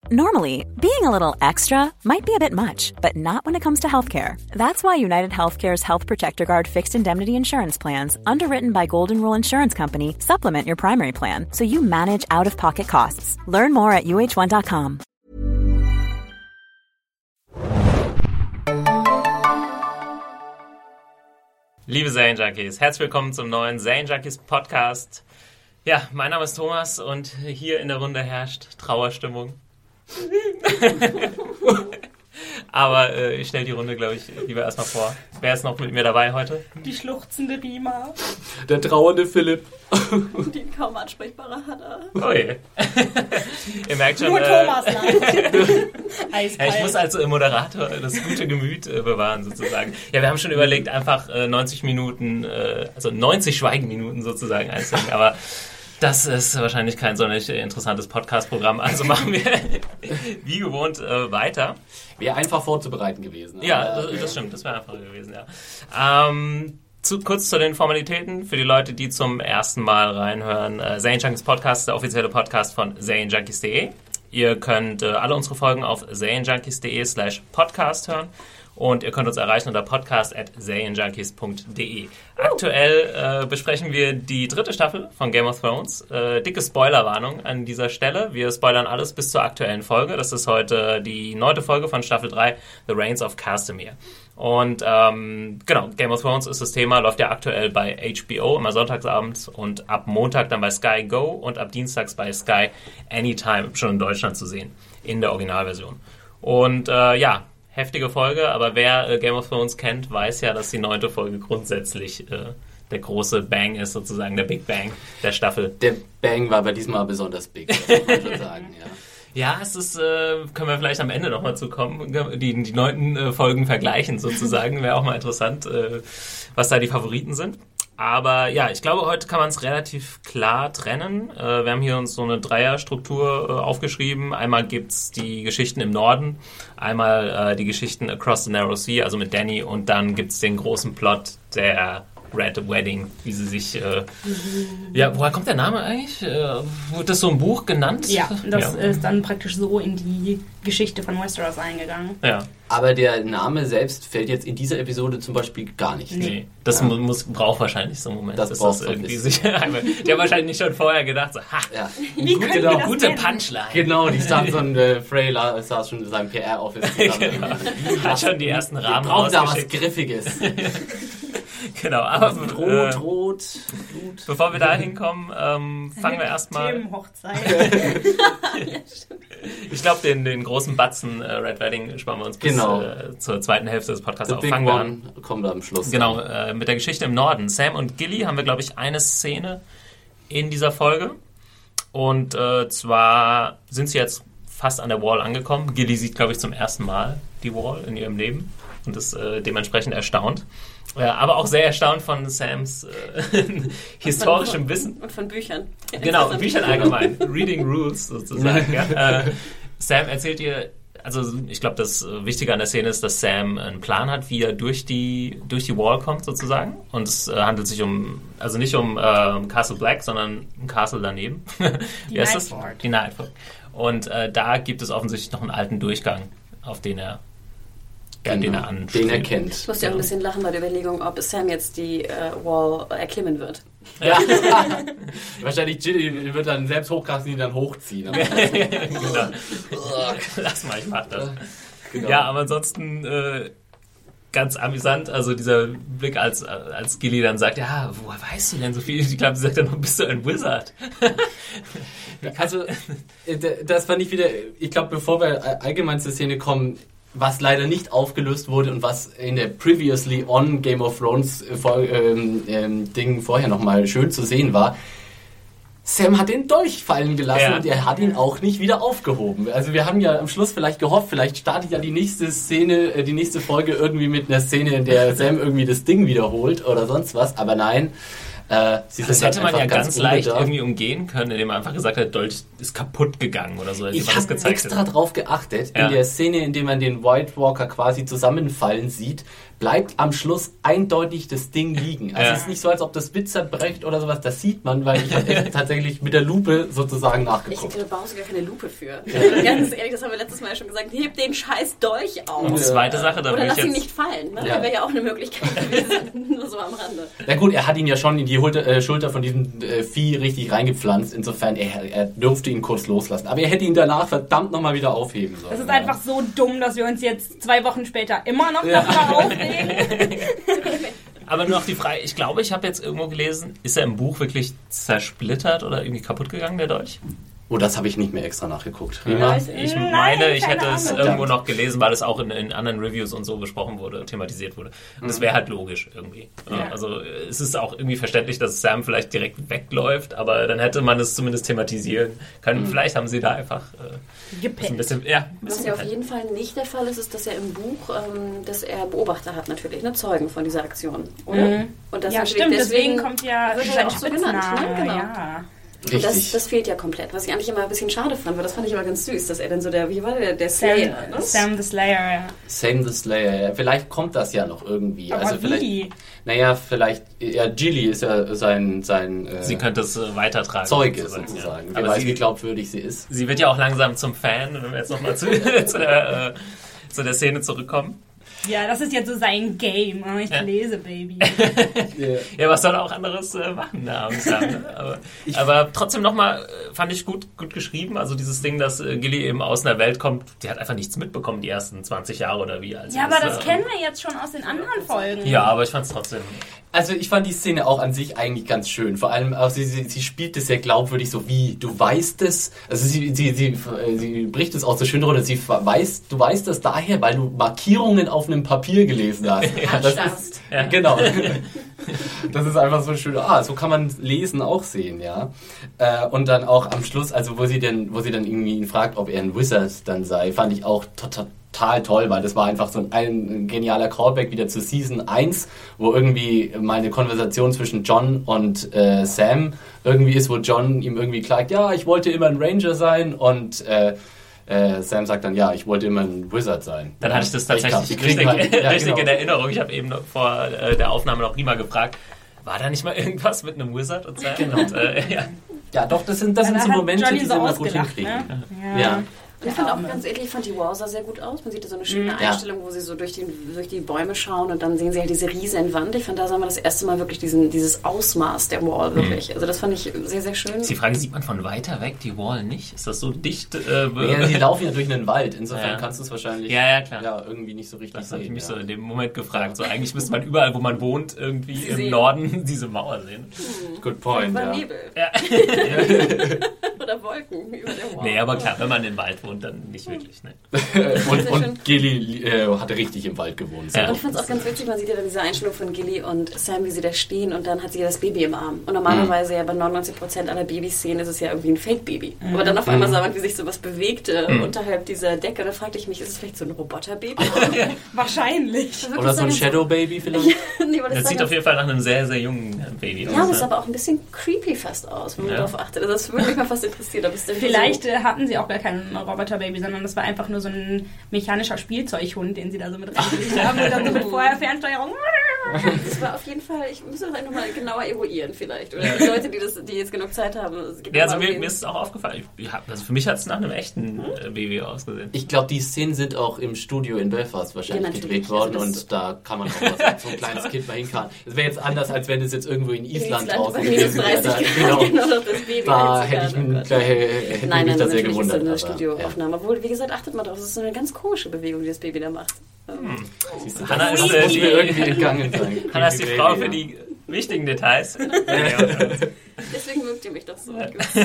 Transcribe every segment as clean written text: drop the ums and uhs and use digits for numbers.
Normally, being a little extra might be a bit much, but not when it comes to healthcare. That's why United Healthcare's Health Protector Guard fixed indemnity insurance plans, underwritten by Golden Rule Insurance Company, supplement your primary plan so you manage out-of-pocket costs. Learn more at uh1.com. Liebe Serienjunkies, herzlich willkommen zum neuen Serienjunkies Podcast. Ja, mein Name ist Thomas und hier in der Runde herrscht Trauerstimmung. Aber ich stelle die Runde, glaube ich, lieber erstmal vor. Wer ist noch mit mir dabei heute? Die schluchzende Rima. Der trauernde Philipp. Und die kaum ansprechbare Hanna. Oh je. Ihr merkt schon... Nur Thomas leid. Ja, ich muss als Moderator das gute Gemüt bewahren, sozusagen. Ja, wir haben schon überlegt, einfach 90 Minuten, also 90 Schweigeminuten sozusagen einzuhängen, aber... Das ist wahrscheinlich kein sonderlich interessantes Podcast-Programm, also machen wir wie gewohnt weiter. Wäre einfach vorzubereiten gewesen. Ja, das stimmt, das wäre einfacher gewesen, ja. Kurz zu den Formalitäten für die Leute, die zum ersten Mal reinhören. Serienjunkies Podcast, der offizielle Podcast von serienjunkies.de. Ihr könnt alle unsere Folgen auf serienjunkies.de/podcast hören. Und ihr könnt uns erreichen unter podcast@serienjunkies.de. Aktuell besprechen wir die 3. Staffel von Game of Thrones. Dicke Spoilerwarnung an dieser Stelle. Wir spoilern alles bis zur aktuellen Folge. Das ist heute die 9. Folge von Staffel 3, The Reigns of Castamere. Und genau, Game of Thrones ist das Thema, läuft ja aktuell bei HBO immer sonntagsabends und ab Montag dann bei Sky Go und ab Dienstags bei Sky Anytime schon in Deutschland zu sehen, in der Originalversion. Und ja, heftige Folge, aber wer Game of Thrones kennt, weiß ja, dass die 9. Folge grundsätzlich der große Bang ist, sozusagen der Big Bang der Staffel. Der Bang war aber diesmal besonders big, das muss man schon sagen, ja. Ja, es ist, können wir vielleicht am Ende nochmal zu kommen, die 9. Folgen vergleichen sozusagen, wäre auch mal interessant, was da die Favoriten sind. Aber ja, ich glaube, heute kann man es relativ klar trennen. Wir haben hier uns so eine Dreierstruktur aufgeschrieben. Einmal gibt's die Geschichten im Norden, einmal die Geschichten Across the Narrow Sea, also mit Dany, und dann gibt's den großen Plot der Red Wedding, wie sie sich... Ja, woher kommt der Name eigentlich? Wurde das so im Buch genannt? Ja, das ist dann praktisch so in die Geschichte von Westeros eingegangen. Ja. Aber der Name selbst fällt jetzt in dieser Episode zum Beispiel gar nicht. Nee, das braucht wahrscheinlich so einen Moment. Das braucht irgendwie sich die haben wahrscheinlich nicht schon vorher gedacht, so, ha, ja. gute Punchline. Genau, die stand so ein Frey saß schon in seinem PR-Office zusammen. Genau. Hat schon die ersten Rahmen braucht da was rausgeschickt. Griffiges. Genau, aber Rot. Bevor wir da hinkommen, fangen wir erstmal... Themenhochzeit. Ich glaube, den großen Batzen Red Wedding sparen wir uns bis zur zweiten Hälfte des Podcasts auf. Fangen wir an. Kommt am Schluss. Genau, mit der Geschichte im Norden. Sam und Gilly haben wir, glaube ich, eine Szene in dieser Folge. Und zwar sind sie jetzt fast an der Wall angekommen. Gilly sieht, glaube ich, zum ersten Mal die Wall in ihrem Leben und ist dementsprechend erstaunt. Aber auch sehr erstaunt von Sams historischem Wissen. Und von Büchern. Genau, Büchern allgemein. Reading Rules sozusagen. Ja. Sam erzählt ihr, also ich glaube, das Wichtige an der Szene ist, dass Sam einen Plan hat, wie er durch die Wall kommt sozusagen. Und es handelt sich also nicht um Castle Black, sondern ein Castle daneben. Wie heißt das? Die Nightford. Und da gibt es offensichtlich noch einen alten Durchgang, auf den er den er kennt. Ich musste ja ein bisschen lachen bei der Überlegung, ob Sam jetzt die Wall erklimmen wird. Ja. Wahrscheinlich Gilly wird dann selbst hochkratzen, die dann hochziehen. Genau. Lass mal, ich mach das. Genau. Ja, aber ansonsten ganz amüsant, also dieser Blick, als Gilly dann sagt, ja, woher weißt du denn so viel? Ich glaube, sie sagt dann noch, bist du ein Wizard? Also, das fand ich wieder, ich glaube, bevor wir allgemein zur Szene kommen, was leider nicht aufgelöst wurde und was in der Previously on Game of Thrones Ding vorher nochmal schön zu sehen war, Sam hat den Dolch fallen gelassen und er hat ihn auch nicht wieder aufgehoben. Also wir haben ja am Schluss vielleicht gehofft, vielleicht startet ja die nächste Szene, die nächste Folge irgendwie mit einer Szene, in der Sam irgendwie das Ding wiederholt oder sonst was, aber nein. Das hätte man ja ganz leicht irgendwie umgehen können, indem man einfach gesagt hat, Dolch ist kaputt gegangen oder so. Ich habe extra drauf geachtet, in der Szene, in der man den White Walker quasi zusammenfallen sieht, bleibt am Schluss eindeutig das Ding liegen. Also es ist nicht so, als ob das Witz zerbrecht oder sowas, das sieht man, weil ich habe tatsächlich mit der Lupe sozusagen nachgeguckt. Da brauchst du gar keine Lupe für. Also ganz ehrlich, das haben wir letztes Mal schon gesagt, heb den scheiß Dolch auf. Und zweite Sache, da oder lass ihn nicht fallen. Ne? Das wäre ja auch eine Möglichkeit gewesen, nur so am Rande. Na gut, er hat ihn ja schon in die Schulter von diesem Vieh richtig reingepflanzt, insofern er dürfte ihn kurz loslassen. Aber er hätte ihn danach verdammt nochmal wieder aufheben sollen. Das ist einfach so dumm, dass wir uns jetzt 2 Wochen später immer noch darüber aufregen. Aber nur noch die Frage, ich glaube, ich habe jetzt irgendwo gelesen, ist er im Buch wirklich zersplittert oder irgendwie kaputt gegangen, der Dolch? Oh, das habe ich nicht mehr extra nachgeguckt. Ich meine, ich hätte es irgendwo noch gelesen, weil es auch in anderen Reviews und so besprochen wurde, thematisiert wurde. Und das wäre halt logisch irgendwie. Ja. Also es ist auch irgendwie verständlich, dass Sam vielleicht direkt wegläuft, aber dann hätte man es zumindest thematisieren können. Vielleicht haben sie da einfach ein bisschen... Ja, was ja auf jeden Fall nicht der Fall ist, ist, dass er im Buch, dass er Beobachter hat natürlich, Zeugen von dieser Aktion, oder? Und das stimmt, deswegen kommt ja sein auch so genannt. Ne? Genau. Ja. Und das fehlt ja komplett, was ich eigentlich immer ein bisschen schade fand, weil das fand ich immer ganz süß, dass er dann so wie war der Slayer, ne? Sam the Slayer, ja. Sam the Slayer, ja. Vielleicht kommt das ja noch irgendwie. Aber also wie? Gilly ist ja sein sie könnte es weitertragen. Zeuge sozusagen. Wer weiß, wie glaubwürdig sie ist. Sie wird ja auch langsam zum Fan, wenn wir jetzt nochmal zu der Szene zurückkommen. Ja, das ist jetzt so sein Game. Ich lese, Baby. Ja, was soll er auch anderes machen da abends? Ne? Aber trotzdem nochmal, fand ich gut geschrieben. Also dieses Ding, dass Gilly eben aus einer Welt kommt, die hat einfach nichts mitbekommen, die ersten 20 Jahre oder wie. Ja, aber das kennen wir jetzt schon aus den anderen Folgen. Ja, aber ich fand es trotzdem... Also ich fand die Szene auch an sich eigentlich ganz schön. Vor allem auch sie spielt es sehr glaubwürdig, so wie du weißt es. Also sie bricht es auch so schön runter. Du weißt das daher, weil du Markierungen auf einem Papier gelesen hast. Genau. Das ist einfach so schön. So kann man Lesen auch sehen, ja. Und dann auch am Schluss, also wo sie dann irgendwie ihn fragt, ob er ein Wizard dann sei, fand ich auch total toll, weil das war einfach so ein genialer Callback wieder zu Season 1, wo irgendwie mal eine Konversation zwischen John und Sam irgendwie ist, wo John ihm irgendwie klagt, ja, ich wollte immer ein Ranger sein und Sam sagt dann, ja, ich wollte immer ein Wizard sein. Dann hatte ich das tatsächlich richtig in Erinnerung. Ich habe eben vor der Aufnahme noch Rima gefragt, war da nicht mal irgendwas mit einem Wizard und Sam? Genau. Ja, doch, das sind so Momente, die sie immer gut hinkriegen. Ne? Ja. Und ich fand auch ganz ehrlich, ich fand die Wall sah sehr gut aus. Man sieht da so eine schöne Einstellung, wo sie so durch die Bäume schauen und dann sehen sie halt diese riesen Wand. Ich fand, da sah man das erste Mal wirklich dieses Ausmaß der Wall wirklich. Also das fand ich sehr, sehr schön. Die Frage, sieht man von weiter weg die Wall nicht? Ist das so dicht? Ja, sie laufen ja durch einen Wald. Insofern kannst du es wahrscheinlich klar. Irgendwie nicht so richtig sehen. Das habe ich mich so in dem Moment gefragt. So, eigentlich müsste man überall, wo man wohnt, irgendwie im Norden diese Mauer sehen. Good point, Nebel. Ja. Oder Wolken über der Wall. Nee, aber klar, wenn man im Wald wohnt, dann nicht wirklich. Ne? und Gilly hatte richtig im Wald gewohnt. Ja. Und ich fand es auch ganz witzig, man sieht ja dann diese Einstellung von Gilly und Sam, wie sie da stehen und dann hat sie ja das Baby im Arm. Und normalerweise ja bei 99% aller Babyszenen ist es ja irgendwie ein Fake-Baby. Aber dann auf einmal sah man, wie sich sowas bewegte unterhalb dieser Decke. Da fragte ich mich, ist es vielleicht so ein Roboter-Baby? Wahrscheinlich. Oder so ein Shadow-Baby vielleicht? Nee, das sieht auf jeden Fall nach einem sehr, sehr jungen Baby aus. Ja, aber es sah aber auch ein bisschen creepy fast aus, wenn man darauf achtet. Also das würde mich mal fast interessiert. Vielleicht hatten sie auch gar kein Roboter-Baby, sondern das war einfach nur so ein mechanischer Spielzeughund, den sie da so mit reingelegt haben und dann so mit vorher Fernsteuerung. Das war auf jeden Fall, ich müsste das nochmal genauer eruieren vielleicht. Oder die Leute, die jetzt genug Zeit haben. Also mir ist es auch aufgefallen. Also für mich hat es nach einem echten Baby ausgesehen. Ich glaube, die Szenen sind auch im Studio in Belfast wahrscheinlich gedreht worden und da kann man auch was, so ein kleines Kind mal hinfahren. Das wäre jetzt anders, als wenn es jetzt irgendwo in Island draußen gewesen wäre. Da hätte ich mich da sehr gewundert. Das ist eine Studioaufnahme. Obwohl, wie gesagt, achtet mal drauf, das ist so eine ganz komische Bewegung, die das Baby da macht. Hanna ist mir irgendwie entgangen sein. Hanna ist die Frau für die wichtigen Details. Deswegen mögt ihr mich doch so.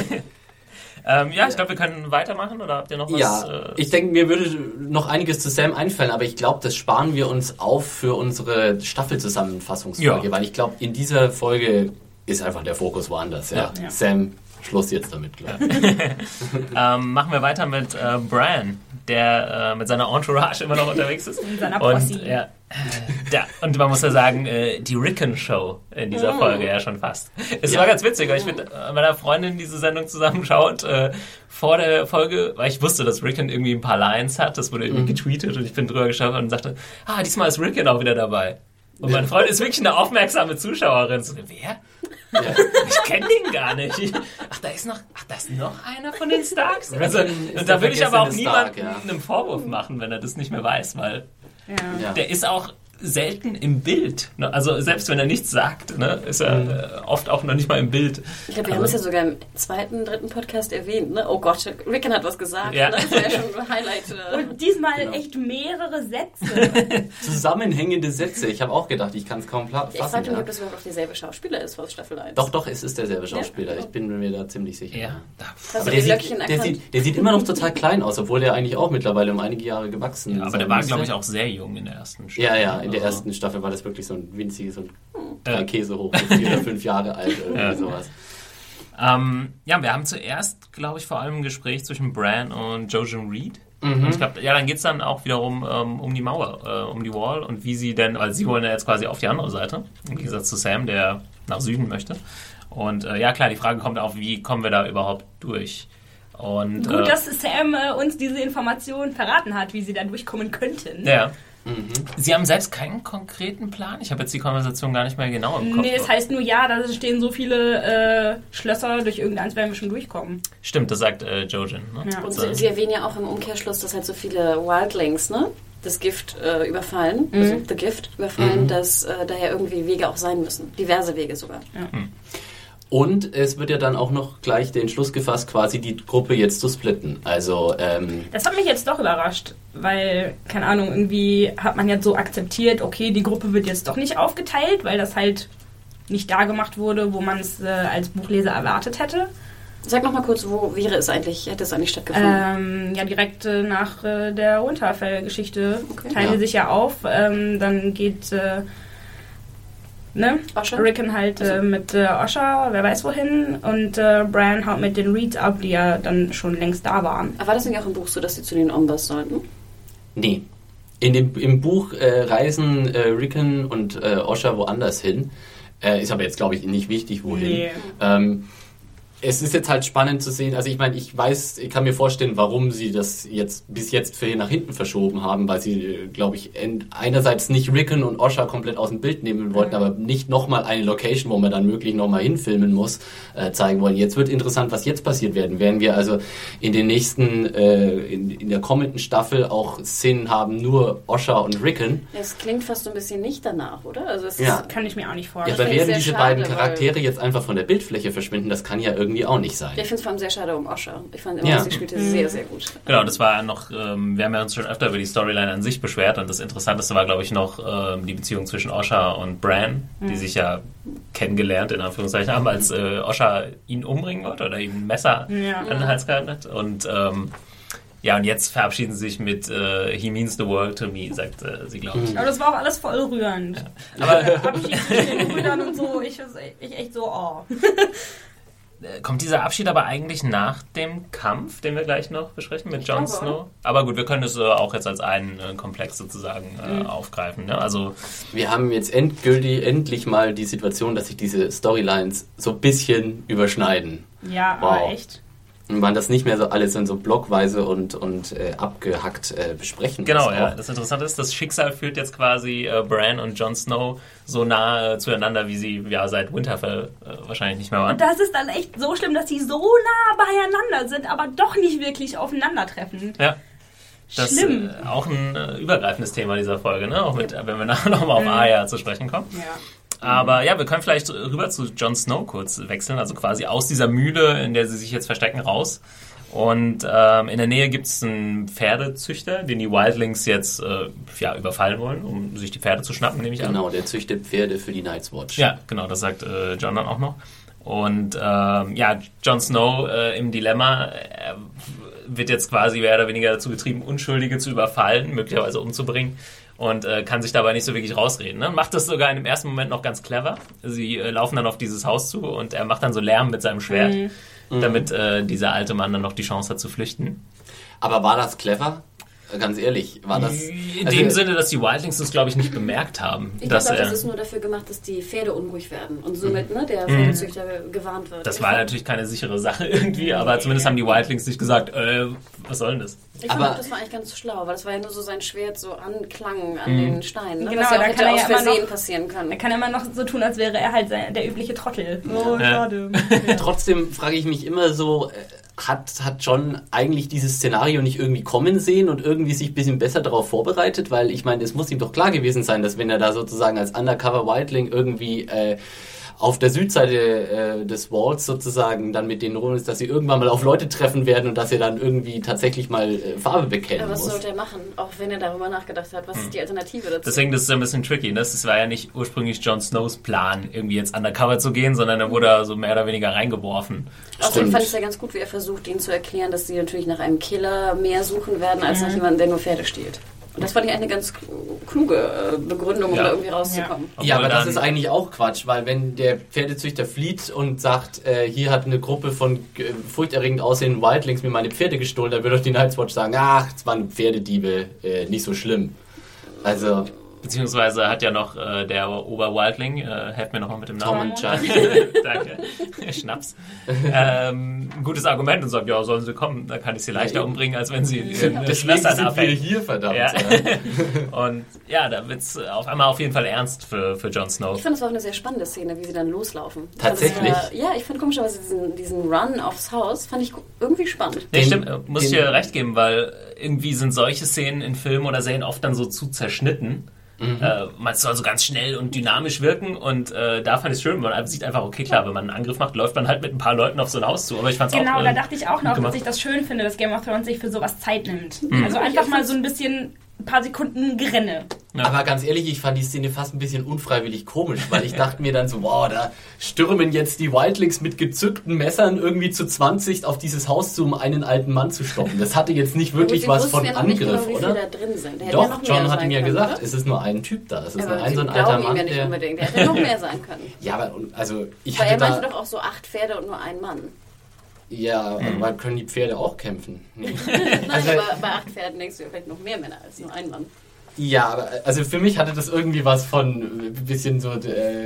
Ja, ich glaube, wir können weitermachen, oder habt ihr noch was? Ja, ich denke, mir würde noch einiges zu Sam einfallen, aber ich glaube, das sparen wir uns auf für unsere Staffelzusammenfassungsfolge, weil ich glaube, in dieser Folge ist einfach der Fokus woanders. Ja. Sam, Schluss jetzt damit, klar. Machen wir weiter mit Bran, der mit seiner Entourage immer noch unterwegs ist. In seiner Posse. Und man muss ja sagen, die Rickon-Show in dieser Folge ja schon fast. Es war ganz witzig, weil ich mit meiner Freundin diese Sendung zusammenschaut vor der Folge, weil ich wusste, dass Rickon irgendwie ein paar Lines hat. Das wurde irgendwie getweetet und ich bin drüber geschaut und sagte, diesmal ist Rickon auch wieder dabei. Und meine Freundin ist wirklich eine aufmerksame Zuschauerin. So, wer? Ja. Ich kenne den gar nicht. Da ist noch einer von den Starks. Und da würde ich aber auch niemandem einen Vorwurf machen, wenn er das nicht mehr weiß, weil der ist auch selten im Bild. Also selbst wenn er nichts sagt, ist er oft auch noch nicht mal im Bild. Ich glaube, wir haben es ja sogar im 2., 3. Podcast erwähnt. Ne? Oh Gott, Rickon hat was gesagt. Ja. Ne? Das war ja schon ein Highlight. Und diesmal echt mehrere Sätze. Zusammenhängende Sätze. Ich habe auch gedacht, ich kann es kaum fassen. Ich frage mich, ob das überhaupt auch derselbe Schauspieler ist aus Staffel 1. Doch, es ist derselbe Schauspieler. Ich bin mir da ziemlich sicher. Ja. Aber der sieht immer noch total klein aus, obwohl der eigentlich auch mittlerweile um einige Jahre gewachsen ist. Ja, aber der war, glaube ich, auch sehr jung in der ersten Staffel. Ja, in der ersten Staffel war das wirklich so ein winziges, so ein Käse hoch, 4 oder 5 Jahre alt, irgendwie sowas. Wir haben zuerst, glaube ich, vor allem ein Gespräch zwischen Bran und Jojen Reed. Und ich glaube, dann geht es dann auch wiederum um die Mauer, um die Wall und wie sie denn, weil sie wollen ja jetzt quasi auf die andere Seite, im Gegensatz zu Sam, der nach Süden möchte. Und klar, die Frage kommt auf, wie kommen wir da überhaupt durch? Und, Gut, dass Sam uns diese Information verraten hat, wie sie da durchkommen könnten. Ja. Sie haben selbst keinen konkreten Plan? Ich habe jetzt die Konversation gar nicht mehr genau im Kopf. Nee, es heißt nur, da stehen so viele Schlösser, durch irgendeins werden wir schon durchkommen. Stimmt, das sagt Jojen. Ne? Ja. Und sie erwähnen ja auch im Umkehrschluss, dass halt so viele Wildlings, das Gift überfallen, also The Gift überfallen, dass da ja irgendwie Wege auch sein müssen. Diverse Wege sogar. Ja. Und es wird ja dann auch noch gleich den Schluss gefasst, quasi die Gruppe jetzt zu splitten. Also, das hat mich jetzt doch überrascht, weil, keine Ahnung, irgendwie hat man jetzt so akzeptiert, okay, die Gruppe wird jetzt doch nicht aufgeteilt, weil das halt nicht da gemacht wurde, wo man es als Buchleser erwartet hätte. Sag noch mal kurz, wo hätte es eigentlich stattgefunden? Direkt nach der Winterfell-Geschichte teilen die sich ja auf. Dann geht... Rickon halt mit Osha, wer weiß wohin, und Bran haut mit den Reeds ab, die ja dann schon längst da waren. Aber war das nicht auch im Buch so, dass sie zu den Ombers sollten? Nee. Im Buch reisen Rickon und Osha woanders hin. Ist aber jetzt, glaube ich, nicht wichtig, wohin. Nee. Es ist jetzt halt spannend zu sehen, also ich meine, ich kann mir vorstellen, warum sie das bis jetzt für nach hinten verschoben haben, weil sie, glaube ich, einerseits nicht Rickon und Osha komplett aus dem Bild nehmen wollten, aber nicht nochmal eine Location, wo man dann möglich nochmal hinfilmen muss, zeigen wollen. Jetzt wird interessant, was jetzt passiert werden wir also in den nächsten, in der kommenden Staffel auch Szenen haben, nur Osha und Rickon. Es klingt fast so ein bisschen nicht danach, oder? Also kann ich mir auch nicht vorstellen. Ja, aber werden diese beiden Charaktere jetzt einfach von der Bildfläche verschwinden, das kann ja irgendwie auch nicht sein. Ich finde es vor allem sehr schade um Osha. Ich fand immer, dass sie spielte sehr, sehr gut. Genau, das war noch, wir haben ja uns schon öfter über die Storyline an sich beschwert und das Interessanteste war, glaube ich, noch die Beziehung zwischen Osha und Bran, die sich ja kennengelernt, in Anführungszeichen, haben, als Osha ihn umbringen wollte oder ihm ein Messer an den Hals gehalten hat. Und und jetzt verabschieden sie sich mit He means the world to me, sagt sie, glaube ich. Aber das war auch alles voll rührend. Ja. Aber Abschied zwischen den Brüdern und so, ich echt so, Kommt dieser Abschied aber eigentlich nach dem Kampf, den wir gleich noch besprechen mit Jon Snow? Aber gut, wir können es auch jetzt als einen Komplex sozusagen aufgreifen. Ne? Also wir haben jetzt endlich mal die Situation, dass sich diese Storylines so ein bisschen überschneiden. Ja, aber echt. Und man das nicht mehr so alles in so blockweise und abgehackt besprechen muss. Genau, ja. Das Interessante ist, das Schicksal führt jetzt quasi Bran und Jon Snow so nah zueinander, wie sie seit Winterfell wahrscheinlich nicht mehr waren. Und das ist dann echt so schlimm, dass sie so nah beieinander sind, aber doch nicht wirklich aufeinandertreffen. Ja. Das ist auch ein übergreifendes Thema dieser Folge, ne? Auch wenn wir nachher nochmal auf Arya zu sprechen kommen. Ja. Aber wir können vielleicht rüber zu Jon Snow kurz wechseln, also quasi aus dieser Mühle, in der sie sich jetzt verstecken, raus. Und in der Nähe gibt es einen Pferdezüchter, den die Wildlings jetzt überfallen wollen, um sich die Pferde zu schnappen, nehme ich an. Genau, der züchtet Pferde für die Night's Watch. Ja, genau, das sagt Jon dann auch noch. Und Jon Snow im Dilemma, er wird jetzt quasi mehr oder weniger dazu getrieben, Unschuldige zu überfallen, möglicherweise umzubringen. Und kann sich dabei nicht so wirklich rausreden. Ne? Macht das sogar in dem ersten Moment noch ganz clever. Sie laufen dann auf dieses Haus zu und er macht dann so Lärm mit seinem Schwert, damit dieser alte Mann dann noch die Chance hat zu flüchten. Aber war das clever? Ganz ehrlich, war das... In dem Sinne, dass die Wildlings das, glaube ich, nicht bemerkt haben. Ich glaube, das ist nur dafür gemacht, dass die Pferde unruhig werden und somit der Pferdezüchter gewarnt wird. Das war natürlich keine sichere Sache irgendwie, aber zumindest haben die Wildlings nicht gesagt, was soll denn das? Ich fand, das war eigentlich ganz schlau, weil das war ja nur so sein Schwert so anklang an den Steinen. Ne? Genau, was ja auch da hätte kann er aus ja immer Versehen noch, passieren können. Er kann immer noch so tun, als wäre er halt der übliche Trottel. Oh, schade. Trotzdem frage ich mich immer so, hat John eigentlich dieses Szenario nicht irgendwie kommen sehen und irgendwie sich ein bisschen besser darauf vorbereitet? Weil ich meine, es muss ihm doch klar gewesen sein, dass wenn er da sozusagen als Undercover Wildling irgendwie auf der Südseite des Walls sozusagen dann mit denen rum ist, dass sie irgendwann mal auf Leute treffen werden und dass er dann irgendwie tatsächlich mal Farbe bekennen muss. Aber was sollte er machen, auch wenn er darüber nachgedacht hat? Was ist die Alternative dazu? Deswegen, das ist ein bisschen tricky. Ne? Das war ja nicht ursprünglich Jon Snows Plan, irgendwie jetzt undercover zu gehen, sondern er wurde so mehr oder weniger reingeworfen. Außerdem fand ich es ja ganz gut, wie er versucht, ihnen zu erklären, dass sie natürlich nach einem Killer mehr suchen werden, als nach jemandem, der nur Pferde stiehlt. Und das fand ich eine ganz kluge Begründung, um da irgendwie rauszukommen. Ja, aber das ist eigentlich auch Quatsch, weil wenn der Pferdezüchter flieht und sagt, hier hat eine Gruppe von furchterregend aussehenden Wildlings mir meine Pferde gestohlen, dann würde doch die Night's Watch sagen, ach, es waren Pferdediebe, nicht so schlimm. Also... Beziehungsweise hat ja noch der Oberwildling, helft mir nochmal mit dem Namen. Tom und Danke. Schnaps. Ein gutes Argument und sagt, ja, sollen sie kommen, da kann ich sie leichter umbringen, als wenn sie Schwestern sind wir hier, verdammt. Ja. Und ja, da wird es auf einmal auf jeden Fall ernst für Jon Snow. Ich fand, es war auch eine sehr spannende Szene, wie sie dann loslaufen. Tatsächlich? Ich fand komischerweise diesen Run aufs Haus, fand ich irgendwie spannend. Nee, stimmt, muss ich dir recht geben, weil irgendwie sind solche Szenen in Filmen oder Serien oft dann so zu zerschnitten. Man soll so ganz schnell und dynamisch wirken und da fand ich es schön, man sieht einfach, okay, klar, wenn man einen Angriff macht, läuft man halt mit ein paar Leuten auf so ein Haus zu, aber ich fand's auch Genau, da dachte ich auch noch, dass ich das schön finde, dass Game of Thrones sich für sowas Zeit nimmt. Also einfach mal so ein paar Sekunden Gerenne. Ja. Aber ganz ehrlich, ich fand die Szene fast ein bisschen unfreiwillig komisch, weil ich dachte mir dann so, wow, da stürmen jetzt die Wildlings mit gezückten Messern irgendwie zu 20 auf dieses Haus zu, um einen alten Mann zu stoppen. Das hatte jetzt nicht wirklich was von Angriff, nicht, oder? Da drin sind. Doch, ja John hat ihm ja gesagt, oder? Es ist nur ein Typ da. Es ist aber nur so ein alter Mann, ihm ja nicht unbedingt. Der hätte noch mehr sein können. Ja, aber also ich Weil hatte er meinte doch auch so 8 Pferde und nur ein Mann. Ja, aber können die Pferde auch kämpfen? Nee. Nein, aber bei 8 Pferden denkst du vielleicht noch mehr Männer als nur ein Mann. Ja, aber also für mich hatte das irgendwie was von ein bisschen so,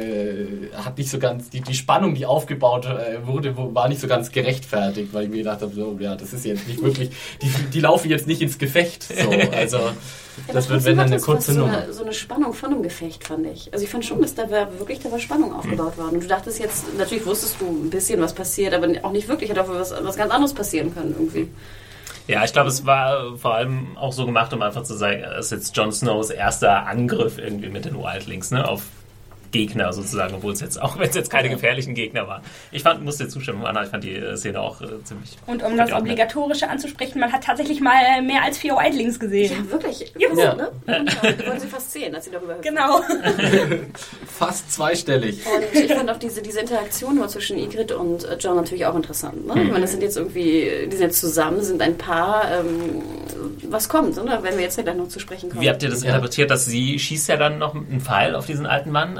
hat nicht so ganz, die Spannung, die aufgebaut wurde, war nicht so ganz gerechtfertigt, weil ich mir gedacht habe, so, ja, das ist jetzt nicht wirklich, die laufen jetzt nicht ins Gefecht, so, also das wird, wenn dann eine kurze Nummer. So eine Spannung von einem Gefecht, fand ich. Also ich fand schon, dass da war Spannung aufgebaut worden. Und du dachtest jetzt, natürlich wusstest du ein bisschen, was passiert, aber auch nicht wirklich, hätte auch was ganz anderes passieren können irgendwie. Ja, ich glaube, es war vor allem auch so gemacht, um einfach zu sagen, es ist jetzt Jon Snows erster Angriff irgendwie mit den Wildlings, ne, auf Gegner sozusagen, obwohl es jetzt, auch wenn es jetzt keine gefährlichen Gegner waren. Musste dir zustimmen, Anna, ich fand die Szene auch ziemlich... Und um das Obligatorische anzusprechen, man hat tatsächlich mal mehr als 4 Wildlings gesehen. Ja, wirklich. Ja. So, ne? Wir wollen sie fast 10, als sie darüber hüpfen. Genau. Fast zweistellig. Und ich fand auch diese Interaktion nur zwischen Ygritte und Jon natürlich auch interessant. Ne? Ich meine, das sind jetzt irgendwie, die sind jetzt zusammen, sind ein Paar. Was kommt, oder? Wenn wir jetzt gleich noch zu sprechen kommen. Wie habt ihr das interpretiert, dass sie schießt ja dann noch einen Pfeil auf diesen alten Mann?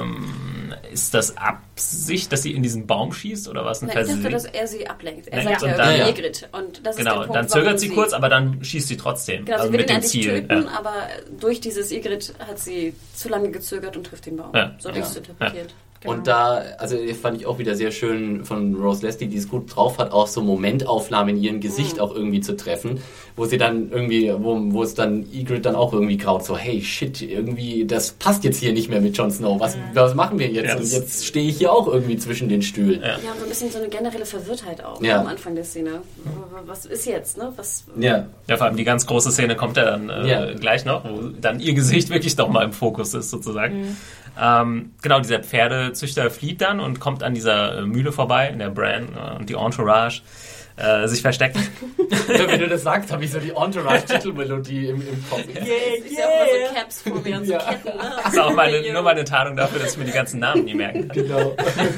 Ist das Absicht, dass sie in diesen Baum schießt oder was? Ich dachte, dass er sie ablenkt. Er sagt und ja dann, irgendwie Ygritte. Und das ist der Punkt, dann zögert sie kurz, aber dann schießt sie trotzdem. Genau, also sie will mit ihn dem eigentlich Ziel. töten, aber durch dieses Ygritte hat sie zu lange gezögert und trifft den Baum. Ja. So habe ich es interpretiert. Genau. Und da, also fand ich auch wieder sehr schön von Rose Leslie, die es gut drauf hat, auch so Momentaufnahmen in ihrem Gesicht auch irgendwie zu treffen, wo sie dann irgendwie, wo es dann Ygritte dann auch irgendwie graut, so hey, shit, irgendwie, das passt jetzt hier nicht mehr mit Jon Snow, was machen wir jetzt? Ja, und jetzt stehe ich hier auch irgendwie zwischen den Stühlen. Ja, und so ein bisschen so eine generelle Verwirrtheit auch am Anfang der Szene. Was ist jetzt, ne? Ja, vor allem die ganz große Szene kommt ja dann gleich noch, wo dann ihr Gesicht wirklich noch mal im Fokus ist, sozusagen. Genau, dieser Pferdezüchter flieht dann und kommt an dieser Mühle vorbei, in der Bran und die Entourage sich verstecken. Wenn du das sagst, habe ich so die Entourage-Titelmelodie im Kopf. Ich sehe auch immer so Caps vor mir und so Ketten. Ne? Das ist auch nur meine Tarnung dafür, dass ich mir die ganzen Namen nie merken kann. Genau.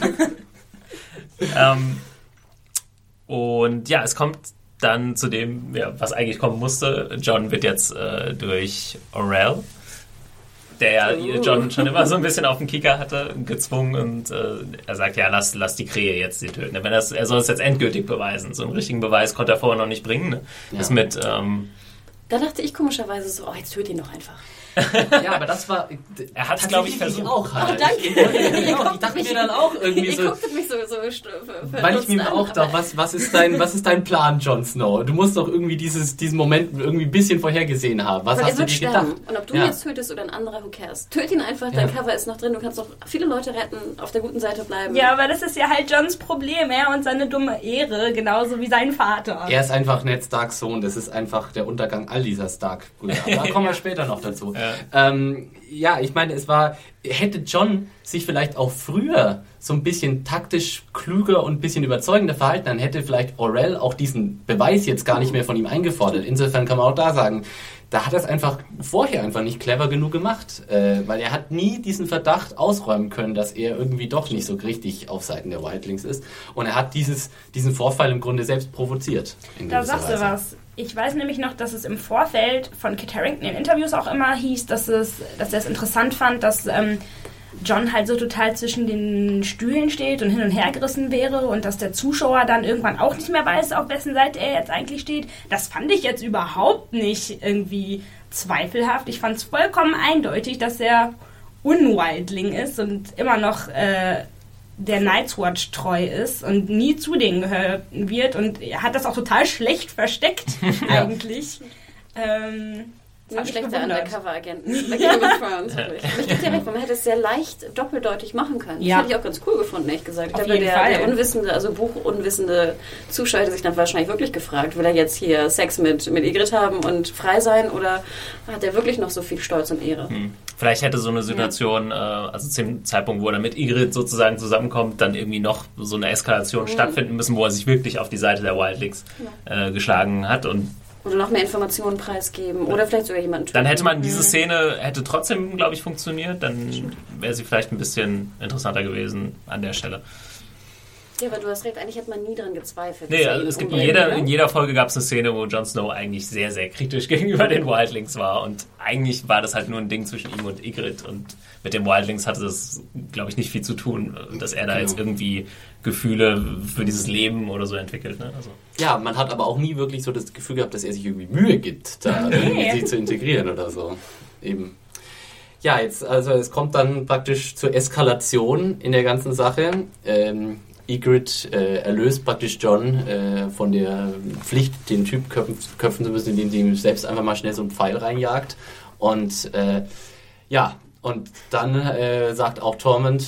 Und ja, es kommt dann zu dem, was eigentlich kommen musste. Jon wird jetzt durch Orell, der ja Jon schon immer so ein bisschen auf den Kicker hatte, gezwungen und er sagt, ja, lass die Krähe jetzt sie töten. Er soll es jetzt endgültig beweisen. So einen richtigen Beweis konnte er vorher noch nicht bringen. Ne? Das mit Da dachte ich komischerweise so, jetzt töte ihn doch einfach. Ja, aber das war... Er hat es, glaube ich, versucht. Auch halt. Danke. Ich dachte mir dann auch irgendwie so... Ihr gucktet mich so Weil ich mir auch dachte, was ist dein Plan, Jon Snow? Du musst doch irgendwie diesen Moment irgendwie ein bisschen vorhergesehen haben. Was hast du dir gedacht? Und ob du jetzt tötest oder ein anderer, who cares? Töte ihn einfach, dein Cover ist noch drin, du kannst noch viele Leute retten, auf der guten Seite bleiben. Ja, aber das ist ja halt Jons Problem, und seine dumme Ehre, genauso wie sein Vater. Er ist einfach Ned Starks Sohn, das ist einfach der Untergang all dieser Stark-Brüder. Da kommen wir später noch dazu. Ja, ich meine, hätte Jon sich vielleicht auch früher so ein bisschen taktisch klüger und ein bisschen überzeugender verhalten, dann hätte vielleicht Orell auch diesen Beweis jetzt gar nicht mehr von ihm eingefordert. Insofern kann man auch da sagen, da hat er es einfach vorher einfach nicht clever genug gemacht, weil er hat nie diesen Verdacht ausräumen können, dass er irgendwie doch nicht so richtig auf Seiten der Wildlings ist. Und er hat diesen Vorfall im Grunde selbst provoziert. Da sagst du was. Ich weiß nämlich noch, dass es im Vorfeld von Kit Harington in Interviews auch immer hieß, dass er es interessant fand, dass Jon halt so total zwischen den Stühlen steht und hin und her gerissen wäre und dass der Zuschauer dann irgendwann auch nicht mehr weiß, auf wessen Seite er jetzt eigentlich steht. Das fand ich jetzt überhaupt nicht irgendwie zweifelhaft. Ich fand es vollkommen eindeutig, dass er Unwildling ist und immer noch der Night's Watch treu ist und nie zu denen gehören wird und er hat das auch total schlecht versteckt eigentlich. Ein schlechter Undercover-Agent bei Game of Thrones. Ich gebe dir recht, man hätte es sehr leicht doppeldeutig machen können. Das hätte ich auch ganz cool gefunden, ehrlich gesagt. Aber der unwissende, also buchunwissende Zuschauer hätte sich dann wahrscheinlich wirklich gefragt, will er jetzt hier Sex mit Ygritte haben und frei sein oder hat er wirklich noch so viel Stolz und Ehre? Vielleicht hätte so eine Situation, also zu dem Zeitpunkt, wo er mit Ygritte sozusagen zusammenkommt, dann irgendwie noch so eine Eskalation stattfinden müssen, wo er sich wirklich auf die Seite der Wildlings geschlagen hat und oder noch mehr Informationen preisgeben oder vielleicht sogar jemanden töten. Dann hätte man diese Szene, hätte trotzdem, glaube ich, funktioniert, dann wäre sie vielleicht ein bisschen interessanter gewesen an der Stelle. Ja, aber du hast recht, eigentlich hat man nie dran gezweifelt. Nee, also es gibt in jeder Folge gab es eine Szene, wo Jon Snow eigentlich sehr, sehr kritisch gegenüber den Wildlings war und eigentlich war das halt nur ein Ding zwischen ihm und Ygritte und mit den Wildlings hatte das, glaube ich, nicht viel zu tun, dass er da jetzt irgendwie Gefühle für dieses Leben oder so entwickelt. Ne? Also. Ja, man hat aber auch nie wirklich so das Gefühl gehabt, dass er sich irgendwie Mühe gibt, da irgendwie sich zu integrieren oder so. Eben. Ja, jetzt, also es kommt dann praktisch zur Eskalation in der ganzen Sache. Ygritte erlöst praktisch Jon von der Pflicht, den Typ köpfen zu müssen, indem sie ihm selbst einfach mal schnell so einen Pfeil reinjagt. Und und dann sagt auch Tormund,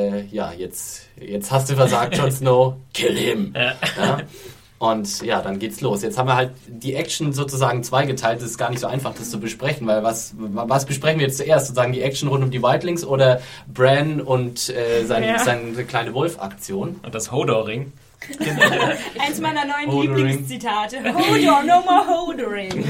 jetzt hast du versagt, Jon Snow, kill him. Ja. Und ja, dann geht's los. Jetzt haben wir halt die Action sozusagen zweigeteilt. Es ist gar nicht so einfach, das zu besprechen, weil was besprechen wir jetzt zuerst? Sozusagen die Action rund um die Wildlings oder Bran und seine kleine Wolf-Aktion? Und das Hodor-Ring. Eins meiner neuen Lieblingszitate. Hodor, no more Hodoring.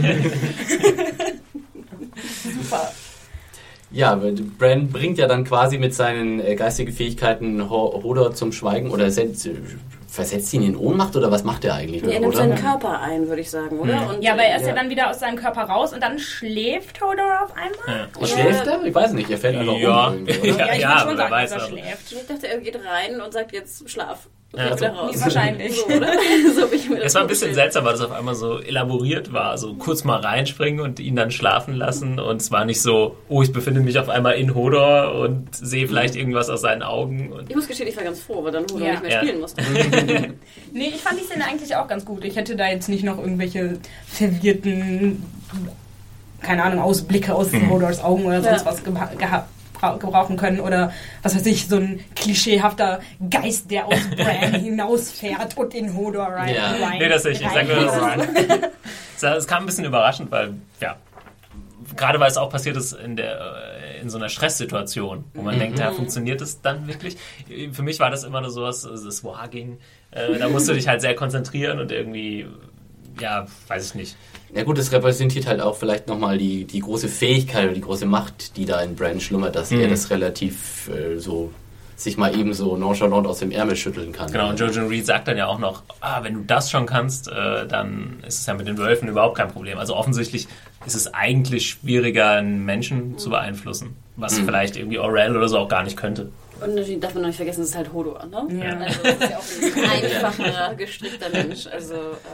Super. Ja, Bran bringt ja dann quasi mit seinen geistigen Fähigkeiten Hodor zum Schweigen oder versetzt ihn in Ohnmacht oder was macht er eigentlich? Er nimmt seinen Körper ein, würde ich sagen, oder? Mhm. Und aber er ist ja dann wieder aus seinem Körper raus und dann schläft Hodor auf einmal? Ja. Schläft er? Ich weiß nicht, er fällt einfach um. Ja, ich würde schon sagen, dass er schläft. Ich dachte, er geht rein und sagt jetzt Schlaf. Ja, wieder raus. Wahrscheinlich. So, oder? So bin ich mir das es war ein bisschen seltsam, weil das auf einmal so elaboriert war. So kurz mal reinspringen und ihn dann schlafen lassen. Und es war nicht so, ich befinde mich auf einmal in Hodor und sehe vielleicht irgendwas aus seinen Augen. Und ich muss gestehen, ich war ganz froh, weil dann Hodor nicht mehr spielen musste. Nee, ich fand die Szene eigentlich auch ganz gut. Ich hätte da jetzt nicht noch irgendwelche verwirrten, keine Ahnung, Ausblicke aus Hodors Augen oder sonst was gebrauchen können oder was weiß ich, so ein klischeehafter Geist, der aus Bran hinausfährt und in Hodor rein. Nee, das nicht. Ich sag nur, es kam ein bisschen überraschend, weil, gerade weil es auch passiert ist in so einer Stresssituation, wo man denkt, funktioniert es dann wirklich? Für mich war das immer nur sowas, das Warging. Da musst du dich halt sehr konzentrieren und irgendwie, weiß ich nicht. Ja gut, das repräsentiert halt auch vielleicht nochmal die große Fähigkeit oder die große Macht, die da in Bran schlummert, dass er das relativ sich mal eben so nonchalant aus dem Ärmel schütteln kann. Genau, und Jojen Reed sagt dann ja auch noch, wenn du das schon kannst, dann ist es ja mit den Wölfen überhaupt kein Problem. Also offensichtlich ist es eigentlich schwieriger, einen Menschen zu beeinflussen, was vielleicht irgendwie Orell oder so auch gar nicht könnte. Und natürlich darf man noch nicht vergessen, es ist halt Hodor, ne? Ja. Also das ist ja auch ein einfacher, gestrickter Mensch. Also,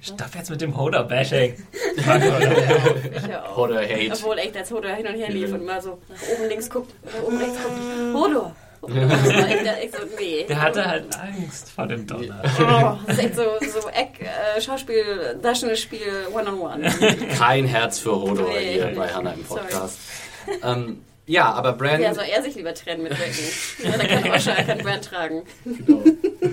Stopp jetzt mit dem Hodor-Bashing. Ich ja auch. Hodor-Hate. Obwohl echt, als Hodor hin und her lief und mal so nach oben links guckt oder oben rechts guckt. Hodor! Echt so, nee. Der hatte halt Angst vor dem Donner. Oh, das ist echt so Schauspiel, Darstellungsspiel One-on-One. Kein Herz für Hodor Nee. hier bei Hannah im Podcast. Ja, aber Bran... Ja, soll er sich lieber trennen mit Dragon. Ja, dann kann Osha, er kann Bran tragen. Genau.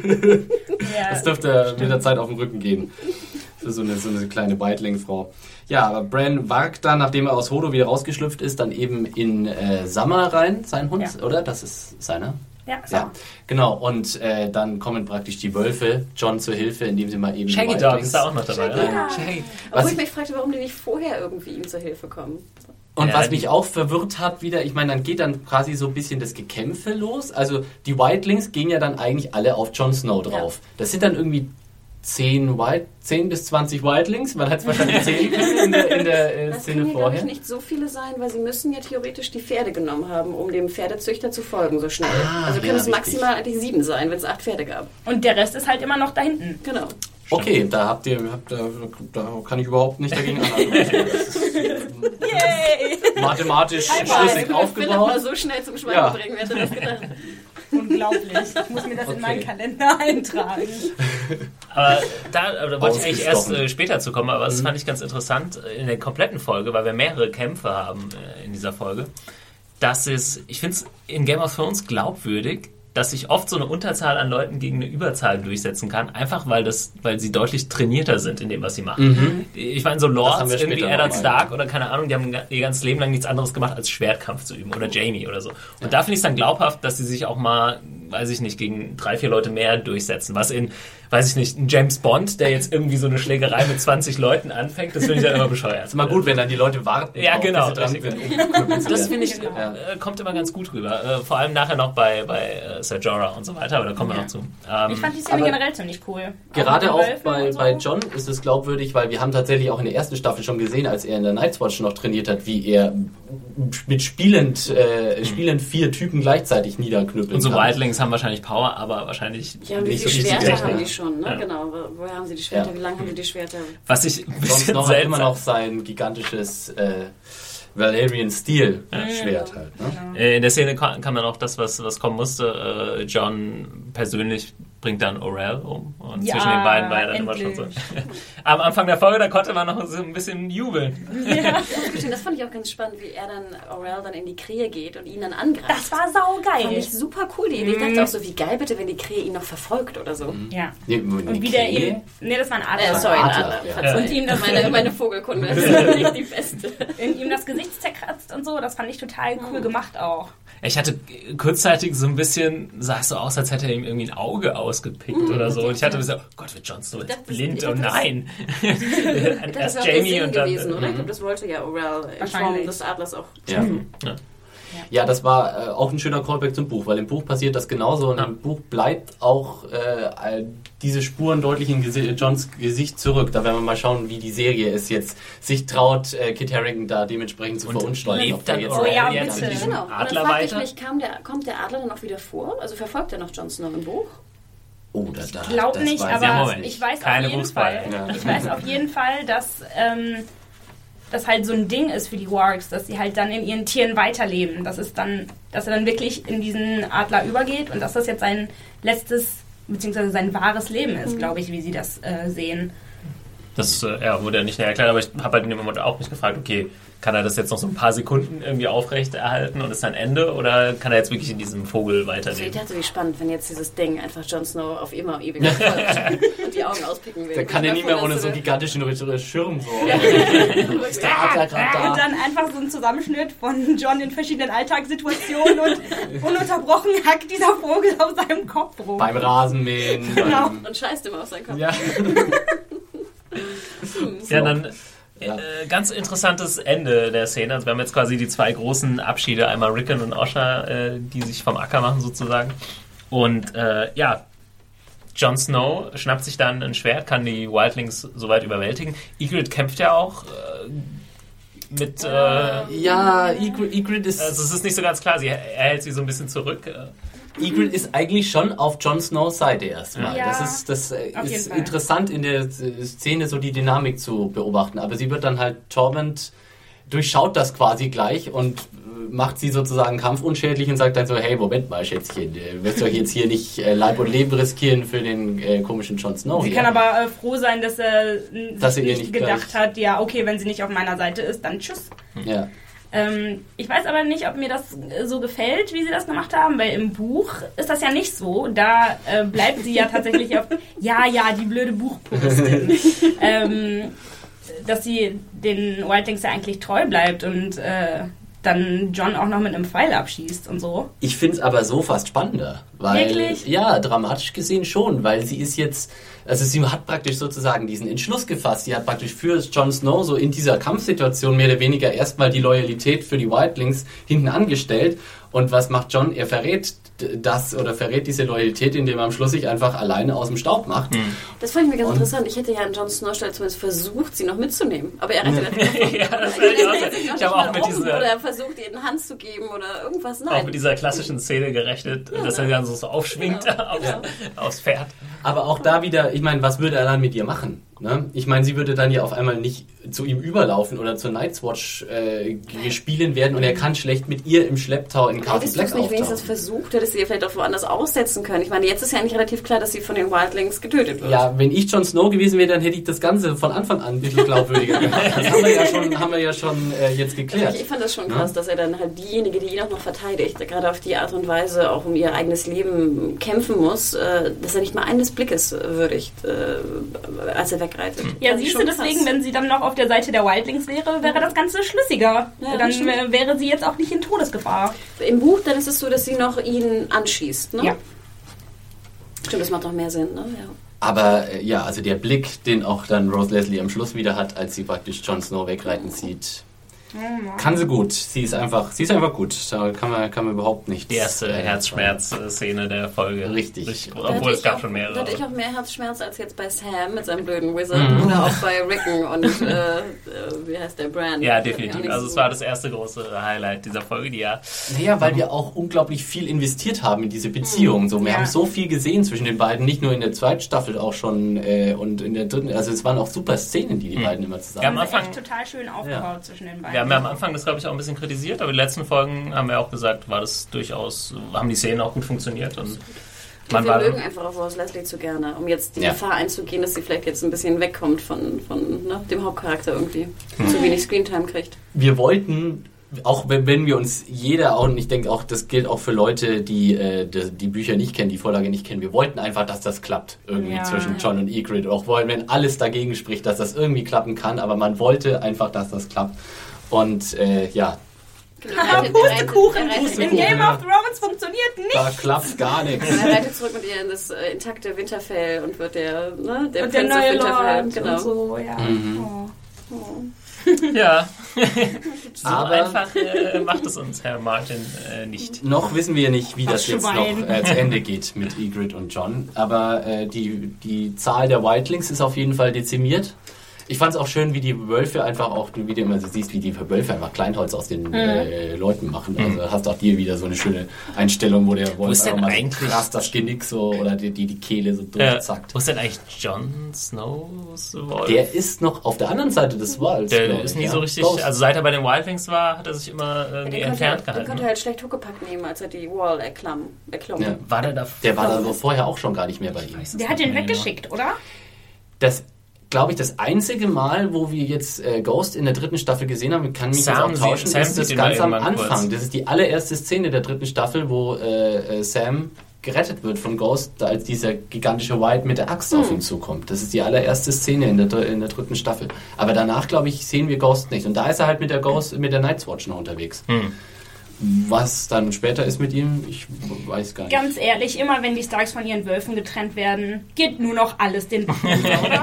Ja. Das dürfte mit der Zeit auf den Rücken gehen. Für so eine kleine Weitling-Frau. Ja, aber Bran wagt dann, nachdem er aus Hodor wieder rausgeschlüpft ist, dann eben in Summer rein, sein Hund, Ja. oder? Das ist seiner. Ja, so. Ja, genau. Und dann kommen praktisch die Wölfe John zur Hilfe, indem sie mal eben... Shaggy die Dog Wildlings- ist da auch noch dabei. Shaggy oder? Dog. Shaggy. Obwohl ich mich fragte, warum die nicht vorher irgendwie ihm zur Hilfe kommen. Und Ja, was die- mich auch verwirrt hat wieder, ich meine, dann geht dann quasi so ein bisschen das Gekämpfe los. Also die Wildlings gehen ja dann eigentlich alle auf Jon Snow drauf. Das sind dann irgendwie 10 bis 20 Wildlings. Man hat es wahrscheinlich zählen können in der Das Szene können ja, glaube vorher. ich, nicht so viele sein, weil sie müssen ja theoretisch die Pferde genommen haben, um dem Pferdezüchter zu folgen so schnell. Also können ja, es maximal eigentlich 7 sein, wenn es 8 Pferde gab. Und der Rest ist halt immer noch da hinten. Genau. Okay, da kann ich überhaupt nicht dagegen anhalten. Yay! Mathematisch Philipp schlüssig mal aufgebaut. so schnell zum Schweigen Ja. bringen, wer hätte das gedacht? Unglaublich. Ich muss mir das in meinen Kalender eintragen. Aber da wollte ich eigentlich erst Ausgestochen. später zu kommen, aber das fand ich ganz interessant in der kompletten Folge, weil wir mehrere Kämpfe haben in dieser Folge. Ich finde es in Game of Thrones glaubwürdig, dass sich oft so eine Unterzahl an Leuten gegen eine Überzahl durchsetzen kann, einfach weil sie deutlich trainierter sind in dem, was sie machen. Ich meine, so Das haben Lords, wir irgendwie später Eddard noch mal. Stark oder keine Ahnung, die haben ihr ganzes Leben lang nichts anderes gemacht, als Schwertkampf zu üben oder Jaime oder so. Und da finde ich es dann glaubhaft, dass sie sich auch mal, weiß ich nicht, gegen 3-4 Leute mehr durchsetzen. Was in, weiß ich nicht, ein James Bond, der jetzt irgendwie so eine Schlägerei mit 20 Leuten anfängt, das finde ich dann immer bescheuert. Ist mal gut, wenn dann die Leute warten. Ja, auf, genau, bis sie dran richtig. sind, um Equipment zu Das lernen. finde ich, kommt immer ganz gut rüber. Vor allem nachher noch bei Ser Jorah und so weiter, aber da kommen wir noch zu. Ich fand die Szene aber generell ziemlich cool. Gerade mit auch den Wölfen und so. bei John ist es glaubwürdig, weil wir haben tatsächlich auch in der ersten Staffel schon gesehen, als er in der Night's Watch noch trainiert hat, wie er mit spielend 4 Typen gleichzeitig niederknüppeln Und so kann. Wildlings haben wahrscheinlich Power, aber wahrscheinlich Ja, und wie Nicht so viele viel Schwerter Technik. haben die schon, ne? Ja. Genau. Woher haben sie die Schwerter? Ja. Wie lange haben die die Schwerter? was ich ein Jon bisschen Snow hat immer seltsam noch sein gigantisches Valerian Steel Schwert halt. Ne? in der Szene kam dann auch das, was kommen musste. John persönlich bringt dann Orell um. Und Ja, zwischen den beiden war ja dann immer schon so. endlich. Am Anfang der Folge, da konnte man noch so ein bisschen jubeln. Das fand ich auch ganz spannend, wie er dann, Orell dann in die Krähe geht und ihn dann angreift. Das war saugeil. Fand ich super cool, die Idee. Ich dachte auch so, wie geil bitte, wenn die Krähe ihn noch verfolgt oder so. Ja. Nee, Und wie der ihm... Nee, das war ein Adler. Sorry, ein Adler, Adler. ja. Verzeih. Und ihm das- meine Vogelkunde ist nicht die beste. In ihm das Gesicht zerkratzt und so. Das fand ich total cool gemacht auch. Ich hatte kurzzeitig so ein bisschen, sah es so aus, als hätte er ihm irgendwie ein Auge ausgepickt oder so. Und ich hatte so, oh Gott, wird Jon Snow jetzt blind? Oh nein. Das Erst wäre auch der Jaime Sinn und dann... gewesen, oder? Ich glaube, das wollte ja Orell in Form Wahrscheinlich. des Adlers auch. Ja. Ja, das war auch ein schöner Callback zum Buch, weil im Buch passiert das genauso und im Buch bleibt auch diese Spuren deutlich in Johns Gesicht zurück. Da werden wir mal schauen, wie die Serie es jetzt sich traut, Kit Harington da dementsprechend zu verunstalten. lebt ob der dann jetzt Orell ja, jetzt bitte. mit diesem Genau. Und dann Adler frage ich weiter? mich, kommt der Adler dann auch wieder vor? Also verfolgt er noch Jon Snow im Buch? Oh, Ich glaube nicht, weiß aber Moment. ich weiß Keine auf jeden Buchspoiler. Fall, Ja. ich weiß auf jeden Fall, dass das halt so ein Ding ist für die Wargs, dass sie halt dann in ihren Tieren weiterleben. Dass er dann wirklich in diesen Adler übergeht und dass das jetzt sein letztes bzw. sein wahres Leben ist, glaube ich, wie sie das sehen. Das wurde ja nicht näher erklärt, aber ich habe halt in dem Moment auch mich gefragt, okay, kann er das jetzt noch so ein paar Sekunden irgendwie aufrecht erhalten und ist dann Ende oder kann er jetzt wirklich in diesem Vogel Also ich weiterleben? dachte, wie spannend, wenn jetzt dieses Ding einfach Jon Snow auf immer und ewig folgt und die Augen auspicken will. Der kann ja nie mehr ohne so einen gigantischen Schirm so. Ist der Adler gerade Und da? dann einfach so ein Zusammenschnitt von John in verschiedenen Alltagssituationen und ununterbrochen hackt dieser Vogel auf seinem Kopf rum. Beim Rasenmähen. Genau. Und scheißt immer auf seinen Kopf. Ja. Ja, dann Ja. ganz interessantes Ende der Szene. Also wir haben jetzt quasi die 2 großen Abschiede, einmal Rickon und Osha, die sich vom Acker machen sozusagen. Und Jon Snow schnappt sich dann ein Schwert, kann die Wildlings soweit überwältigen. Ygritte kämpft ja auch mit... Ja, Ygritte ist... also es ist nicht so ganz klar, er hält sie so ein bisschen zurück. Ygritte ist eigentlich schon auf Jon Snows Seite erstmal. Ja, das ist interessant in der Szene so die Dynamik zu beobachten. Aber sie wird dann halt, Tormund durchschaut das quasi gleich und macht sie sozusagen kampfunschädlich und sagt dann so, hey, Moment mal, Schätzchen, wirst du euch jetzt hier nicht Leib und Leben riskieren für den komischen Jon Snow. Sie hier. kann aber froh sein, dass er Dass sich ihr nicht gedacht hat, ja, okay, wenn sie nicht auf meiner Seite ist, dann tschüss. Ja. Ich weiß aber nicht, ob mir das so gefällt, wie sie das gemacht haben, weil im Buch ist das ja nicht so. Da bleibt sie ja tatsächlich auf, die blöde Buchpuristin. Dass sie den Wildlings ja eigentlich treu bleibt und dann Jon auch noch mit einem Pfeil abschießt und so. Ich finde es aber so fast spannender. Weil, wirklich? Ja, dramatisch gesehen schon, weil sie ist jetzt, also sie hat praktisch sozusagen diesen Entschluss gefasst. Sie hat praktisch für Jon Snow so in dieser Kampfsituation mehr oder weniger erstmal die Loyalität für die Wildlings hinten angestellt. Und was macht Jon? Er verrät diese Loyalität, indem er am Schluss sich einfach alleine aus dem Staub macht. Das fand ich mir ganz interessant. Ich hätte ja an Jon Snow Stelle zumindest versucht, sie noch mitzunehmen. Aber er rettet ich habe auch mit dieser... Oder er versucht, ihr eine Hand zu geben oder irgendwas. Nein. Auch mit dieser klassischen Szene gerechnet, dass er dann so aufschwingt aufs Pferd. Aber auch da wieder, ich meine, was würde er dann mit ihr machen? Ne? Ich meine, sie würde dann ja auf einmal nicht zu ihm überlaufen oder zur Night's Watch gespielen werden und er kann schlecht mit ihr im Schlepptau in Castle Black auftauchen. Hättest du es nicht wenigstens versucht, hättest du ihr vielleicht auch woanders aussetzen können. Ich meine, jetzt ist ja eigentlich relativ klar, dass sie von den Wildlings getötet wird. Ja, wenn ich Jon Snow gewesen wäre, dann hätte ich das Ganze von Anfang an ein bisschen glaubwürdiger gemacht. Das haben wir ja schon jetzt geklärt. Ich fand das schon krass, dass er dann halt diejenige, die ihn auch noch verteidigt, gerade auf die Art und Weise auch um ihr eigenes Leben kämpfen muss, dass er nicht mal eines Blickes würdigt, als er wegreitet. Ja, siehst du, deswegen, wenn sie dann noch auf der Seite der Wildlings wäre das Ganze schlüssiger. Ja, dann wäre sie jetzt auch nicht in Todesgefahr. Im Buch, dann ist es so, dass sie noch ihn anschießt, ne? Ja. Stimmt, das macht doch mehr Sinn, ne? Ja. Aber also der Blick, den auch dann Rose Leslie am Schluss wieder hat, als sie praktisch Jon Snow wegreiten sieht, kann sie gut. Sie ist einfach gut. Da kann man überhaupt nichts. Die erste Herzschmerz-Szene der Folge. Richtig. Obwohl es gab schon mehrere. Da hatte ich auch mehr Herzschmerz als jetzt bei Sam mit seinem blöden Wizard oder auch bei Rickon und wie heißt der, Bran. Ja, definitiv. Also es war das erste große Highlight dieser Folge, Naja, weil wir auch unglaublich viel investiert haben in diese Beziehung. So, wir haben so viel gesehen zwischen den beiden, nicht nur in der zweiten Staffel auch schon und in der dritten. Also es waren auch super Szenen, die beiden immer zusammen haben. Das ist echt total schön aufgebaut zwischen den beiden. Wir haben ja am Anfang das, glaube ich, auch ein bisschen kritisiert, aber die letzten Folgen haben wir auch gesagt, haben die Szenen auch gut funktioniert. Und wir mögen einfach auch Rose Leslie zu gerne, um jetzt die Gefahr einzugehen, dass sie vielleicht jetzt ein bisschen wegkommt von dem Hauptcharakter irgendwie. Zu wenig Screentime kriegt. Wir wollten, auch wenn wir uns und ich denke auch, das gilt auch für Leute, die die Bücher nicht kennen, die Vorlage nicht kennen, wir wollten einfach, dass das klappt irgendwie zwischen Jon und Ygritte. Auch wenn alles dagegen spricht, dass das irgendwie klappen kann, aber man wollte einfach, dass das klappt. Und Pustekuchen! In Game of Thrones funktioniert nicht! Da klappt gar nichts. Er reitet zurück mit ihr in das intakte Winterfell und wird der Prinz of Winterfell. Genau. Und so, ja. Ja, so aber einfach macht es uns Herr Martin nicht. Noch wissen wir nicht, wie das jetzt noch zu Ende geht mit Ygritte und Jon, aber die Zahl der Wildlings ist auf jeden Fall dezimiert. Ich fand es auch schön, wie die Wölfe einfach auch, wie du immer so siehst, wie die Wölfe einfach Kleinholz aus den Leuten machen. Also hast auch dir wieder so eine schöne Einstellung, wo der Wolf einfach mal so krass das Genick so oder die Kehle so durchzackt. Wo ist denn eigentlich Jon Snows Wolf? Der ist noch auf der anderen Seite des Walds. Der ist nie so richtig, also seit er bei den Wildlings war, hat er sich immer entfernt gehalten. Der konnte halt schlecht Huckepack nehmen, als er die Wall erklomm. Ja. War der war da so vorher auch schon gar nicht mehr bei ihm. Der hat den weggeschickt, oder? Das glaube ich, das einzige Mal, wo wir jetzt Ghost in der dritten Staffel gesehen haben, kann mich jetzt auch tauschen, ist das ganz am Anfang. Kurz. Das ist die allererste Szene der dritten Staffel, wo Sam gerettet wird von Ghost, als dieser gigantische White mit der Axt auf ihn zukommt. Das ist die allererste Szene in der dritten Staffel. Aber danach, glaube ich, sehen wir Ghost nicht. Und da ist er halt mit der Night's Watch noch unterwegs. Was dann später ist mit ihm, ich weiß gar nicht. Ganz ehrlich, immer wenn die Starks von ihren Wölfen getrennt werden, geht nur noch alles den Bach runter, oder?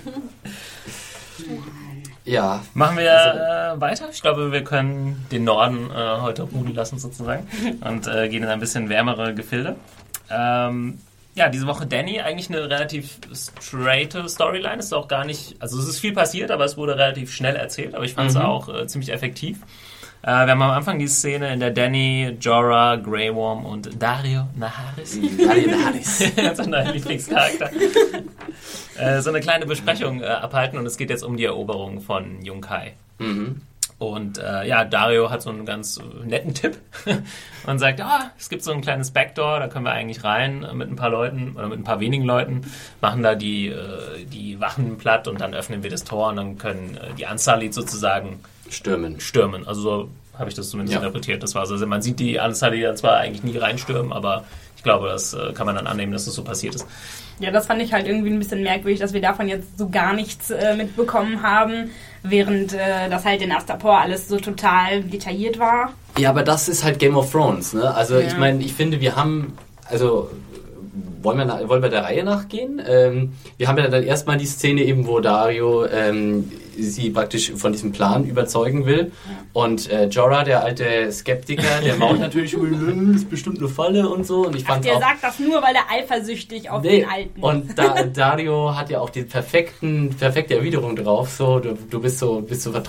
Ja. Machen wir weiter? Ich glaube, wir können den Norden heute ruhen lassen sozusagen und gehen in ein bisschen wärmere Gefilde. Diese Woche Dany, eigentlich eine relativ straighte Storyline. Ist auch gar nicht, also es ist viel passiert, aber es wurde relativ schnell erzählt, aber ich fand es auch ziemlich effektiv. Wir haben am Anfang die Szene, in der Danny, Jorah, Grey Worm und Daario Naharis, so ein Lieblingscharakter, so eine kleine Besprechung abhalten und es geht jetzt um die Eroberung von Yunkai. Und Daario hat so einen ganz netten Tipp und sagt, es gibt so ein kleines Backdoor, da können wir eigentlich rein mit ein paar Leuten oder mit ein paar wenigen Leuten, machen da die Wachen platt und dann öffnen wir das Tor und dann können die Unsullied sozusagen stürmen. Also so habe ich das zumindest interpretiert. Das war so. Also man sieht die Unsullied ja zwar eigentlich nie reinstürmen, aber ich glaube, das kann man dann annehmen, dass das so passiert ist. Ja, das fand ich halt irgendwie ein bisschen merkwürdig, dass wir davon jetzt so gar nichts mitbekommen haben, während das halt in Astapor alles so total detailliert war. Ja, aber das ist halt Game of Thrones, ne? Also ich meine, ich finde, wir haben, wollen wir der Reihe nachgehen? Wir haben ja dann erstmal die Szene eben, wo Daario sie praktisch von diesem Plan überzeugen will. Und Jorah, der alte Skeptiker, der mault natürlich, ist bestimmt eine Falle und so. Und ich fand der sagt das nur, weil er eifersüchtig auf den Alten ist. Und Daario hat ja auch die perfekte Erwiderung drauf. So, du bist so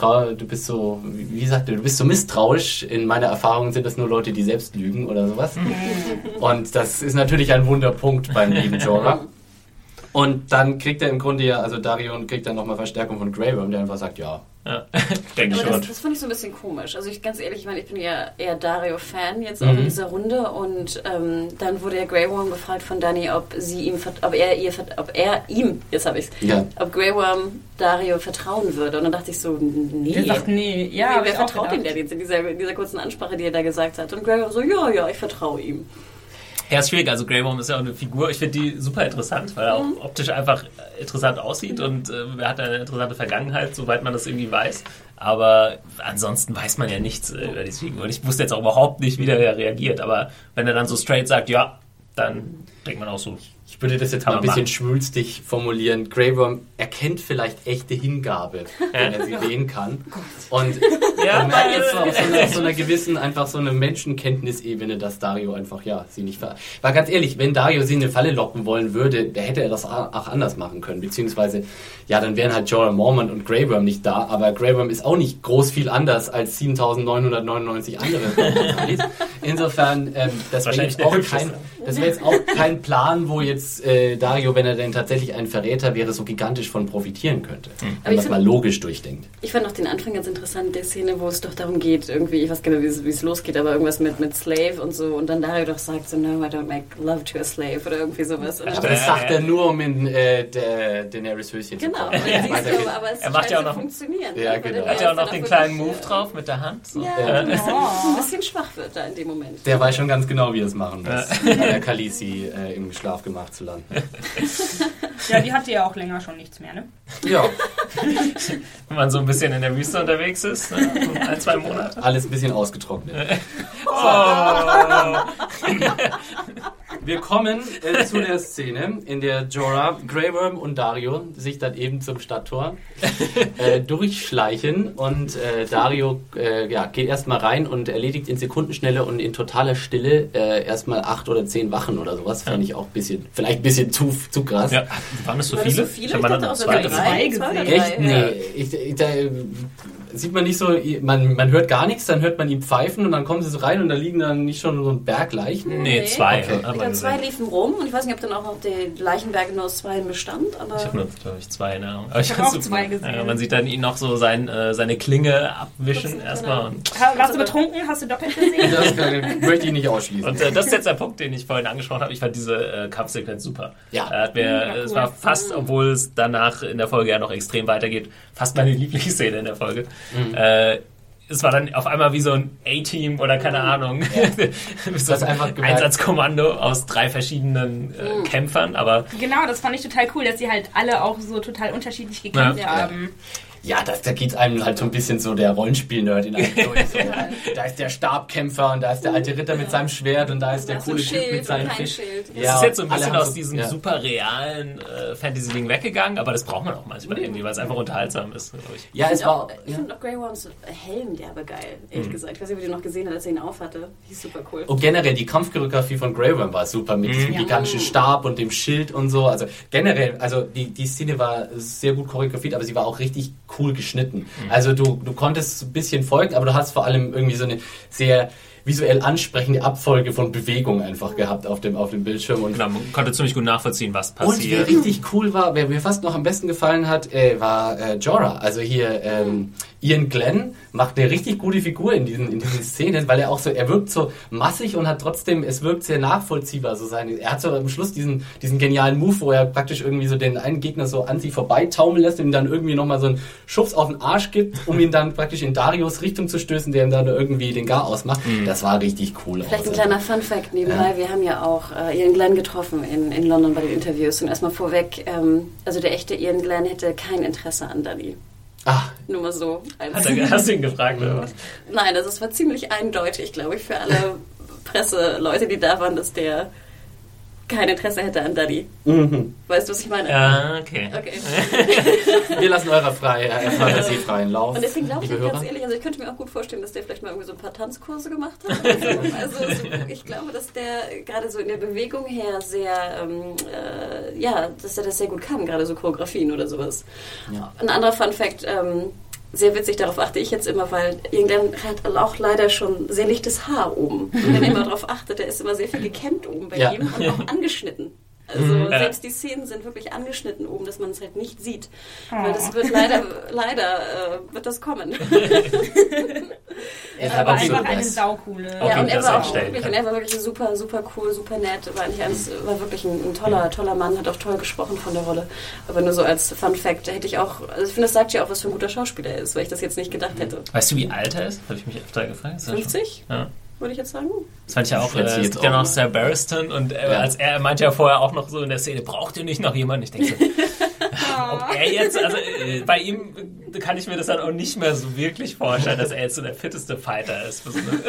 misstrauisch. In meiner Erfahrung sind das nur Leute, die selbst lügen oder sowas. Und das ist natürlich ein Wunderpunkt beim lieben Jorah. Und dann kriegt er im Grunde Daario kriegt dann nochmal Verstärkung von Grey Worm, der einfach sagt, denke ich schon. Das fand ich so ein bisschen komisch. Also ganz ehrlich, ich meine, ich bin ja eher Daario-Fan jetzt auch in dieser Runde und dann wurde der Grey Worm gefragt von Dani, ob Grey Worm Daario vertrauen würde. Und dann dachte ich so, nee. Er sagt nee. Ja, wer vertraut ihm denn jetzt in dieser kurzen Ansprache, die er da gesagt hat? Und Grey Worm so, ja, ich vertraue ihm. Ja, ist schwierig. Also Grey Worm ist ja auch eine Figur. Ich finde die super interessant, weil er auch optisch einfach interessant aussieht und er hat eine interessante Vergangenheit, soweit man das irgendwie weiß. Aber ansonsten weiß man ja nichts über diese Figur. Und ich wusste jetzt auch überhaupt nicht, wie der reagiert. Aber wenn er dann so straight sagt, ja, dann denkt man auch so. Ich würde das jetzt mal ein bisschen schwülstig formulieren. Grey Worm erkennt vielleicht echte Hingabe, wenn er sie sehen kann. Und merkt jetzt auf so einer gewissen, einfach so eine Menschenkenntnisebene, dass Daario einfach, sie nicht Weil ganz ehrlich, wenn Daario sie in eine Falle locken wollen würde, hätte er das auch anders machen können. Beziehungsweise, dann wären halt Jorah Mormont und Grey Worm nicht da. Aber Grey Worm ist auch nicht groß viel anders als 7.999 andere. Insofern, das wäre jetzt auch kein Plan, wo jetzt Daario, wenn er denn tatsächlich ein Verräter wäre, so gigantisch von profitieren könnte. Wenn man das mal logisch durchdenkt. Ich fand auch den Anfang ganz interessant, der Szene, wo es doch darum geht, irgendwie, ich weiß gar nicht, wie es losgeht, aber irgendwas mit Slave und so, und dann Daario doch sagt so, no, I don't make love to a slave oder irgendwie sowas. Aber das sagt er nur, um in Daenerys Höschen zu kommen. Genau, aber es macht ja auch noch funktionieren. Ja, genau. Hat ja auch noch den kleinen Move drauf mit der Hand. So. Ja, genau. Ein bisschen schwach wird da in dem Moment. Der weiß schon ganz genau, wie er es machen muss, der Khaleesi im Schlaf gemacht zu landen. Ja, die hatte ja auch länger schon nichts mehr, ne? Ja. Wenn man so ein bisschen in der Wüste unterwegs ist, 1-2 Monate. Alles ein bisschen ausgetrocknet. Wir kommen zu der Szene, in der Jorah, Grey Worm und Daario sich dann eben zum Stadttor durchschleichen und Daario geht erstmal rein und erledigt in Sekundenschnelle und in totaler Stille erstmal 8 oder 10 Wachen oder sowas. Fand ich auch vielleicht ein bisschen zu krass. Ja, waren das so viele? Ich habe mal 2 gesehen. Echt? Nee. Da sieht man nicht so, man hört gar nichts, dann hört man ihn pfeifen und dann kommen sie so rein und da liegen dann nicht schon so ein Berg Leichen? Nee, 2. Okay. Ich glaube, 2 liefen rum und ich weiß nicht, ob dann auch die Leichenberge nur aus 2 bestand. Aber ich habe nur, glaube ich, 2 in Erinnerung. Aber ich habe auch 2 gesehen. Man sieht dann ihn noch so seine Klinge abwischen erstmal. Warst du betrunken? Hast du doppelt gesehen? Das möchte ich nicht ausschließen. Und das ist jetzt der Punkt, den ich vorhin angesprochen habe. Ich fand diese Kampfsequenz super. Ja. Es war fast, obwohl es danach in der Folge ja noch extrem weitergeht, fast meine Lieblingsszene in der Folge. Es war dann auf einmal wie so ein A-Team oder keine Ahnung. So ein Einsatzkommando aus 3 verschiedenen Kämpfern. Aber genau, das fand ich total cool, dass sie halt alle auch so total unterschiedlich gekämpft haben. Ja, da geht einem halt so ein bisschen so der Rollenspiel-Nerd in einem durch. So. Da ist der Stabkämpfer und da ist der alte Ritter mit seinem Schwert und da ist der coole Typ mit seinem Fisch. Das ist jetzt so ein bisschen aus diesem super realen Fantasy-Ding weggegangen, aber das braucht man auch manchmal irgendwie, weil es einfach unterhaltsam ist. Ja, ich finde auch Grey Worms Helm derbe geil, ehrlich gesagt. Ich weiß nicht, ob ihr den noch gesehen habt, als er ihn aufhatte. Die ist super cool. Und generell, die Kampfchoreografie von Grey Worm war super, mit diesem gigantischen Stab und dem Schild und so. Also generell, die Szene war sehr gut choreografiert, aber sie war auch richtig cool geschnitten. Also du konntest ein bisschen folgen, aber du hast vor allem irgendwie so eine sehr visuell ansprechende Abfolge von Bewegungen einfach gehabt auf dem Bildschirm. Und genau, man konnte ziemlich gut nachvollziehen, was und passiert. wer richtig cool war, wer mir fast noch am besten gefallen hat, war Jorah. Also hier Ian Glenn macht eine richtig gute Figur in diesen Szenen, weil er wirkt so massig und hat trotzdem, es wirkt sehr nachvollziehbar. So er hat so am Schluss diesen genialen Move, wo er praktisch irgendwie so den einen Gegner so an sich vorbeitaumeln lässt und ihm dann irgendwie nochmal so einen Schubs auf den Arsch gibt, um ihn dann praktisch in Darius Richtung zu stößen, der ihm dann irgendwie den Gar ausmacht. Das war richtig cool. Vielleicht ein kleiner Funfact nebenbei. Ja. Wir haben ja auch Ian Glenn getroffen in London bei den Interviews. Und erstmal vorweg, also der echte Ian Glenn hätte kein Interesse an Dani. Ach. Nur mal so. Hast du ihn gefragt, oder was? Nein, das war ziemlich eindeutig, glaube ich, für alle Presseleute, die da waren, dass der kein Interesse hätte an Dani. Mhm. Weißt du, was ich meine? Ja, okay. Wir lassen eurer Fantasie freien Lauf. Und deswegen glaube ich ganz ehrlich, also ich könnte mir auch gut vorstellen, dass der vielleicht mal irgendwie so ein paar Tanzkurse gemacht hat. Also ich glaube, dass der gerade so in der Bewegung her sehr, dass er das sehr gut kann, gerade so Choreografien oder sowas. Ja. Ein anderer Funfact, sehr witzig, darauf achte ich jetzt immer, weil irgendwann hat auch leider schon sehr lichtes Haar oben. Und wenn ihr immer darauf achtet, der ist immer sehr viel gekämmt oben bei ihm und auch angeschnitten. Also selbst die Szenen sind wirklich angeschnitten oben, dass man es halt nicht sieht. Weil das wird leider wird das kommen. Er war einfach eine saucoole. Ja, und er war wirklich super, super cool, super nett. War wirklich ein toller Mann, hat auch toll gesprochen von der Rolle. Aber nur so als Fun Fact hätte ich auch, also ich finde, das sagt ja auch, was für ein guter Schauspieler er ist, weil ich das jetzt nicht gedacht hätte. Weißt du, wie alt er ist? Habe ich mich öfter gefragt. 50? Ja. Würde ich jetzt sagen. Das fand ich ja auch. Es gibt ja noch Sir Barristan und als er meinte ja vorher auch noch so in der Szene, braucht ihr nicht noch jemanden? Ich denke so, ob er jetzt, also bei ihm kann ich mir das dann auch nicht mehr so wirklich vorstellen, dass er jetzt so der fitteste Fighter ist.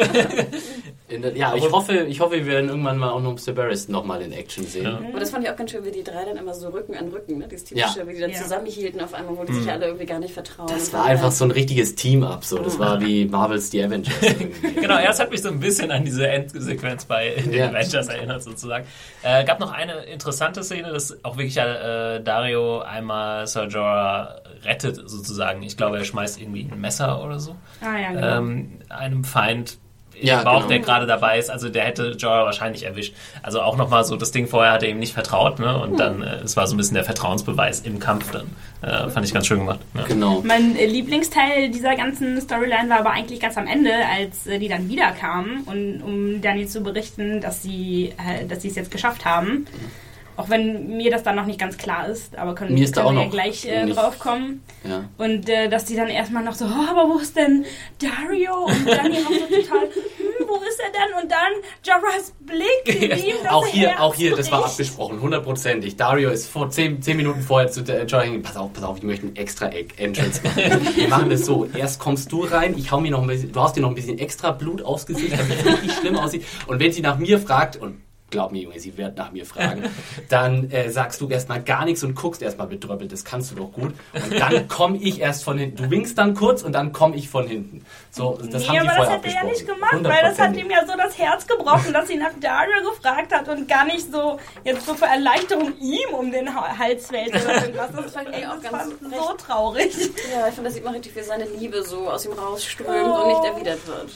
Ja, ich hoffe, wir werden irgendwann mal auch noch Sir Barristan nochmal in Action sehen. Ja. Aber das fand ich auch ganz schön, wie die drei dann immer so Rücken an Rücken, ne? Dieses typische, wie die dann zusammenhielten auf einmal, wo die sich alle irgendwie gar nicht vertrauen. Das war einfach so ein richtiges Team-Up, so. Das war wie Marvels The Avengers. Genau, das hat mich so ein bisschen an diese Endsequenz bei den Avengers erinnert, sozusagen. Gab noch eine interessante Szene, dass auch wirklich Dario einmal Ser Jorah rettet, sozusagen. Ich glaube, er schmeißt irgendwie ein Messer oder so. Genau. Einem Feind im Bauch, der gerade dabei ist. Also der hätte Jorah wahrscheinlich erwischt. Also auch nochmal so, das Ding vorher hat er ihm nicht vertraut, ne? Und dann, es war so ein bisschen der Vertrauensbeweis im Kampf dann. Fand ich ganz schön gemacht. Ja. Genau. Mein Lieblingsteil dieser ganzen Storyline war aber eigentlich ganz am Ende, als die dann wiederkamen, und um Dani zu berichten, dass sie es jetzt geschafft haben. Auch wenn mir das dann noch nicht ganz klar ist, aber können wir ja gleich drauf kommen. Ja. Und dass die dann erstmal noch so, aber wo ist denn Dario? Und dann hier noch so total, wo ist er denn? Und dann Jorahs Blick in ihm, auch hier, das war abgesprochen, 100%. Dario ist 10 Minuten vorher zu Jorah hin, pass auf, ich möchte einen extra Entrance machen. Wir machen das so, erst kommst du rein, ich hau mir noch ein bisschen, du hast dir noch ein bisschen extra Blut aufs Gesicht, damit es richtig schlimm aussieht. Und wenn sie nach mir fragt, und glaub mir, Junge, sie wird nach mir fragen. Dann sagst du erstmal gar nichts und guckst erstmal betröppelt. Das kannst du doch gut. Und dann komme ich erst von hinten. Du winkst dann kurz und dann komme ich von hinten. So, das haben die aber das hat er ja nicht gemacht, weil das hat ihm ja so das Herz gebrochen, dass sie nach Dario gefragt hat und gar nicht so jetzt so für Erleichterung ihm um den Hals fällt oder irgendwas. Das fand ich auch ganz so traurig. Ja, ich finde, das sieht man richtig, wie seine Liebe so aus ihm rausströmt und nicht erwidert wird.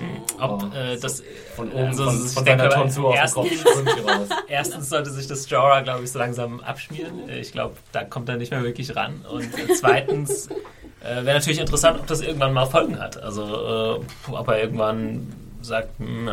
Ob das von oben von seiner Tonsur aus dem Kopf. Erstens sollte sich das Jorah, glaube ich, so langsam abschmieren. Ich glaube, da kommt er nicht mehr wirklich ran. Und zweitens wäre natürlich interessant, ob das irgendwann mal Folgen hat. Also ob er irgendwann sagt,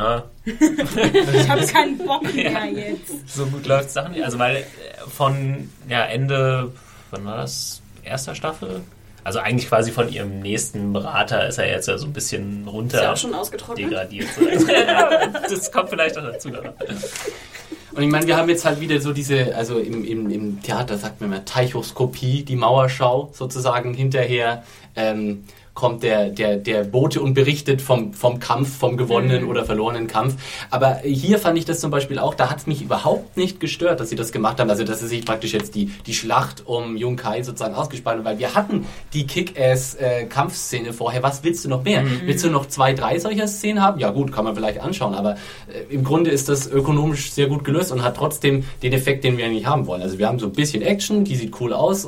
ich habe keinen Bock mehr jetzt. So gut läuft es Sachen nicht. Also weil von Ende, wann war das? Erster Staffel? Also eigentlich quasi von ihrem nächsten Berater ist er jetzt ja so ein bisschen runter. Ist ja auch schon ausgetrocknet. Degradiert. Das kommt vielleicht auch dazu. Und ich meine, wir haben jetzt halt wieder so diese, also im Theater sagt man immer Teichoskopie, die Mauerschau sozusagen hinterher. Kommt der Bote und berichtet vom Kampf, vom gewonnenen oder verlorenen Kampf. Aber hier fand ich das zum Beispiel auch, da hat es mich überhaupt nicht gestört, dass sie das gemacht haben, also dass sie sich praktisch jetzt die Schlacht um Yunkai sozusagen ausgespielt haben, weil wir hatten die Kick-Ass-Kampfszene vorher. Was willst du noch mehr? Willst du noch 2, 3 solcher Szenen haben? Ja gut, kann man vielleicht anschauen, aber im Grunde ist das ökonomisch sehr gut gelöst und hat trotzdem den Effekt, den wir eigentlich haben wollen. Also wir haben so ein bisschen Action, die sieht cool aus und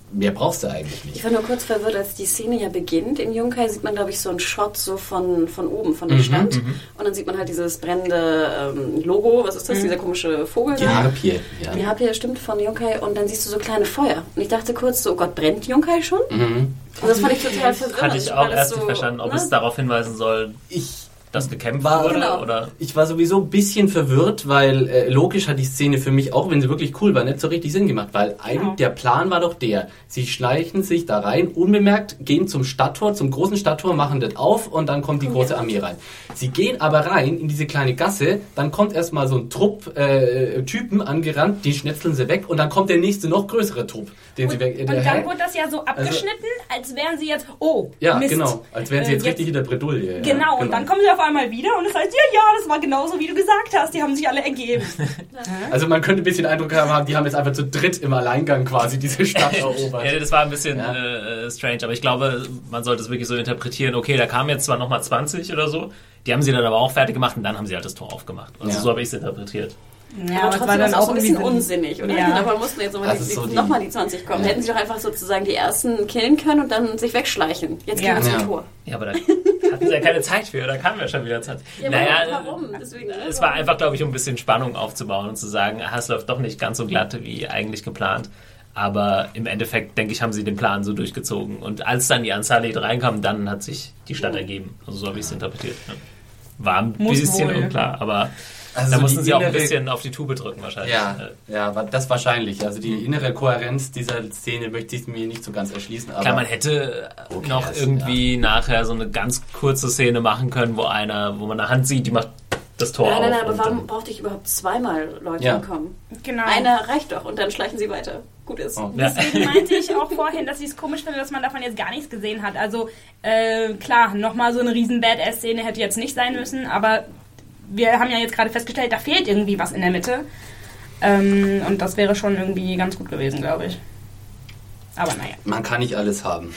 mehr brauchst du eigentlich Ich nicht. war nur kurz verwirrt, als die Szene ja beginnt. In Yunkai sieht man, glaube ich, so einen Shot so von oben, von der Stadt. Und dann sieht man halt dieses brennende Logo. Was ist das? Dieser komische Vogel Die da? Harpie, ja. Die Harpie, stimmt, von Yunkai. Und dann siehst du so kleine Feuer. Und ich dachte kurz so, oh Gott, brennt Yunkai schon? Und das fand ich total verwirrend. Hatte ich auch weil das erst so, nicht verstanden, ob ne? es darauf hinweisen soll, dass gekämpft wurde, Genau. oder? Ich war sowieso ein bisschen verwirrt, weil logisch hat die Szene für mich, auch wenn sie wirklich cool war, nicht so richtig Sinn gemacht, weil eigentlich der Plan war doch der, sie schleichen sich da rein, unbemerkt, gehen zum Stadttor, zum großen Stadttor, machen das auf und dann kommt die große Armee rein. Sie gehen aber rein in diese kleine Gasse, dann kommt erstmal so ein Trupp Typen angerannt, die schnetzeln sie weg und dann kommt der nächste noch größere Trupp, den sie weg... Und dann wurde das ja so abgeschnitten, als wären sie jetzt, oh, ja, Mist. genau, als wären sie jetzt richtig in der Bredouille. Ja, Genau, und dann kommen sie auf einmal wieder und es heißt, ja, das war genauso, wie du gesagt hast. Die haben sich alle ergeben. Also man könnte ein bisschen Eindruck haben, die haben jetzt einfach zu dritt im Alleingang quasi diese Stadt erobert. Ja, das war ein bisschen strange, aber ich glaube, man sollte es wirklich so interpretieren, okay, da kamen jetzt zwar nochmal 20 oder so, die haben sie dann aber auch fertig gemacht und dann haben sie halt das Tor aufgemacht. Also so habe ich es interpretiert. Ja, aber trotzdem war das auch ein bisschen unsinnig, oder? Ja. Aber mussten jetzt so nochmal die 20 kommen. Hätten sie doch einfach sozusagen die ersten killen können und dann sich wegschleichen. Jetzt gehen wir zum Tor. Ja, aber da hatten sie ja keine Zeit für, da kam ja schon wieder Zeit. Ja, warum? Deswegen, es war einfach, glaube ich, um ein bisschen Spannung aufzubauen und zu sagen, es läuft doch nicht ganz so glatt wie eigentlich geplant. Aber im Endeffekt, denke ich, haben sie den Plan so durchgezogen. Und als dann die Ansali reinkamen, dann hat sich die Stadt ergeben. Also so habe ich es interpretiert. Ja. War ein bisschen unklar, aber Also da so mussten die sie auch ein innere- bisschen auf die Tube drücken wahrscheinlich. Ja, das wahrscheinlich. Also die innere Kohärenz dieser Szene möchte ich mir nicht so ganz erschließen. Aber Klar, man hätte noch also, irgendwie nachher so eine ganz kurze Szene machen können, wo man eine Hand sieht, die macht das Tor auf. Nein, aber und warum dann- brauchte ich überhaupt zweimal Leute Ja. kommen? Genau. Einer reicht doch und dann schleichen sie weiter. Gut ist. Oh. Ja. Deswegen meinte ich auch vorhin, dass ich es komisch finde, dass man davon jetzt gar nichts gesehen hat. Also klar, nochmal so eine riesen Badass-Szene hätte jetzt nicht sein müssen, aber wir haben ja jetzt gerade festgestellt, da fehlt irgendwie was in der Mitte. Und das wäre schon irgendwie ganz gut gewesen, glaube ich. Aber naja. man kann nicht alles haben.